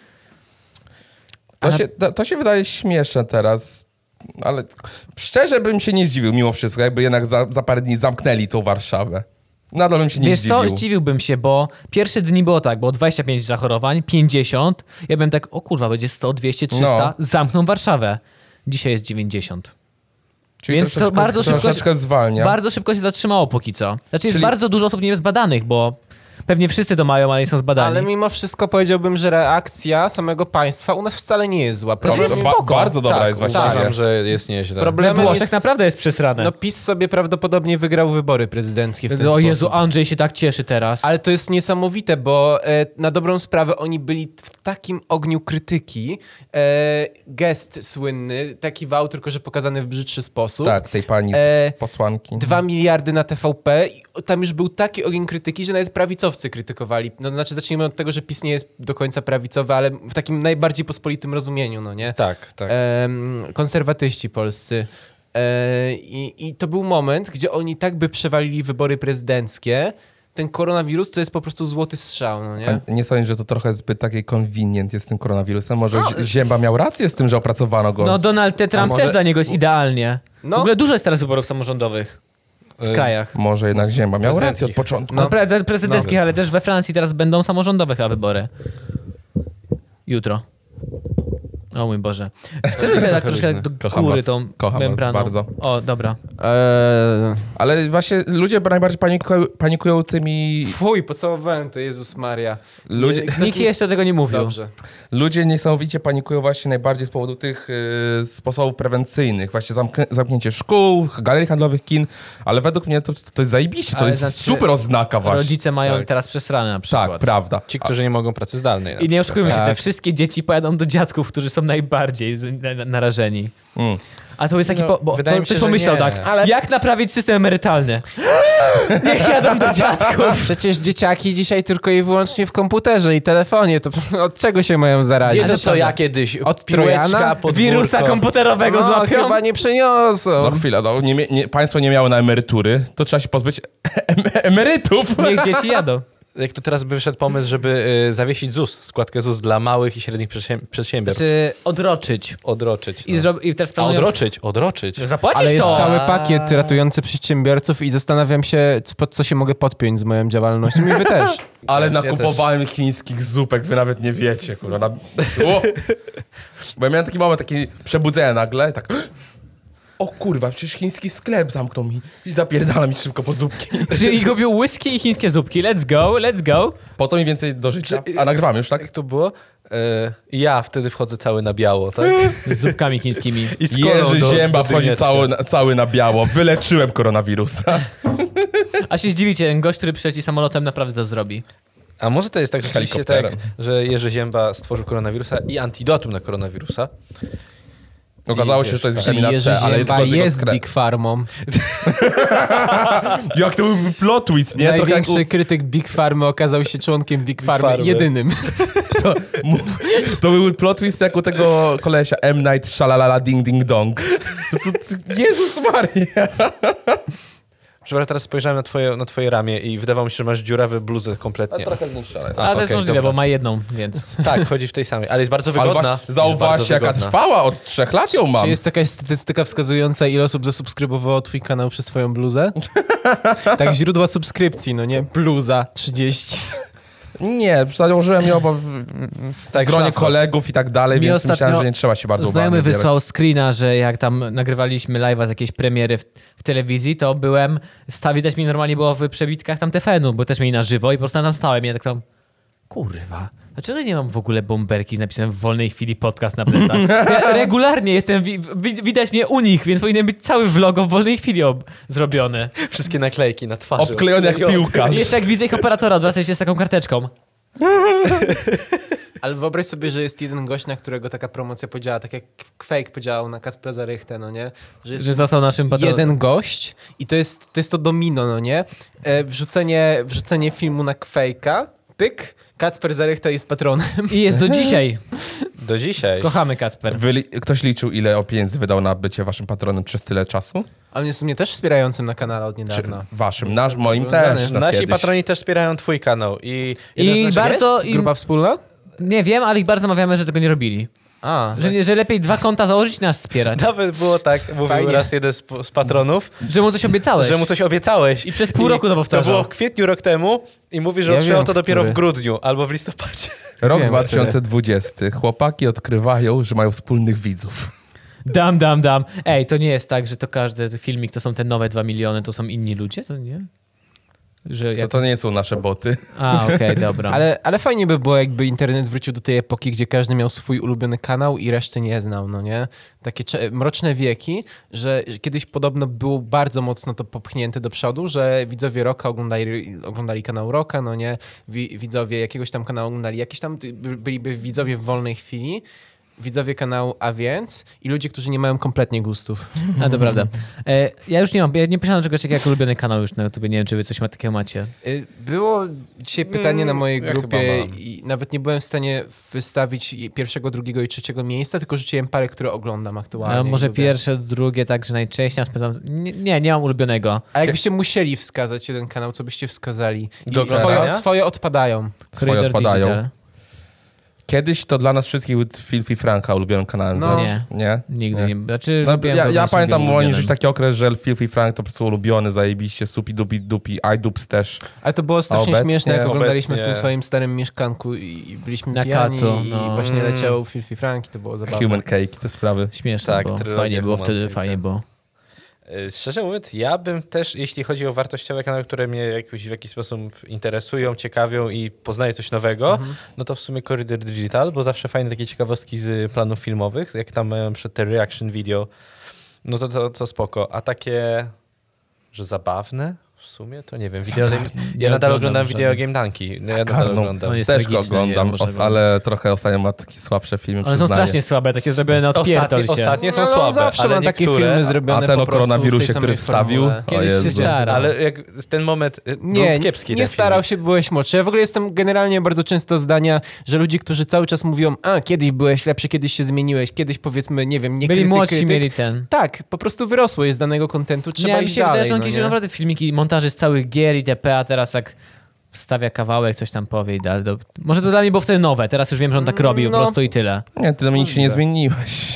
To Ale- się, to, to się wydaje śmieszne teraz, ale szczerze bym się nie zdziwił mimo wszystko, jakby jednak za, za parę dni zamknęli tą Warszawę. Nadal bym się nie Wiesz zdziwił. co, zdziwiłbym się, bo pierwsze dni było tak, było dwadzieścia pięć zachorowań, pięćdziesiąt. Ja bym tak, o kurwa, będzie sto, dwieście, trzysta, No. zamkną Warszawę. Dzisiaj jest dziewięćdziesiąt. Czyli Więc to troszeczkę, bardzo szybko- troszeczkę zwalnia. Bardzo szybko się zatrzymało póki co. Znaczy jest Czyli- bardzo dużo osób niezbadanych, bo pewnie wszyscy to mają, ale nie są zbadani. Ale mimo wszystko powiedziałbym, że reakcja samego państwa u nas wcale nie jest zła. Dobrze, jest ba- spoko. bardzo dobra tak, jest właściwie. uważam, że jest nieźle. We Problemem Włoszech jest... naprawdę jest przesrane. No PiS sobie prawdopodobnie wygrał wybory prezydenckie w ten o sposób. Jezu, Andrzej się tak cieszy teraz. Ale to jest niesamowite, bo e, na dobrą sprawę oni byli w takim ogniu krytyki. E, gest słynny, taki wał, tylko że pokazany w brzydszy sposób. Tak, tej pani z E, posłanki. Dwa miliardy na T V P i tam już był taki ogień krytyki, że nawet prawicowcy krytykowali. No znaczy zacznijmy od tego, że PiS nie jest do końca prawicowy, ale w takim najbardziej pospolitym rozumieniu, no nie? Tak, tak. Em, konserwatyści polscy. E, i, I to był moment, gdzie oni tak by przewalili wybory prezydenckie. Ten koronawirus to jest po prostu złoty strzał, no nie? A nie sądzisz, że to trochę zbyt taki convenient jest z tym koronawirusem? Może Zi- Zięba miał rację z tym, że opracowano go? No Donald T. Trump może- też dla niego jest idealnie. No. W ogóle dużo jest teraz wyborów samorządowych w Y, krajach. Może jednak Zięba miał rację od prezydenckich. początku. No, pre- prezydenckich, Dobra. ale też we Francji teraz będą samorządowe chyba wybory. Jutro. O mój Boże. Chcemy sobie tak troszkę do Kocham góry was. tą Kocham was membraną. bardzo. O, dobra. Eee, Ale właśnie ludzie najbardziej panikują, panikują tymi... fuj, pocałowałem to, Jezus Maria. Ludzie, Ktoś Nikt mi- jeszcze tego nie mówił. Dobrze. ludzie niesamowicie panikują właśnie najbardziej z powodu tych y, sposobów prewencyjnych. Właśnie zamk- zamknięcie szkół, galerii handlowych, kin. Ale według mnie to, to jest zajebiście. To Ale jest znaczy, super oznaka właśnie. Rodzice mają Tak. teraz przesrane na przykład. Tak, prawda. Ci, którzy nie mogą pracy zdalnej. na I nie przykład. oszukujmy się, te Tak. wszystkie dzieci pojadą do dziadków, którzy są najbardziej z- na- na- narażeni. Mm. A to jest taki... No, Po, bo wydaje to mi się, ktoś że pomyślał nie. tak, Ale- jak naprawić system emerytalny? Niech jadą do dziadków. Przecież dzieciaki dzisiaj tylko i wyłącznie w komputerze i telefonie, to od czego się mają zarazić? Wiecie Ale co prawda. ja kiedyś? Od Piłeczka, Trojana? podwórko. Wirusa komputerowego no, złapią? chyba nie przeniosą. No chwila, no, nie, mie- nie, państwo nie miało na emerytury, to trzeba się pozbyć em- emerytów. Niech dzieci jadą. Jak to teraz by wyszedł pomysł, żeby y, zawiesić ZUS, składkę ZUS dla małych i średnich przedsięb- przedsiębiorstw. Czy odroczyć. Odroczyć. I, No. zro- i teraz A planują... odroczyć, odroczyć. Zapłacisz Ale jest to! cały pakiet ratujący przedsiębiorców i zastanawiam się, c- pod co się mogę podpiąć z moją działalnością i wy też. Ale Ja nakupowałem chińskich zupek, wy nawet nie wiecie, kurwa. Na... O! Bo ja miałem taki moment, taki przebudzenia nagle, tak... O kurwa, przecież chiński sklep zamknął mi i zapierdala mi szybko po zupki. Czyli kupił whisky i chińskie zupki. Let's go, let's go. Po co mi więcej do życia? A nagrywamy już, tak? Jak to było? E, ja wtedy wchodzę cały na biało, tak? Z zupkami chińskimi. I z kolą Jerzy do- Zięba do wchodzi dygnieczka. cały, na- cały na biało. Wyleczyłem koronawirusa. A się zdziwicie, ten gość, który przyleci samolotem, naprawdę to zrobi. A może to jest tak rzeczywiście tak, Helikopterem. że Jerzy Zięba stworzył koronawirusa i antidotum na koronawirusa? Okazało I się, wiesz, że to jest tak. witamina Jerzy C, ale jest Zięba tylko z jego jest skre- Big Farmą. Jak to był plot twist, nie? Trochę jak Największy u... krytyk Big Farmy okazał się członkiem Big Farmy, Farmy. jedynym. to, to był plot twist jak u tego kolesia M. Night Shalalala Ding Ding Dong. Po prostu, Jezus Maria. Przepraszam, teraz spojrzałem na twoje, na twoje ramię i wydawało mi się, że masz dziurawy bluzę kompletnie. Trochę zniszczona jest. Ale to jest okej, możliwe, dobra. bo ma jedną, więc... Tak, chodzi w tej samej, ale jest bardzo Ale wygodna. właśnie, Jest zauważ, bardzo jaka wygodna. trwała, od trzech lat ją mam. Czy jest jakaś statystyka wskazująca, ile osób zasubskrybowało twój kanał przez twoją bluzę? Tak, źródła subskrypcji, no nie? Bluza trzydzieści. Nie, założyłem ją bo w, w Tak, gronie szafę. kolegów i tak dalej, Mi więc ostatnio myślałem, że nie trzeba się bardzo Znajomy uważnie wysłał screena, że jak tam nagrywaliśmy live'a z jakiejś premiery w, w telewizji, to byłem, sta, widać mi normalnie było w przebitkach tam T V N-u, bo też mieli na żywo i po prostu tam stałem i ja tak tam, kurwa, dlaczego nie mam w ogóle bomberki z napisem w wolnej chwili podcast na plecach? Ja regularnie jestem, wi, wi, widać mnie u nich, więc powinien być cały vlog o wolnej chwili ob, zrobiony. Wszystkie naklejki na twarzy. Obklejony jak piłkarz. I jeszcze jak widzę ich operatora, odwraca się z taką karteczką. Ale wyobraź sobie, że jest jeden gość, na którego taka promocja podziała, tak jak Quake podziałał na Kacpra Zarychtę, no nie? Że jest Że został naszym patronem. jeden gość i to jest to, jest to domino, no nie? E, wrzucenie, wrzucenie filmu na Quake'a, pyk, Kacper Zarychta jest patronem. I jest do dzisiaj. Do dzisiaj. Kochamy Kacper. Wyli- ktoś liczył, ile pieniędzy wydał na bycie waszym patronem przez tyle czasu? A on jest w sumie też wspierającym na kanale od Czy niedawna. waszym, nasz, moim zobowiązany. też. No Nasi kiedyś. patroni też wspierają twój kanał i... I jeden z naszych- bardzo Jest im, grupa wspólna? nie wiem, ale ich bardzo namawiamy, że tego nie robili. A, Że, nie- że lepiej dwa konta założyć i nas wspierać. Nawet było tak, mówił Fajnie. raz jeden z, z patronów, Że mu coś obiecałeś. że mu coś obiecałeś. I przez pół roku to To powtarzał. było w kwietniu rok temu i mówi, że Ja otrzymał wiem, to dopiero który. w grudniu albo w listopadzie. Rok Wiem, dwa tysiące dwudziesty. Chłopaki odkrywają, że mają wspólnych widzów. Dam, dam, dam. Ej, to nie jest tak, że to każdy filmik to są te nowe dwa miliony, to są inni ludzie? To nie? Że To jak... to nie są nasze boty. A, okej, dobra. ale, ale fajnie by było, jakby internet wrócił do tej epoki, gdzie każdy miał swój ulubiony kanał i reszty nie znał, no nie? Takie cze- mroczne wieki, że kiedyś podobno było bardzo mocno to popchnięte do przodu, że widzowie Rocka oglądali, oglądali kanał Rocka, no nie? Wi- widzowie jakiegoś tam kanału oglądali, jakieś tam ty- by- byliby widzowie w wolnej chwili, widzowie kanału A więc i ludzie, którzy nie mają kompletnie gustów. A, to prawda. E, ja już nie mam, ja nie pisałem czegoś takiego jak ulubiony kanał już na YouTube, nie wiem, czy wy coś ma, takiego macie. Y, Było dzisiaj pytanie na mojej ja grupie chyba mam. i nawet nie byłem w stanie wystawić pierwszego, drugiego i trzeciego miejsca, tylko rzuciłem parę, które oglądam aktualnie. A może i lubię. pierwsze, drugie, tak, że najczęściej spędzam... Nie, nie, nie mam ulubionego. A jakbyście musieli wskazać jeden kanał, co byście wskazali? I Do swoje, oglądania? swoje odpadają. Swoje Corridor odpadają. Digital. Kiedyś to dla nas wszystkich był Filthy Franka ulubionym kanałem. No. zawsze. Nie. Nie? Nigdy Nie. nie. Znaczy, No, lubiłem ja, go ja właśnie pamiętam, był oni ulubionym. już taki okres, że Filthy Frank to po prostu ulubiony, zajebiście, Supi Dupi Dupi, iDubs też. Ale to było strasznie obecnie- śmieszne, jak oglądaliśmy w tym obecnie- twoim starym mieszkanku i i byliśmy Na pijani kacu, i no. właśnie leciał Filthy Frank i to było zabawne. Human Cake, te sprawy. Śmieszne Tak, było. trylogia Fajnie było Human wtedy, Cake, fajnie tak. było. Y, Szczerze mówiąc, ja bym też, jeśli chodzi o wartościowe kanały, które mnie jakoś w jakiś sposób interesują, ciekawią i poznaję coś nowego, Mhm. no to w sumie Corridor Digital, bo zawsze fajne takie ciekawostki z planów filmowych, jak tam mają przed te reaction video, no to, to, to spoko. A takie, że zabawne w sumie, to nie wiem. Video, ja nie nadal oglądam oglądam żadnych. Video Game Danki. No, ja nadal Karną. oglądam. On jest Też go tragiczny, nie oglądam, można os- go ale trochę ostatnio ma takie słabsze filmy, One są przyznaję. strasznie słabe, takie zrobione na odpierdol Ostatnie, się. ostatnie są No, słabe, zawsze ale mam takie niektóre, filmy zrobione A ten po o prostu w koronawirusie, tej który samej wstawił, formule. o Kiedyś się Jezu. starał. Ale jak ten moment y, Nie, był kiepski nie ten starał film. się, byłeś młodszy. Ja w ogóle jestem generalnie bardzo często zdania, że ludzie, którzy cały czas mówią, a kiedyś byłeś lepszy, kiedyś się zmieniłeś, kiedyś powiedzmy, nie wiem, nie Byli krytyk, młodsi, krytyk. mieli ten. Tak, po prostu wyrosło je z danego kontentu, trzeba Nie, mi iść się wydaje, dalej. że on no kiedyś nie? naprawdę filmiki, montaże z całych gier i itp., a teraz jak wstawia kawałek, coś tam powie i dalej. Do... Może to dla mnie było wtedy nowe, teraz już wiem, że on tak robi po No. prostu i tyle. Nie, ty do mnie nic się nie zmieniłeś.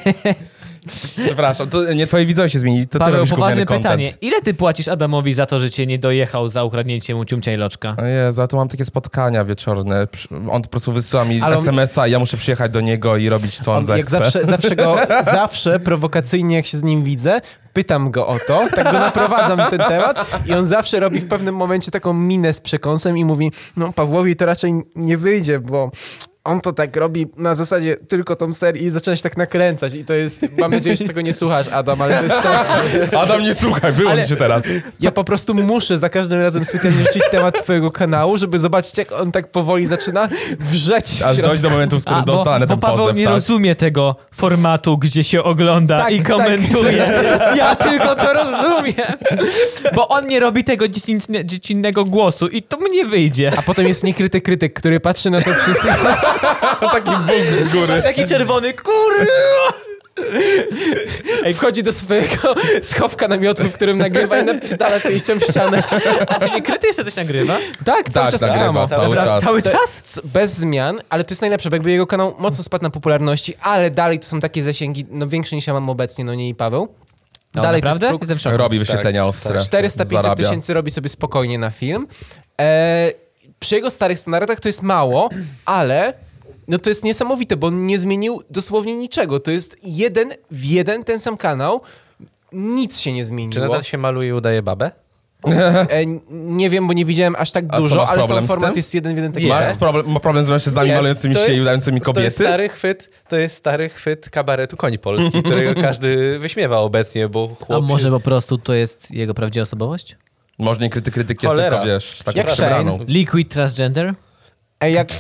Przepraszam, to nie twoi widzowie się zmienili, to ty Paweł, robisz poważne gówniany pytanie. content. Ile ty płacisz Adamowi za to, że cię nie dojechał za ukradnięcie mu ciumcia i loczka? O Jezu, a to mam takie spotkania wieczorne. Przy- On po prostu wysyła mi Ale on- es em es a i ja muszę przyjechać do niego i robić, co on, On, zechce. jak zawsze, zawsze go, zawsze prowokacyjnie jak się z nim widzę, pytam go o to, tak go naprowadzam na ten temat i on zawsze robi w pewnym momencie taką minę z przekąsem i mówi, no Pawłowi to raczej nie wyjdzie, bo on to tak robi na zasadzie tylko tą serię i zaczyna się tak nakręcać i to jest, mam nadzieję, że tego nie słuchasz, Adam, ale to jest straszne. Adam, nie słuchaj, wyłącz Ale- się teraz. Ja po prostu muszę za każdym razem specjalnie rzucić temat twojego kanału, żeby zobaczyć, jak on tak powoli zaczyna wrzeć w Aż środku. dojść do momentu, w którym A, bo, dostanę bo ten Paweł pozew, nie tak? rozumie tego formatu, gdzie się ogląda Tak, i tak. komentuje. Ja tylko to rozumiem. Bo on nie robi tego dziecinne- dziecinnego głosu i to mnie wyjdzie. A potem jest niekryty krytyk, który patrzy na to wszystko. Taki bóg z góry. Taki czerwony, kurwa! Ej, wchodzi do swojego schowka namiotu, w którym nagrywa i napierdala pięścią w ścianę. A czy nie kryty jeszcze coś nagrywa? Tak, cały Tak, czas nagrywa, samo. cały Dobra, czas. Cały To- czas? c- Bez zmian, ale to jest najlepsze, bo jakby jego kanał mocno spadł na popularności, ale dalej to są takie zasięgi, no większe niż ja mam obecnie, no nie i Paweł. No, dalej to naprawdę? jest próg- Jestem w szoku. Robi wyświetlenia ostre. czterysta pięćset Zarabia. tysięcy robi sobie spokojnie na film. E, przy jego starych standardach to jest mało, ale no to jest niesamowite, bo on nie zmienił dosłownie niczego. To jest jeden w jeden ten sam kanał. Nic się nie Czy zmieniło. nadal się maluje i udaje babę? E, nie wiem, bo nie widziałem aż tak A co, dużo, masz ale problem sam z format tym? jest jeden w jeden taki. Masz Nie. problem, ma problem z mężczyznami malującymi To się i jest- udającymi To jest kobiety? stary chwyt, to jest stary chwyt kabaretu Koni Polskich, którego każdy wyśmiewa obecnie, bo chłop A może się... po prostu to jest jego prawdziwa osobowość? Może nie krytyk, krytyk jest Cholera. tylko, wiesz, taką Jak przebraną. Liquid transgender? Ej, jak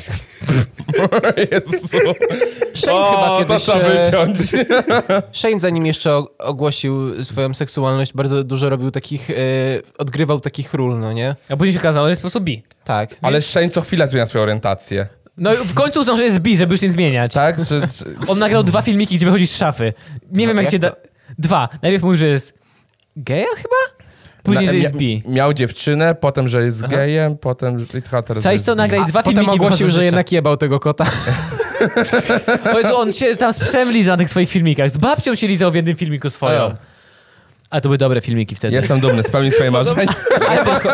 Jezu. Shane chyba O, to kiedyś... trzeba e, wyciąć. Shane zanim jeszcze o- ogłosił swoją seksualność, bardzo dużo robił takich, e, odgrywał takich ról, no nie? A później się okazało, że jest po prostu bi. Tak. Ale Shane co chwilę zmienia swoją orientację. No i w końcu uznał, że jest bi, żeby już nie zmieniać. Tak? Czy, czy... On nagrał dwa filmiki, gdzie wychodzi z szafy. Nie wiem, jak, jak się da... to? Dwa. Najpierw mówił, że jest gejem chyba? Później, Na- że jest mia- bi. Miał dziewczynę, potem, że jest gejem, potem... I chyba teraz, że Cześć, jest to bi. nagraj dwa Potem filmiki. ogłosił, wychodzą że ze jednak jebał tego kota. szafy. O Jezu, on się tam sprzemliza na tych swoich filmikach. Z babcią się lizał w jednym filmiku swoją. O. A to były dobre filmiki wtedy. Jestem dumny, spełnił swoje marzenie. Ale tylko...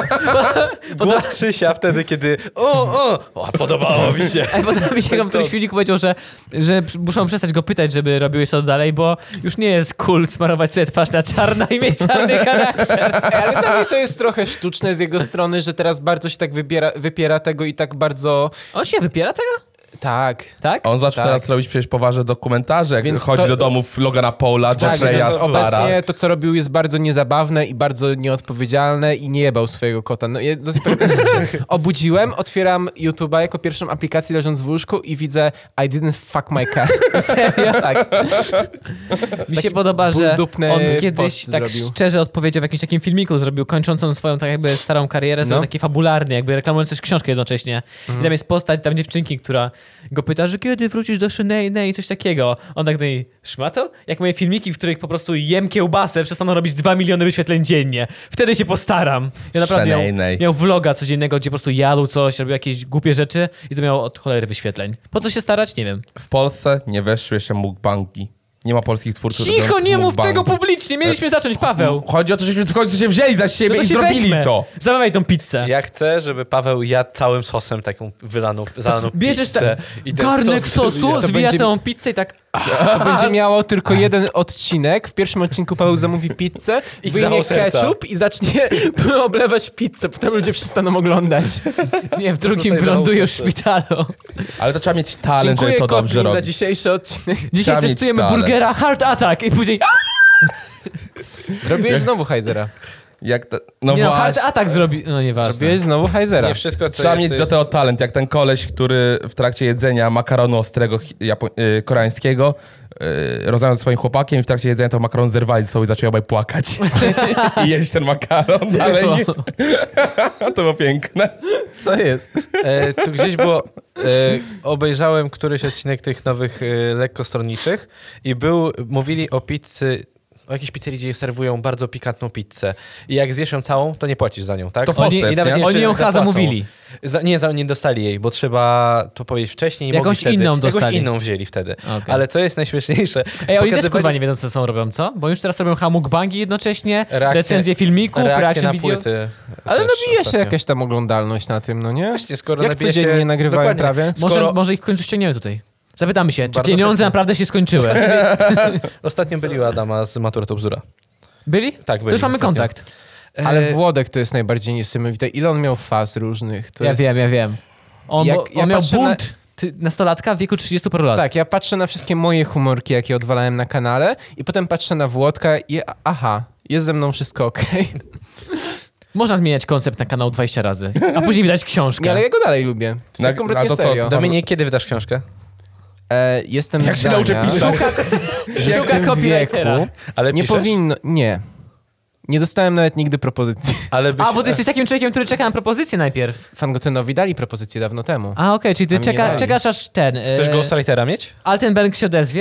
Głos Krzysia wtedy, kiedy o, o, o podobało mi się. A potem mi się tam któryś filmik powiedział, że, że muszą przestać go pytać, żeby robił jeszcze to dalej, bo już nie jest cool smarować sobie twarz na czarno i mieć czarny charakter. Ej, ale dla mnie to jest trochę sztuczne z jego strony, że teraz bardzo się tak wybiera, wypiera tego i tak bardzo... On się wypiera tego? Tak. Tak? On zaczął Tak. teraz robić przecież poważne dokumentarze, jak Więc chodzi to- do domów Logana Paula, Tak, Jeffreya, więc Stara. obecnie to, co robił, jest bardzo niezabawne i bardzo nieodpowiedzialne i nie jebał swojego kota. No, ja do tej pory się obudziłem, otwieram YouTube'a jako pierwszą aplikację leżąc w łóżku i widzę I didn't fuck my cat. Serio? Tak. Mi się Taki podoba, że buldupny on kiedyś post tak zrobił. szczerze odpowiedział w jakimś takim filmiku, zrobił kończącą swoją tak jakby starą karierę, no. No. taki fabularny, jakby reklamując też książkę jednocześnie. I tam jest postać tam dziewczynki, która go pyta, że kiedy wrócisz do Shanae i coś takiego. On tak do niej, szmato? Jak moje filmiki, w których po prostu jem kiełbasę, przestaną robić dwa miliony wyświetleń dziennie. Wtedy się postaram. Ja naprawdę miał, Shanae. miał vloga codziennego, gdzie po prostu jadł coś, robił jakieś głupie rzeczy i to miało od cholery wyświetleń. Po co się starać? Nie wiem. W Polsce nie weszły jeszcze mukbangi. Nie ma polskich twórców Cicho, robiących nie mów mukbangi. tego publicznie! Mieliśmy zacząć, Paweł! Chodzi o to, żeśmy w końcu się wzięli za siebie No to i się zrobili weźmy. to. Zamawiaj tą pizzę. Ja chcę, żeby Paweł jadł całym sosem taką wylaną, zalaną Bierzesz pizzę. ten i ten garnek sos- sosu, to zwija będzie- całą pizzę i tak... To będzie miało tylko jeden odcinek. W pierwszym odcinku Paweł zamówi pizzę, I wyjmie zawał serca. ketchup i zacznie oblewać pizzę. Potem ludzie przestaną oglądać. Nie, w drugim Zostaje wyląduje już w załóż szpitalu. Ale to trzeba mieć talent, Dziękuję żeby to Kotlin dobrze za robić. dzisiejszy odcinek. Dzisiaj Trzeba mieć testujemy talent. burgera Heart Attack i później... Zrobiłeś znowu Heizera. Jak to, no nie no, Heart właśnie. Attack zrobi... No nieważne. Zrobiłeś znowu Heizera. Nie wszystko, co Trzeba jest, mieć to do jest... tego talent, jak ten koleś, który w trakcie jedzenia makaronu ostrego chi- japo- y, koreańskiego y, rozmawiał ze swoim chłopakiem i w trakcie jedzenia to makaron zerwali ze sobą i zaczęli obaj płakać. I jeść ten makaron dalej. To było piękne. Co jest? E, tu gdzieś było... E, obejrzałem któryś odcinek tych nowych e, lekkostronniczych i był... Mówili o pizzy... O jakiejś pizzerii, gdzie serwują bardzo pikantną pizzę. I jak zjesz ją całą, to nie płacisz za nią, tak? To w Oni, Polsce jest, i nawet nie? nie oni czy ją chyba zapłacą. zamówili. Za, nie, za, nie dostali jej, bo trzeba to powiedzieć wcześniej. i Jakąś mogli wtedy, inną Jakąś dostali. inną wzięli wtedy. Okej. Ale co jest najśmieszniejsze... Ej, oni też pokazywali- kurwa nie wiedzą, co są robią, co? Bo już teraz robią hamukbangi jednocześnie, Reakcje- recenzje filmików, reakcje reakcje na video. płyty. Ale też nabija się ostatnio. jakaś tam oglądalność na tym, no nie? Właśnie, skoro Jak nabija codziennie się... nagrywają Dokładnie. prawie? Może, Skoro może ich w końcu ściągniemy tutaj. Zapytamy się, czy Bardzo pieniądze chętnie. naprawdę się skończyły. Ostatnio byli u Adama z Matura to bzdura. Byli? Tak, To byli już mamy ostatnio. kontakt. Ale E, Włodek to jest najbardziej niesamowite. Ile on miał faz różnych? To Ja jest... wiem, ja wiem. On, Jak bo, ja on miał patrzę na- bunt ty, nastolatka w wieku trzydziestu paru lat. Tak, ja patrzę na wszystkie moje humorki, jakie odwalałem na kanale i potem patrzę na Włodka i aha, jest ze mną wszystko okej. Można zmieniać koncept na kanał dwadzieścia razy, a później wydać książkę. Nie, ale ja go dalej lubię. Na- Tak kompletnie a to co, serio. to- Dominik, kiedy wydasz książkę? E, jestem Jak się zdania, nauczę pisać? że w Szuka tym copywritera. wieku Ale nie piszesz? powinno... Nie. Nie dostałem nawet nigdy propozycji. Ale byś... A, bo ty jesteś takim człowiekiem, który czeka na propozycję najpierw. Fangotynowi dali propozycję dawno temu. A, okej, czyli ty A mnie czeka, dali. czekasz aż ten... Chcesz e, ghostwritera mieć? Altenberg się odezwie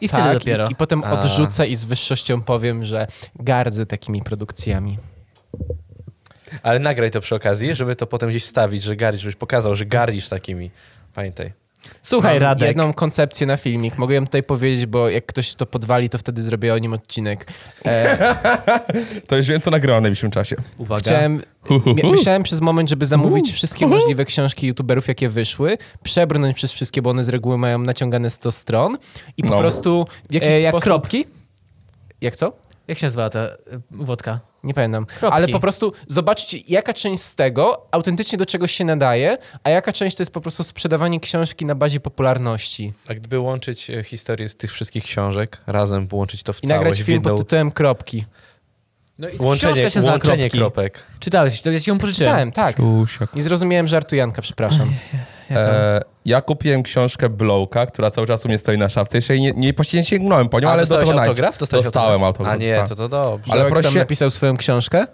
I wtedy tak, dopiero. I, I potem A. odrzucę i z wyższością powiem, że gardzę takimi produkcjami. Ale nagraj to przy okazji, żeby to potem gdzieś wstawić, że gardzisz, żebyś pokazał, że gardzisz takimi. Pamiętaj. Słuchaj, Mam Radek. jedną koncepcję na filmik. Mogę ją tutaj powiedzieć, bo jak ktoś to podwali, to wtedy zrobię o nim odcinek. E, To już wiem, co nagrałem w najbliższym czasie. Uwaga. chciałem, mia- myślałem przez moment, żeby zamówić wszystkie możliwe książki youtuberów, jakie wyszły, przebrnąć przez wszystkie, bo one z reguły mają naciągane sto stron i po No. prostu w jakiś E, jak sposób... kropki? Jak co? Jak się nazywa ta e, wodka? Nie pamiętam. Kropki. Ale po prostu zobaczcie, jaka część z tego autentycznie do czegoś się nadaje, a jaka część to jest po prostu sprzedawanie książki na bazie popularności. A gdyby łączyć e, historię z tych wszystkich książek, razem połączyć to w I nagrać całość w film jedną... pod tytułem Kropki. No i Łączenie, książka się nazywa łączenie Kropki. kropek. Czytałeś, to ja ci ją pożyczyłem. Czytałem, tak. Usiak. Nie zrozumiałem żartu Janka, przepraszam. E, ja kupiłem książkę Blowka, która cały czas u mnie stoi na szafce. Jeszcze jej nie, nie, nie sięgnąłem po nią, A ale do dostałeś tego autograf? Dostałeś Dostałem autograf? autograf. A nie, dostałem. to to dobrze. Ale Ale proszę sam się- napisał swoją książkę?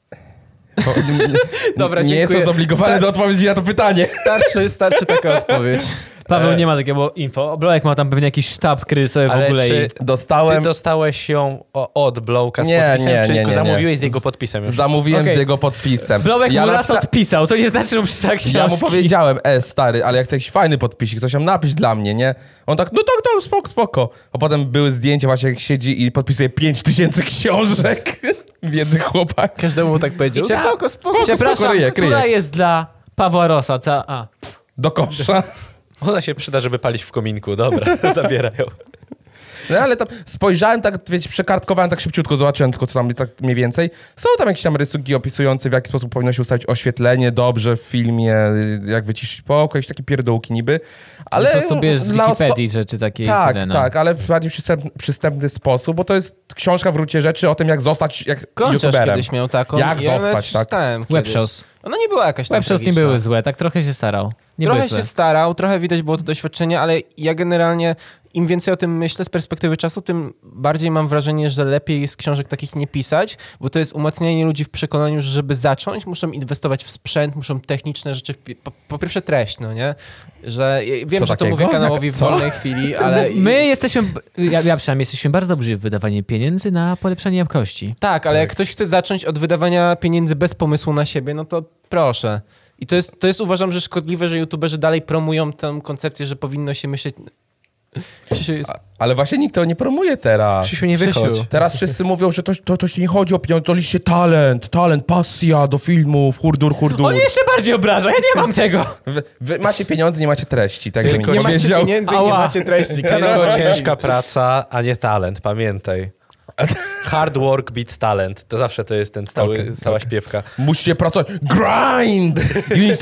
Dobra, nie dziękuję. jestem zobligowany Star- do odpowiedzi na to pytanie. Starczy, starczy taka odpowiedź. Paweł E. nie ma takiego info. Blowek ma tam pewnie jakiś sztab kryzysowy w Ale ogóle czy i... Dostałem, ty dostałeś ją o, od Blowka z Nie, podpisem, nie, czy nie, tylko nie, nie. zamówiłeś z jego podpisem już? zamówiłem Okej. z jego podpisem. Blowek ja mu raz napisa- odpisał, to nie znaczy, że mu przeczytał książki. Ja mu powiedziałem, e stary, ale jak chcesz jakiś fajny podpisik, coś tam napisz dla mnie, nie? On tak, no tak, tak, spoko, spoko. A potem były zdjęcia właśnie, jak siedzi i podpisuje pięć tysięcy książek. Biedny chłopak. Każdemu mu tak powiedział. Cia- Spoko, spoko. spoko, Przepraszam, ryjek, która ryjek. jest dla Pawła Rosa? Ta, a. Do kosza. Ona się przyda, żeby palić w kominku. Dobra, zabierają. No ale tam spojrzałem tak, wiecie, przekartkowałem tak szybciutko, zobaczyłem tylko co tam tak mniej więcej. Są tam jakieś tam rysunki opisujące, w jaki sposób powinno się ustawić oświetlenie dobrze w filmie, jak wyciszyć pokój, jakieś takie pierdółki niby. Ale Ale to tu bierz z dla oso- Wikipedii rzeczy takie i Tak, tyle, no. tak, ale w bardziej przystępny, przystępny sposób, bo to jest książka w gruncie rzeczy o tym, jak zostać jak Kończarz youtuberem. kiedyś miał taką. Jak i ja nawet zostać, tak? czytałem kiedyś. Webshows. Ona nie była jakaś tam Webshows nie tragiczna. były złe, tak trochę się starał. Nie Trochę były się złe. starał, trochę widać było to doświadczenie, ale ja generalnie im więcej o tym myślę z perspektywy czasu, tym bardziej mam wrażenie, że lepiej z książek takich nie pisać, bo to jest umacnianie ludzi w przekonaniu, że żeby zacząć, muszą inwestować w sprzęt, muszą techniczne rzeczy, w pi- po, po pierwsze treść, no nie? Że ja wiem, Co że to takiego? mówię kanałowi w Co? wolnej chwili, ale... My jesteśmy, ja, ja przynajmniej jesteśmy bardzo dobrzy w wydawaniu pieniędzy na polepszanie jakości. Tak, ale jak ktoś chce zacząć od wydawania pieniędzy bez pomysłu na siebie, no to proszę. I to jest, to jest uważam, że szkodliwe, że youtuberzy dalej promują tę koncepcję, że powinno się myśleć... Krzysiu jest... A, ale właśnie nikt tego nie promuje teraz. Krzysiu, nie Krzysiu. wychodź. Teraz wszyscy mówią, że to, to, to się nie chodzi o pieniądze, to liście talent, talent, pasja do filmów, hurdur, hurdur. On jeszcze bardziej obraża, ja nie mam tego. Wy, wy macie pieniądze, nie macie treści, tak Tylko bym Nie nie macie powiedział. pieniędzy i nie Ała. macie treści. Tylko Kanał- ciężka praca, a nie talent, pamiętaj. Hard work beats talent. To zawsze to jest ten stały, Okej, stała okej. śpiewka. Musicie pracować. Grind! You need to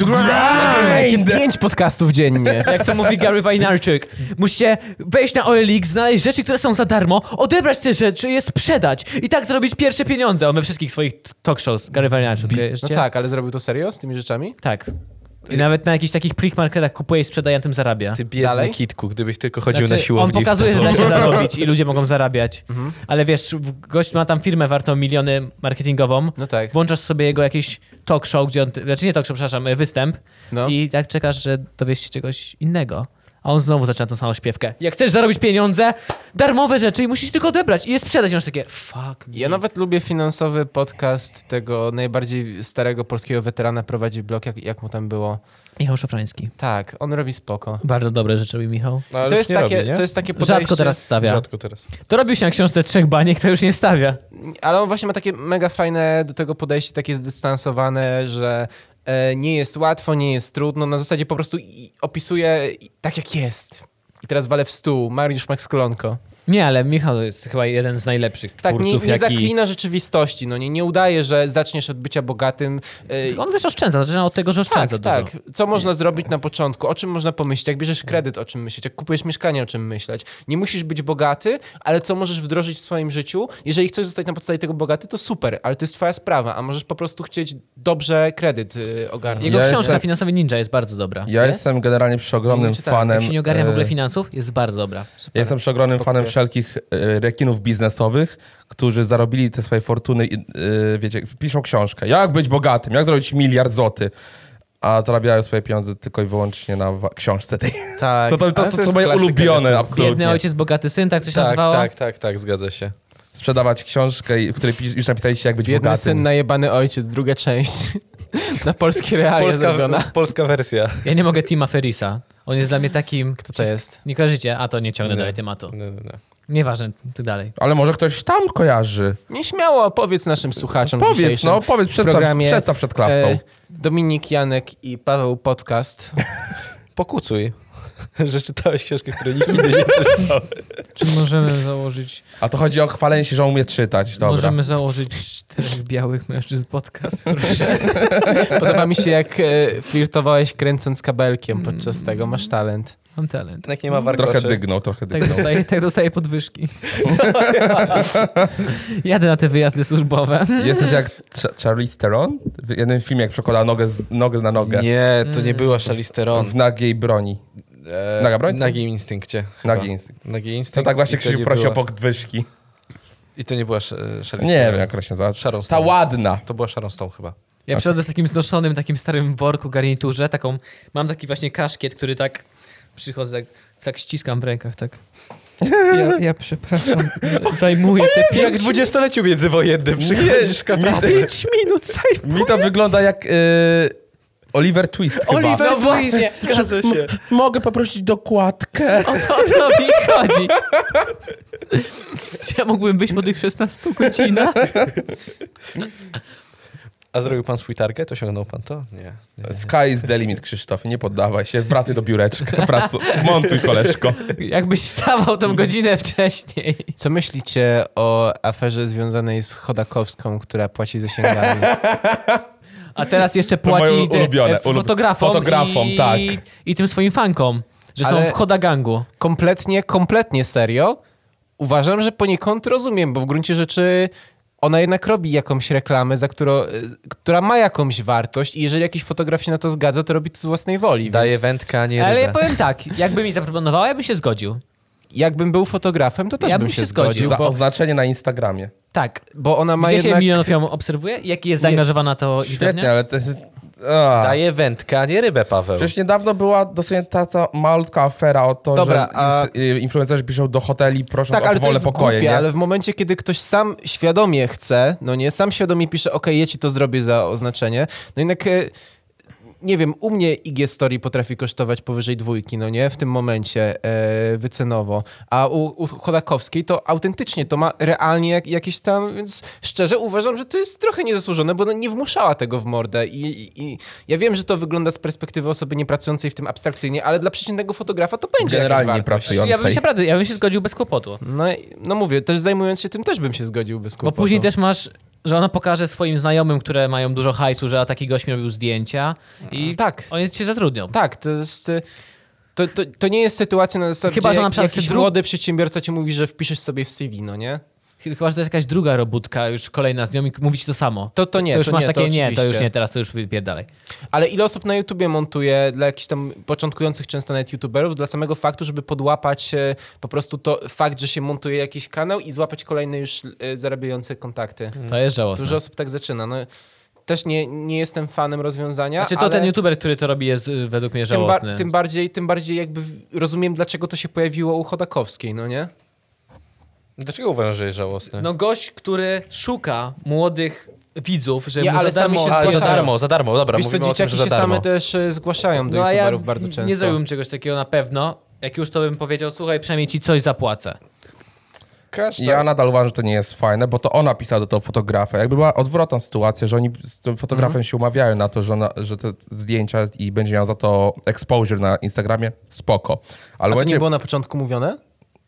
grind! Pięć podcastów dziennie. Jak to mówi Gary Vaynerchuk. Musicie wejść na O L X, znaleźć rzeczy, które są za darmo, odebrać te rzeczy, je sprzedać i tak zrobić pierwsze pieniądze. On we wszystkich swoich t- talk shows, Gary Vaynerchuk. No kojarzycie? tak, ale zrobił to serio z tymi rzeczami? Tak. I nawet na jakichś takich prick marketach kupuje i sprzedaje, na tym zarabia. Ty biedny Dalej? kitku, gdybyś tylko chodził Znaczy, na siłownię. on i pokazuje, że da wstawał. się zarobić i ludzie mogą zarabiać. Ale wiesz, w- gość ma tam firmę wartą miliony marketingową. No tak. Włączasz sobie jego jakiś talk show, gdzie on, znaczy nie talk show, przepraszam, występ No. i tak czekasz, że dowiesz się czegoś innego. A on znowu zaczyna tą samą śpiewkę. Jak chcesz zarobić pieniądze, darmowe rzeczy i musisz tylko odebrać i je sprzedać. I masz takie, fuck. Ja nawet lubię finansowy podcast tego najbardziej starego polskiego weterana prowadzi blog, jak, jak mu tam było. Michał Szafrański. Tak, on robi spoko. Bardzo dobre rzeczy robi Michał. No, ale To już jest, nie takie, robi, nie? to jest takie podejście... Rzadko teraz stawia. Rzadko teraz. To robił się na książce Trzech Baniek, to już nie stawia. Ale on właśnie ma takie mega fajne do tego podejście, takie zdystansowane, że e, nie jest łatwo, nie jest trudno. Na zasadzie po prostu i, opisuje i- tak, jak jest. I teraz walę w stół. Mariusz Max Klonko. Nie, ale Michał jest chyba jeden z najlepszych Tak, nie, twórców, nie jaki... zaklina rzeczywistości, no nie, nie udaje, że zaczniesz od bycia bogatym. e, On wiesz, oszczędza, zaczyna od tego, że oszczędza Tak, dużo. tak. Co można zrobić na początku? O czym można pomyśleć? Jak bierzesz kredyt, o czym myśleć? Jak kupujesz mieszkanie, o czym myśleć? Nie musisz być bogaty, ale co możesz wdrożyć w swoim życiu? Jeżeli chcesz zostać na podstawie tego bogaty, to super, ale to jest twoja sprawa, a możesz po prostu chcieć dobrze kredyt y, ogarnąć. Jego Ja książka jestem- Finansowy Ninja jest bardzo dobra. Ja Jest? jestem generalnie przeogromnym Nie czytałem. fanem... Jak się nie ogarnia w ogóle e, finansów, jest bardzo dobra. Ja jestem przeogromnym fanem Pokupię. wszelkich e, rekinów biznesowych, którzy zarobili te swoje fortuny i, e, wiecie, piszą książkę. Jak być bogatym? Jak zrobić miliard złotych? a zarabiają swoje pieniądze tylko i wyłącznie na wa- książce tej. Tak. To, to, to, ale to, jest są moje klasyka ulubione, gatunku. absolutnie. Biedny ojciec, bogaty syn, tak to się Tak, nazywało? tak, tak, tak, zgadza się. Sprzedawać książkę, i- w której pi- już napisaliście, jak być Biedny bogatym. syn, najebany ojciec, druga część. Na polskie realia zrobiona. Polska, polska wersja. Ja nie mogę Tima Ferrisa. On jest dla mnie takim... Kto to jest? Nie kojarzycie? A to nie ciągnę Nie. dalej tematu. No, no, no. Nieważne, tu dalej. Ale może ktoś tam kojarzy. Nieśmiało opowiedz naszym słuchaczom Powiedz, dzisiejszym no, powiedz, przedstaw, programie, przedstaw przed klasą. e, Dominik, Janek i Paweł Podcast. Pokucuj, że czytałeś książkę, której nikt nigdy nie przeczytał. Czy możemy założyć... A to chodzi o chwalenie się, że on umie czytać. Dobra. Możemy założyć czterech białych mężczyzn podcast, proszę. Podoba mi się, jak e, flirtowałeś kręcąc kabelkiem podczas tego. Masz talent. Mam talent. Jednak nie ma warkoczy. Trochę dygnął, trochę Tak dygnął. dostaję, tak dostaję podwyżki. Jadę na te wyjazdy służbowe. Jesteś jak Ch- Charlize Theron w jednym filmie, jak przekłada nogę, z, nogę na nogę. Nie, to nie była Charlize Theron. W nagiej broni. E, Naga broń? Nagim instynkcie. chyba. Nagi instynkt. Nagi To instynkt. tak właśnie I to Krzysiu nie prosi była- o podwyżki. I to nie była Sh- Charlize Nie Theron. wiem, jak ona się nazywa. Sharon Ta Stone. ładna. To była Sharon Stone chyba. Ja przychodzę z takim znoszonym, takim starym worku, garniturze, taką, mam taki właśnie kaszkiet, który tak przychodzę, tak ściskam w rękach, tak. Ja, ja przepraszam, zajmuję te Jak w dwudziestoleciu międzywojennym przychodzisz w pięć minut, zajmuję. Mi to wygląda jak y, Oliver Twist chyba. Oliver No właśnie. Twist, zgadza się. Mogę poprosić dokładkę. O to, o to mi chodzi. Czy ja mógłbym być po tych szesnastu godzinach? A zrobił pan swój target? Osiągnął pan to? Nie. nie. Sky is the limit, Krzysztof. Nie poddawaj się. Wracaj do biureczka. Pracu. Montuj, koleżko. Jakbyś stawał tą godzinę wcześniej. Co myślicie o aferze związanej z Chodakowską, która płaci zasięgami? A teraz jeszcze To moje płaci te, ulubione, e, ulub- fotografom, fotografom, i, tak. i tym swoim fankom, że Ale- są w Choda Gangu. Kompletnie, kompletnie serio. Uważam, że poniekąd rozumiem, bo w gruncie rzeczy ona jednak robi jakąś reklamę, za którą, y, która ma jakąś wartość i jeżeli jakiś fotograf się na to zgadza, to robi to z własnej woli. Daje Więc wędkę, a nie Ale ja rybę. powiem tak, jakby mi zaproponowała, ja bym się zgodził. jakbym był fotografem, to też Ja bym bym się się zgodził. zgodził, Za bo, oznaczenie na Instagramie. Tak. bo ona ma Gdzie się jednak... milionów ją obserwuje? Jaki jest zaangażowana to Świetnie, ale to jest... A. Daje wędkę, a nie rybę, Paweł. Przecież niedawno była dosłownie ta malutka afera o to, Dobra, że a- inst- y, influencerzy piszą do hoteli, proszą Tak, o ale to wolne jest pokoje, głupie, nie? ale w momencie, kiedy ktoś sam świadomie chce, no nie, sam świadomie pisze, okej, ja ci to zrobię za oznaczenie, no jednak, e, nie wiem, u mnie I G Story potrafi kosztować powyżej dwójki, no nie, w tym momencie e, wycenowo, a u, u Chodakowskiej to autentycznie, to ma realnie jak, jakieś tam, więc szczerze uważam, że to jest trochę niezasłużone, bo ona nie wmuszała tego w mordę I, i, i ja wiem, że to wygląda z perspektywy osoby niepracującej w tym abstrakcyjnie, ale dla przeciętnego fotografa to będzie Generalnie jakaś wartość. pracującej. Ja bym się naprawdę, ja bym się zgodził bez kłopotu. No, i- no mówię, też zajmując się tym też bym się zgodził bez Bo kłopotu. później też masz, że ona pokaże swoim znajomym, które mają dużo hajsu, że a taki gość mi robił zdjęcia i Tak. oni cię zatrudnią. Tak, to jest... y, To, to, to nie jest sytuacja na zasadzie, Chyba, że na jak, przykład jakiś dru- młody przedsiębiorca ci mówi, że wpiszesz sobie w C V, no nie? Chyba, że to jest jakaś druga robótka, już kolejna z nią i mówi ci to samo. To, to nie, to już to masz nie, takie, to nie, to już oczywiście. nie, teraz to już wypierdalaj. Ale ile osób na YouTubie montuje dla jakichś tam początkujących często nawet YouTuberów, dla samego faktu, żeby podłapać e, po prostu to fakt, że się montuje jakiś kanał i złapać kolejne już e, zarabiające kontakty. To jest żałosne. Dużo osób tak zaczyna. No, też nie, nie jestem fanem rozwiązania, Znaczy to ale... ten youtuber, który to robi jest y, według mnie Tym, ba- żałosny. tym, bardziej, tym bardziej jakby w- rozumiem, dlaczego to się pojawiło u Chodakowskiej, no nie? Dlaczego uważasz, że jest żałosny? No gość, który szuka młodych widzów, że Nie, mu ale za darmo... sami się A, za zgłaszają. darmo, za darmo, dobra, Wiesz co, mówimy o tym, dzieciaki że za się darmo. same też e, zgłaszają do No a ja YouTuberów bardzo często. nie zrobiłbym czegoś takiego na pewno. Jak już to bym powiedział, słuchaj, przynajmniej ci coś zapłacę. Każda... Ja nadal uważam, że to nie jest fajne, bo to ona pisała do tego fotografa. Jakby była odwrotna sytuacja, że oni z tym fotografem Mhm. się umawiają na to, że, ona, że te zdjęcia i będzie miał za to exposure na Instagramie, spoko. Ale A to będzie, nie było na początku mówione?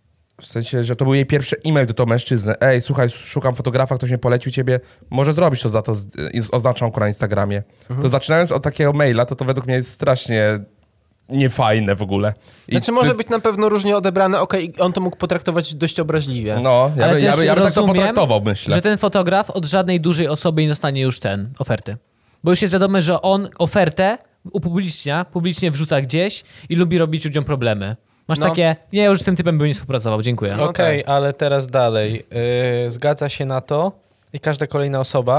w sensie, że to był jej pierwszy e-mail do tego mężczyzny. Ej, słuchaj, szukam fotografa, ktoś mnie polecił ciebie, może zrobisz to za to, z, i z oznaczonką na Instagramie. Mhm. To zaczynając od takiego maila, to to według mnie jest strasznie niefajne w ogóle. I Znaczy to może jest- być na pewno różnie odebrane, okej, on to mógł potraktować dość obraźliwie. No, ja, Ale by, ja, też by, ja bym tak to rozumiem, potraktował, myślę. że ten fotograf od żadnej dużej osoby nie dostanie już ten, oferty. Bo już jest wiadome, że on ofertę upublicznia, publicznie wrzuca gdzieś i lubi robić ludziom problemy. Masz No. takie, nie, ja już z tym typem bym nie współpracował, dziękuję. Okej, ale teraz dalej. Yy, zgadza się na to i każda kolejna osoba,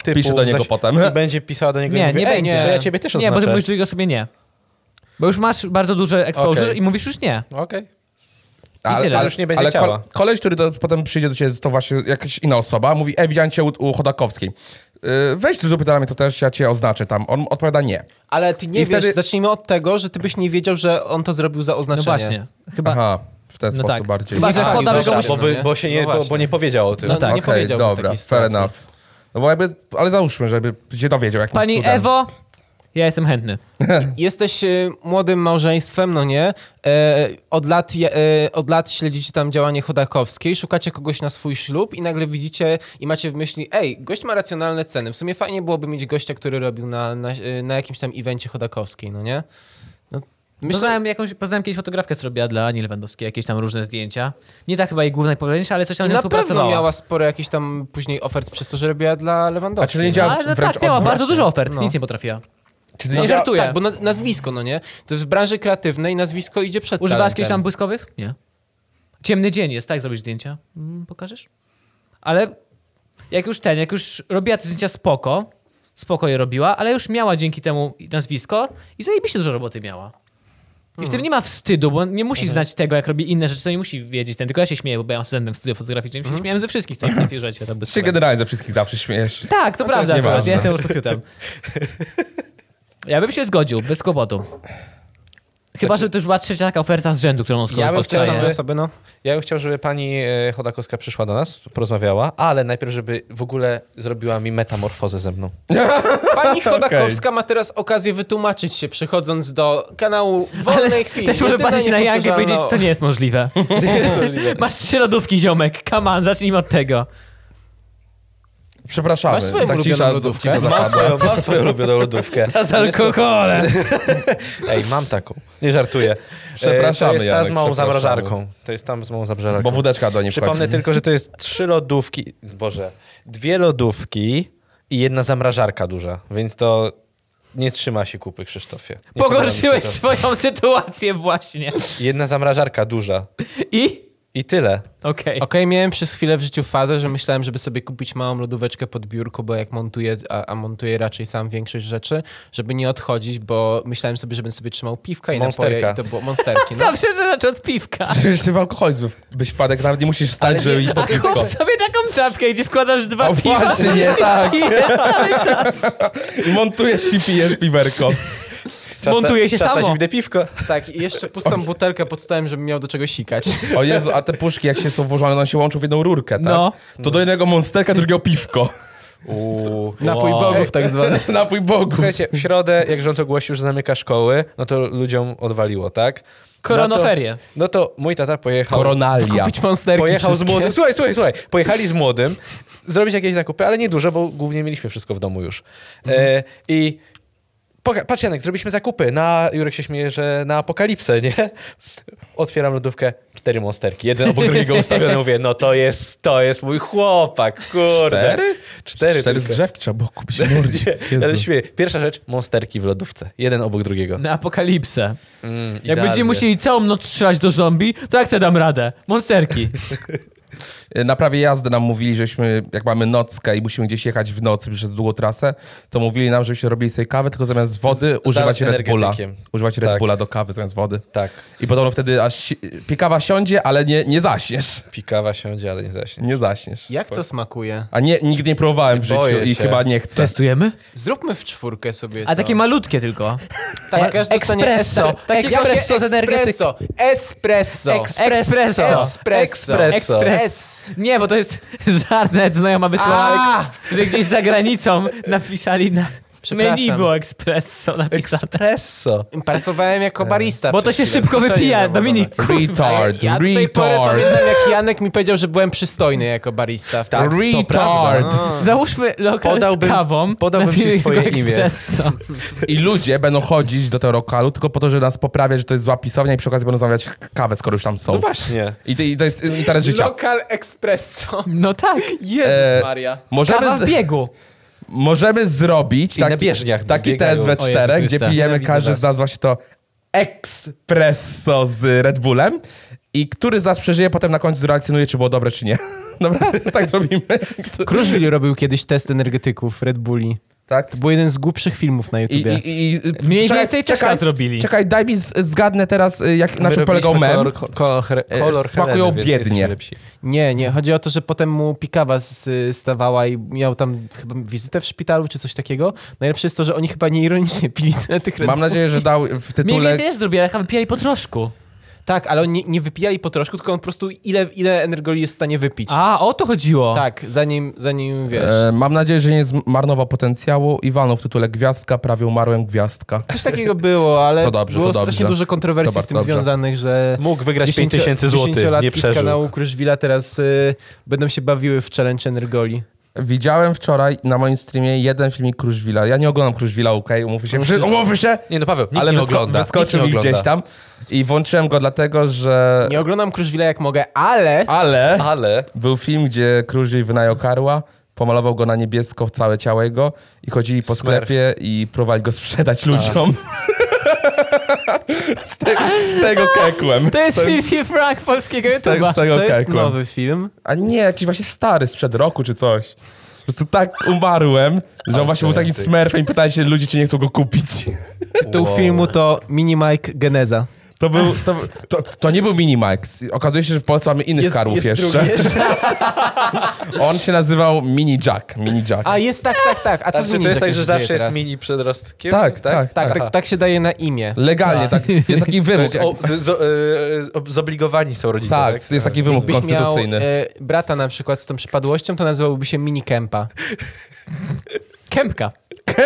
typu... Pisze do niego zaś- potem. I będzie pisała do niego Nie, i mówi, nie Ej, będzie. to ja ciebie też Nie, bo oznaczę. ty mówisz drugiej osobie nie. Bo już masz bardzo duży exposure Okej. i mówisz już nie. Okej. Ale, tyle. ale, Już nie będzie ale chciała. ko- koleś, który do, potem przyjdzie do ciebie, to właśnie jakaś inna osoba, mówi, ej, widziałem cię u, u Chodakowskiej. Yy, weź ty zrób dla mnie to też, ja cię oznaczę tam. On odpowiada nie. Ale ty nie I wiesz, wtedy- zacznijmy od tego, że ty byś nie wiedział, że on to zrobił za No oznaczenie. właśnie. Chyba... Aha, w ten No sposób tak. bardziej. Chyba, że A, Choda dobra, by go Bo, by, nie? bo, się nie, No bo, bo właśnie. nie powiedział o tym. No, tak. nie Okej, powiedziałbym w dobra, takiej fair sytuacji. enough. No bo jakby, ale załóżmy, żeby się dowiedział, jak Pani Ewo, ja jestem chętny. Jesteś e, młodym małżeństwem, no nie? E, od, lat, je- e, od lat śledzicie tam działanie Chodakowskiej, szukacie kogoś na swój ślub i nagle widzicie i macie w myśli, ej, gość ma racjonalne ceny. W sumie fajnie byłoby mieć gościa, który robił na, na, e, na jakimś tam evencie Chodakowskiej, no nie? No, myślę, Poznałem, jakąś, poznałem kiedyś fotografkę, co robiła dla Ani Lewandowskiej, jakieś tam różne zdjęcia. Nie tak chyba jej główna i popularniejsza, ale coś tam i z nią na pewno współpracowała. miała sporo jakichś tam później ofert przez to, że robiła dla Lewandowskiej. A czyli nie no. działa Ale no wręcz tak, miała odwrotnie. bardzo dużo ofert, No. nic nie potrafiła. Czyli Nie nie działa... żartuję. Tak, bo na, nazwisko, no nie? To jest w branży kreatywnej, nazwisko idzie przed Używałaś talentem. kiedyś tam błyskowych? Nie. Ciemny dzień jest, tak? Zrobić zdjęcia? Mm, pokażesz? Ale jak już ten, jak już robiła te zdjęcia spoko, spoko je robiła, ale już miała dzięki temu nazwisko i zajebiście dużo roboty miała. I w tym nie ma wstydu, bo nie musi znać tego, jak robi inne rzeczy, to nie musi wiedzieć ten. Tylko ja się śmieję, bo byłem asystentem w studiu fotograficznym i się śmiałem ze wszystkich, co potrafię żyć. Ja tam bez Się problemu. generalnie ze wszystkich zawsze śmiejesz. Tak, to No to prawda, jest akurat. nieważne. Ja jestem po prostu fiutem. Ja bym się zgodził, bez kłopotu. Chyba, że to już była trzecia taka oferta z rzędu, którą on Ja bym dostaje. chciał Osoby, osoby, no. Ja bym chciał, żeby pani e, Chodakowska przyszła do nas, porozmawiała, ale najpierw, żeby w ogóle zrobiła mi metamorfozę ze mną. Pani Chodakowska ma teraz okazję wytłumaczyć się, przychodząc do kanału w wolnej chwili. Też może Jedyna patrzeć na Jankę i niepowtarzalna- powiedzieć, to nie jest możliwe. Nie jest możliwe. Masz trzy lodówki, ziomek. Come on, zacznijmy od tego. Przepraszamy. Masz swoją tak ulubioną cisza, lodówkę? cisza Mam zapadła. swoją, mam swoją ulubioną lodówkę. Z alkoholem. Ej, mam taką. Nie żartuję. Przepraszamy, E, To jest ta z Janek, małą przepraszamy. zamrażarką. To jest tam z małą zamrażarką. Bo wódeczka do niej Przypomnę wchodzi. tylko, że to jest trzy lodówki, boże, dwie lodówki i jedna zamrażarka duża, więc to nie trzyma się kupy, Krzysztofie. Nie Pogorszyłeś podoba mi się swoją sytuację właśnie. to. Jedna zamrażarka duża I? i tyle. Okej. Okej, miałem przez chwilę w życiu fazę, że myślałem, żeby sobie kupić małą lodóweczkę pod biurko, bo jak montuję, a, a montuję raczej sam większość rzeczy, żeby nie odchodzić, bo myślałem sobie, żebym sobie trzymał piwka i Monsterka. napoje i to było monsterki. No. Zawsze, że zaczął od piwka. Przecież ty w alkoholizm byś wpadek, nawet nie musisz wstać, Ale żeby nie- iść po A piwko. kup sobie taką czapkę, gdzie wkładasz dwa O piwa właśnie, tak. i jest cały czas. I montujesz i pijesz piwerko. Montuje się czas samo. na zimne piwko. Tak, i jeszcze pustą butelkę pod stołem, żebym miał do czego sikać. O Jezu, a te puszki jak się są włożone, one się łączą w jedną rurkę, tak? No. To do jednego monsterka, drugiego piwko. Uuu. Napój Wow. bogów tak zwany. Napój bogów. Słuchajcie, w środę, jak rząd ogłosił, że zamyka szkoły, no to ludziom odwaliło, tak? Koronoferie. No to, no to mój tata pojechał... Koronalia. Kupić monsterki Pojechał z wszystkie. młodym. Słuchaj, słuchaj, słuchaj. Pojechali z młodym, zrobić jakieś zakupy, ale nie dużo, bo głównie mieliśmy wszystko w domu już. E, I poka- patrz, Janek, zrobiliśmy zakupy na, Jurek się śmieje, że na apokalipsę, nie? Otwieram lodówkę, cztery monsterki. Jeden obok drugiego ustawiony, mówię, no to jest, to jest mój chłopak, kurde. Cztery? Cztery, Cztery tylko. zgrzewki trzeba było kupić. Mordzic, Ale Jezu. śmieję. Pierwsza rzecz, monsterki w lodówce. Jeden obok drugiego. Na apokalipsę. Mm, Jak idealnie. będziemy musieli całą noc strzelać do zombie, to jak to dam radę? Monsterki. Na prawie jazdy nam mówili, żeśmy, jak mamy nockę i musimy gdzieś jechać w nocy przez długą trasę, to mówili nam, żebyśmy robili sobie kawę, tylko zamiast wody używać Red Bulla. energetykiem. Używać Red Tak. Bulla do kawy zamiast wody. Tak. I podobno wtedy aż si- piekawa siądzie, ale nie, nie zaśniesz. Pikawa siądzie, ale nie zaśnie. Nie zaśniesz. Jak to smakuje? A nie, nigdy nie próbowałem w życiu Boję i się. chyba nie chcę. Testujemy? Zróbmy w czwórkę sobie A to. takie malutkie tylko. Tak, każdy dostanie espresso. es- takie Espresso z Espresso. Espresso. Espresso. Espresso. Espresso. Es- Nie, bo to jest żart, nawet znajoma wysłała, A! eks- że gdzieś za granicą napisali na Przepraszam. menu było espresso napisane. Espresso. Pracowałem jako barista. Bo to przez się chwilę. szybko Zwyczajnie wypija, zawodowe. Dominik. Retard, Ja do tej pory retard, pamiętam, jak Janek mi powiedział, że byłem przystojny jako barista. Tak, retard. Załóżmy lokal Podałbym- z kawą, podałbym ci nazwijmy swoje go imię. espresso. I ludzie będą chodzić do tego lokalu tylko po to, żeby nas poprawiać, że to jest zła pisownia i przy okazji będą zamawiać kawę, skoro już tam są. No właśnie. I, to, I to jest interes życia. Lokal Espresso. No tak. Jezus E, Maria. Możemy, Kawa w z, biegu. możemy zrobić I na taki, bieżniach taki biegają. test we O Jezu czterech, Chryste. gdzie pijemy Nienawidzę każdy was. z nas właśnie to espresso z Red Bullem i który z nas przeżyje, potem na końcu relacjonuje, czy było dobre, czy nie. Dobra? Tak zrobimy. Kruszwil robił kiedyś test energetyków Red Bulli. Tak? To był jeden z głupszych filmów na I, YouTubie. i, i, i, Mniej czekaj, więcej też czekaj, tak zrobili. Czekaj, daj mi z- zgadnę teraz, y, jak, na czym polegał mem. Kolor, kolor, kolor smakują Heleny, więc biednie. jesteśmy lepsi. Nie, nie. Chodzi o to, że potem mu pikawa z, stawała i miał tam chyba wizytę w szpitalu czy coś takiego. Najlepsze jest to, że oni chyba nieironicznie pili tyle tych Red Mam nadzieję, że dał w Mniej tytule... więcej też zrobili, ale chyba wypijali po troszku. Tak, ale oni nie, nie wypijali po troszku, tylko on po prostu ile, ile energoli jest w stanie wypić. A, o to chodziło. Tak, zanim, zanim wiesz. E, mam nadzieję, że nie zmarnował potencjału i walnął w tytule Gwiazdka, prawie umarłem, Gwiazdka. Coś takiego było, ale To dobrze, było to dobrze. strasznie dużo kontrowersji To z tym bardzo dobrze. związanych, że Mógł wygrać dziesięcio- pięć tysięcy złotych, dziesięciolatki nie z przeżył. kanału Kruszwila teraz y, będą się bawiły w challenge energoli. Widziałem wczoraj na moim streamie jeden filmik Kruszwila. Ja nie oglądam Kruszwila, okej, umówmy się. Wszy- Umówmy się! Nie no Paweł, nikt Ale nie wysko- ogląda. wyskoczył nikt mi nie gdzieś ogląda. tam i włączyłem go dlatego, że... Nie oglądam Kruszwila jak mogę, ale... Ale Ale... był film, gdzie Kruszwil wynajął karła, pomalował go na niebiesko w całe ciało jego i chodzili po Smurf. sklepie i próbowali go sprzedać ludziom. z, te, z tego kekłem. To jest film Frank polskiego z tego, YouTube'a. z tego To jest kekłem. nowy film. A nie, jakiś właśnie stary, sprzed roku czy coś. Po prostu tak umarłem, że on właśnie był takim smurfem i pytali się ludzi, czy nie chcą go kupić. Tytuł Wow. filmu to Mini Mike Geneza. To był, to, to, to nie był Minimax. Okazuje się, że w Polsce mamy innych karłów jeszcze. drugi jeszcze. On się nazywał Mini Jack. Mini Jack. A jest tak, tak, tak. A co A z czy Mini to jest tak, Jackiem że się dzieje zawsze jest teraz? mini przedrostkiem? Tak, tak, Tak, tak, tak się daje na imię. Legalnie, tak. Jest taki To wymóg. jest, o, z, z, e, zobligowani są rodzice. Tak, jest taki wymóg Jakbyś miał konstytucyjny. e, brata na przykład z tą przypadłością, to nazywałby się Mini Kempa. Kempka.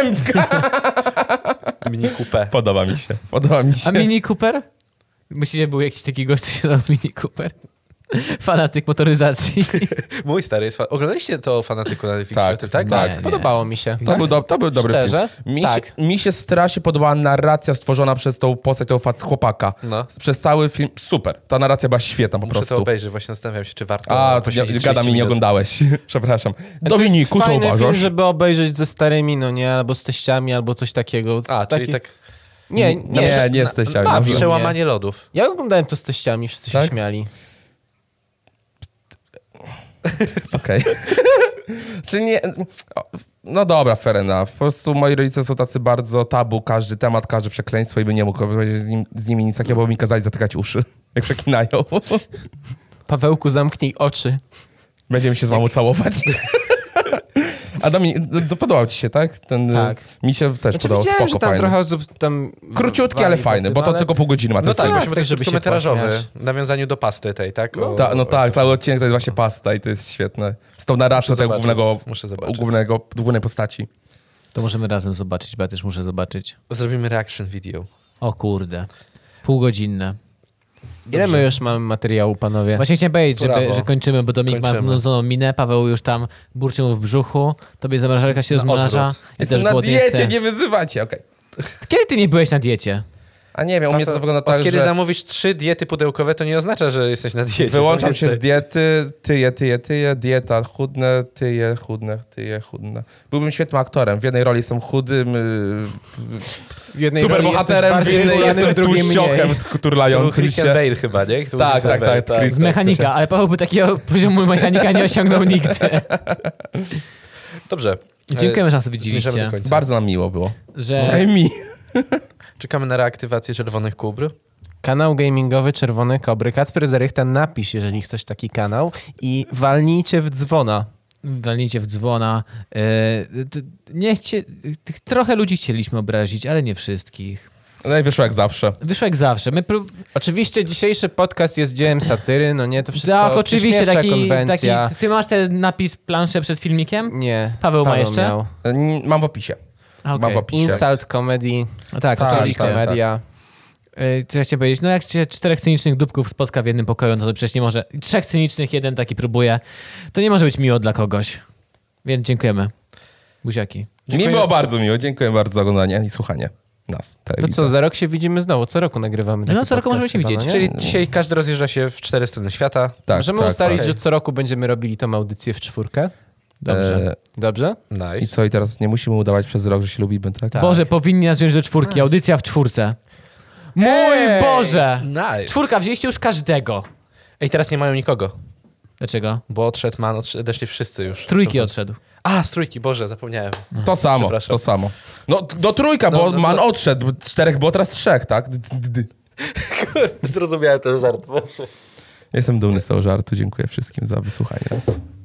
Mini coupé. Podoba mi się, podoba mi się. A Mini Cooper? Myślicie, był jakiś taki gość, który się nazywał Mini Cooper? Fanatyk motoryzacji. Mój stary jest fan. Oglądaliście to Fanatyku na Netflixie? Tak, o tym, tak? tak. Nie. Podobało mi się. To był, do, to był dobry Szczerze? film. Mi, Tak. się, mi się strasznie podobała narracja stworzona przez tą postać tego fac chłopaka. No. Przez cały film. Super. Ta narracja była świetna po Muszę to prostu. obejrzeć, właśnie zastanawiam się, czy warto A, to poświęcić nie, trzydzieści gada mi, nie minut. oglądałeś. Przepraszam. To Dominiku, jest co fajny uważasz? film, żeby obejrzeć ze starymi, no nie, albo z teściami, albo coś takiego. A, Taki- czyli tak... Nie, nie. Nie, nie jesteście. bawi ale mnie. dobrze. Przełamanie lodów. Ja oglądałem to z teściami, wszyscy się Tak? śmiali. Okej. Czy nie... o, No dobra, fair enough. Po prostu moi rodzice są tacy bardzo tabu, każdy temat, każde przekleństwo i by nie mógł powiedzieć z, nim, z nimi nic takiego, bo mi kazali zatykać uszy, jak przekinają. Pawełku, zamknij oczy. Będziemy się z mamą całować. Adami, to podobał ci się, tak? Ten, Tak. Mi się też Znaczy, podobał, widziałem, spoko, że tam fajny. trochę osób tam... Króciutki, wali ale po fajny, tym, bo to ale- tylko pół godziny ma ten No tak, film. właśnie, bo to tak, jest żeby się krótkometrażowy. pośmiać. W nawiązaniu do pasty tej, tak? O, Ta, no o- tak, cały odcinek to jest właśnie pasta i to jest świetne. Z tą narracją Muszę tego zobaczyć, głównego, muszę zobaczyć. głównego, głównej postaci. To możemy razem zobaczyć, bo ja też muszę zobaczyć. Zrobimy reaction video. O kurde. Półgodzinne. Ile my już mamy materiału, panowie? Właśnie chciałem powiedzieć, żeby, Sprawo. że kończymy, bo Dominik ma Kończymy. znudzoną minę, Paweł już tam burczy mu w brzuchu, tobie zamrażarka się rozmnaża. odwrót. Ja Jestem też na głodny diecie, jestem. nie wyzywacie, okej. Kiedy ty nie byłeś na diecie? A nie wiem, u mnie to wygląda Od tak, kiedy że zamówisz trzy diety pudełkowe, to nie oznacza, że jesteś na diecie. wyłączam się Pamiętaj. z diety, tyję, tyję, tyję, dieta, chudnę, tyję, chudnę, tyję, chudnę. Byłbym świetnym aktorem. W jednej roli jestem chudym, yy, W jednej superbohaterem, roli w jesteś jednej bardziej jestem w drugiej tuściochem mniej. To był turlającym Christian się. Bale chyba, nie? To był Tak, Christian tak, Bale, tak, Chris- Z mechanika, ale Paweł by takiego poziomu mechanika nie osiągnął nigdy. Dobrze. Dziękujemy, że nas Zmierzamy widzieliście. do końca. Bardzo nam miło było. Że... Przynajmniej mi. Czekamy na reaktywację czerwonych kubr. Kanał gamingowy Czerwone Kobry. Kacper Zarychta, napisz, jeżeli chcesz taki kanał i walnijcie w dzwona. Walnijcie w dzwona. Yy, d- nie chcie... Trochę ludzi chcieliśmy obrazić, ale nie wszystkich. No i wyszło jak zawsze. Wyszło jak zawsze. My prób... Oczywiście dzisiejszy podcast jest dziełem satyry, no nie, to wszystko Tak, oczywiście. prześmiewcza Taki, konwencja. taki, ty masz ten napis planszę przed filmikiem? Nie. Paweł ma jeszcze? Miał. N- Mam w opisie. A, Mam w okej. opisie. Insult comedy, No tak, Tak, oczywiście. tak. komedia. Yy, Co ja chciałem powiedzieć? No jak się czterech cynicznych dupków spotka w jednym pokoju, no to przecież nie może... Trzech cynicznych, jeden taki próbuje. To nie może być miło dla kogoś. Więc dziękujemy. Buziaki. Mi było bardzo miło. Dziękuję bardzo za oglądanie i słuchanie nas. To Telewizja. co, za rok się widzimy znowu. Co roku nagrywamy taki No, co roku podcast możemy się chyba, widzieć. no nie? Czyli dzisiaj każdy rozjeżdża się w cztery strony świata. Tak, Możemy tak, ustalić, tak. że co roku będziemy robili tą audycję w czwórkę. Dobrze. E, Dobrze? I Nice. co, i teraz nie musimy udawać przez rok, że się lubimy, tak? Tak. Boże, powinni nas wziąć do czwórki. Audycja w czwórce. Mój Ej! Boże! Nice. Czwórka, wzięliście już każdego. Ej, teraz nie mają nikogo. Dlaczego? Bo odszedł man, odsz- odeszli wszyscy już. Z trójki odszedł. A, z trójki, Boże, zapomniałem. To samo, Przepraszam. to samo. No, do trójka, bo No, no, man no. odszedł, czterech było, teraz trzech, tak? D- d- d- Zrozumiałem ten żart, Boże. Jestem dumny z tego żartu, dziękuję wszystkim za wysłuchanie nas.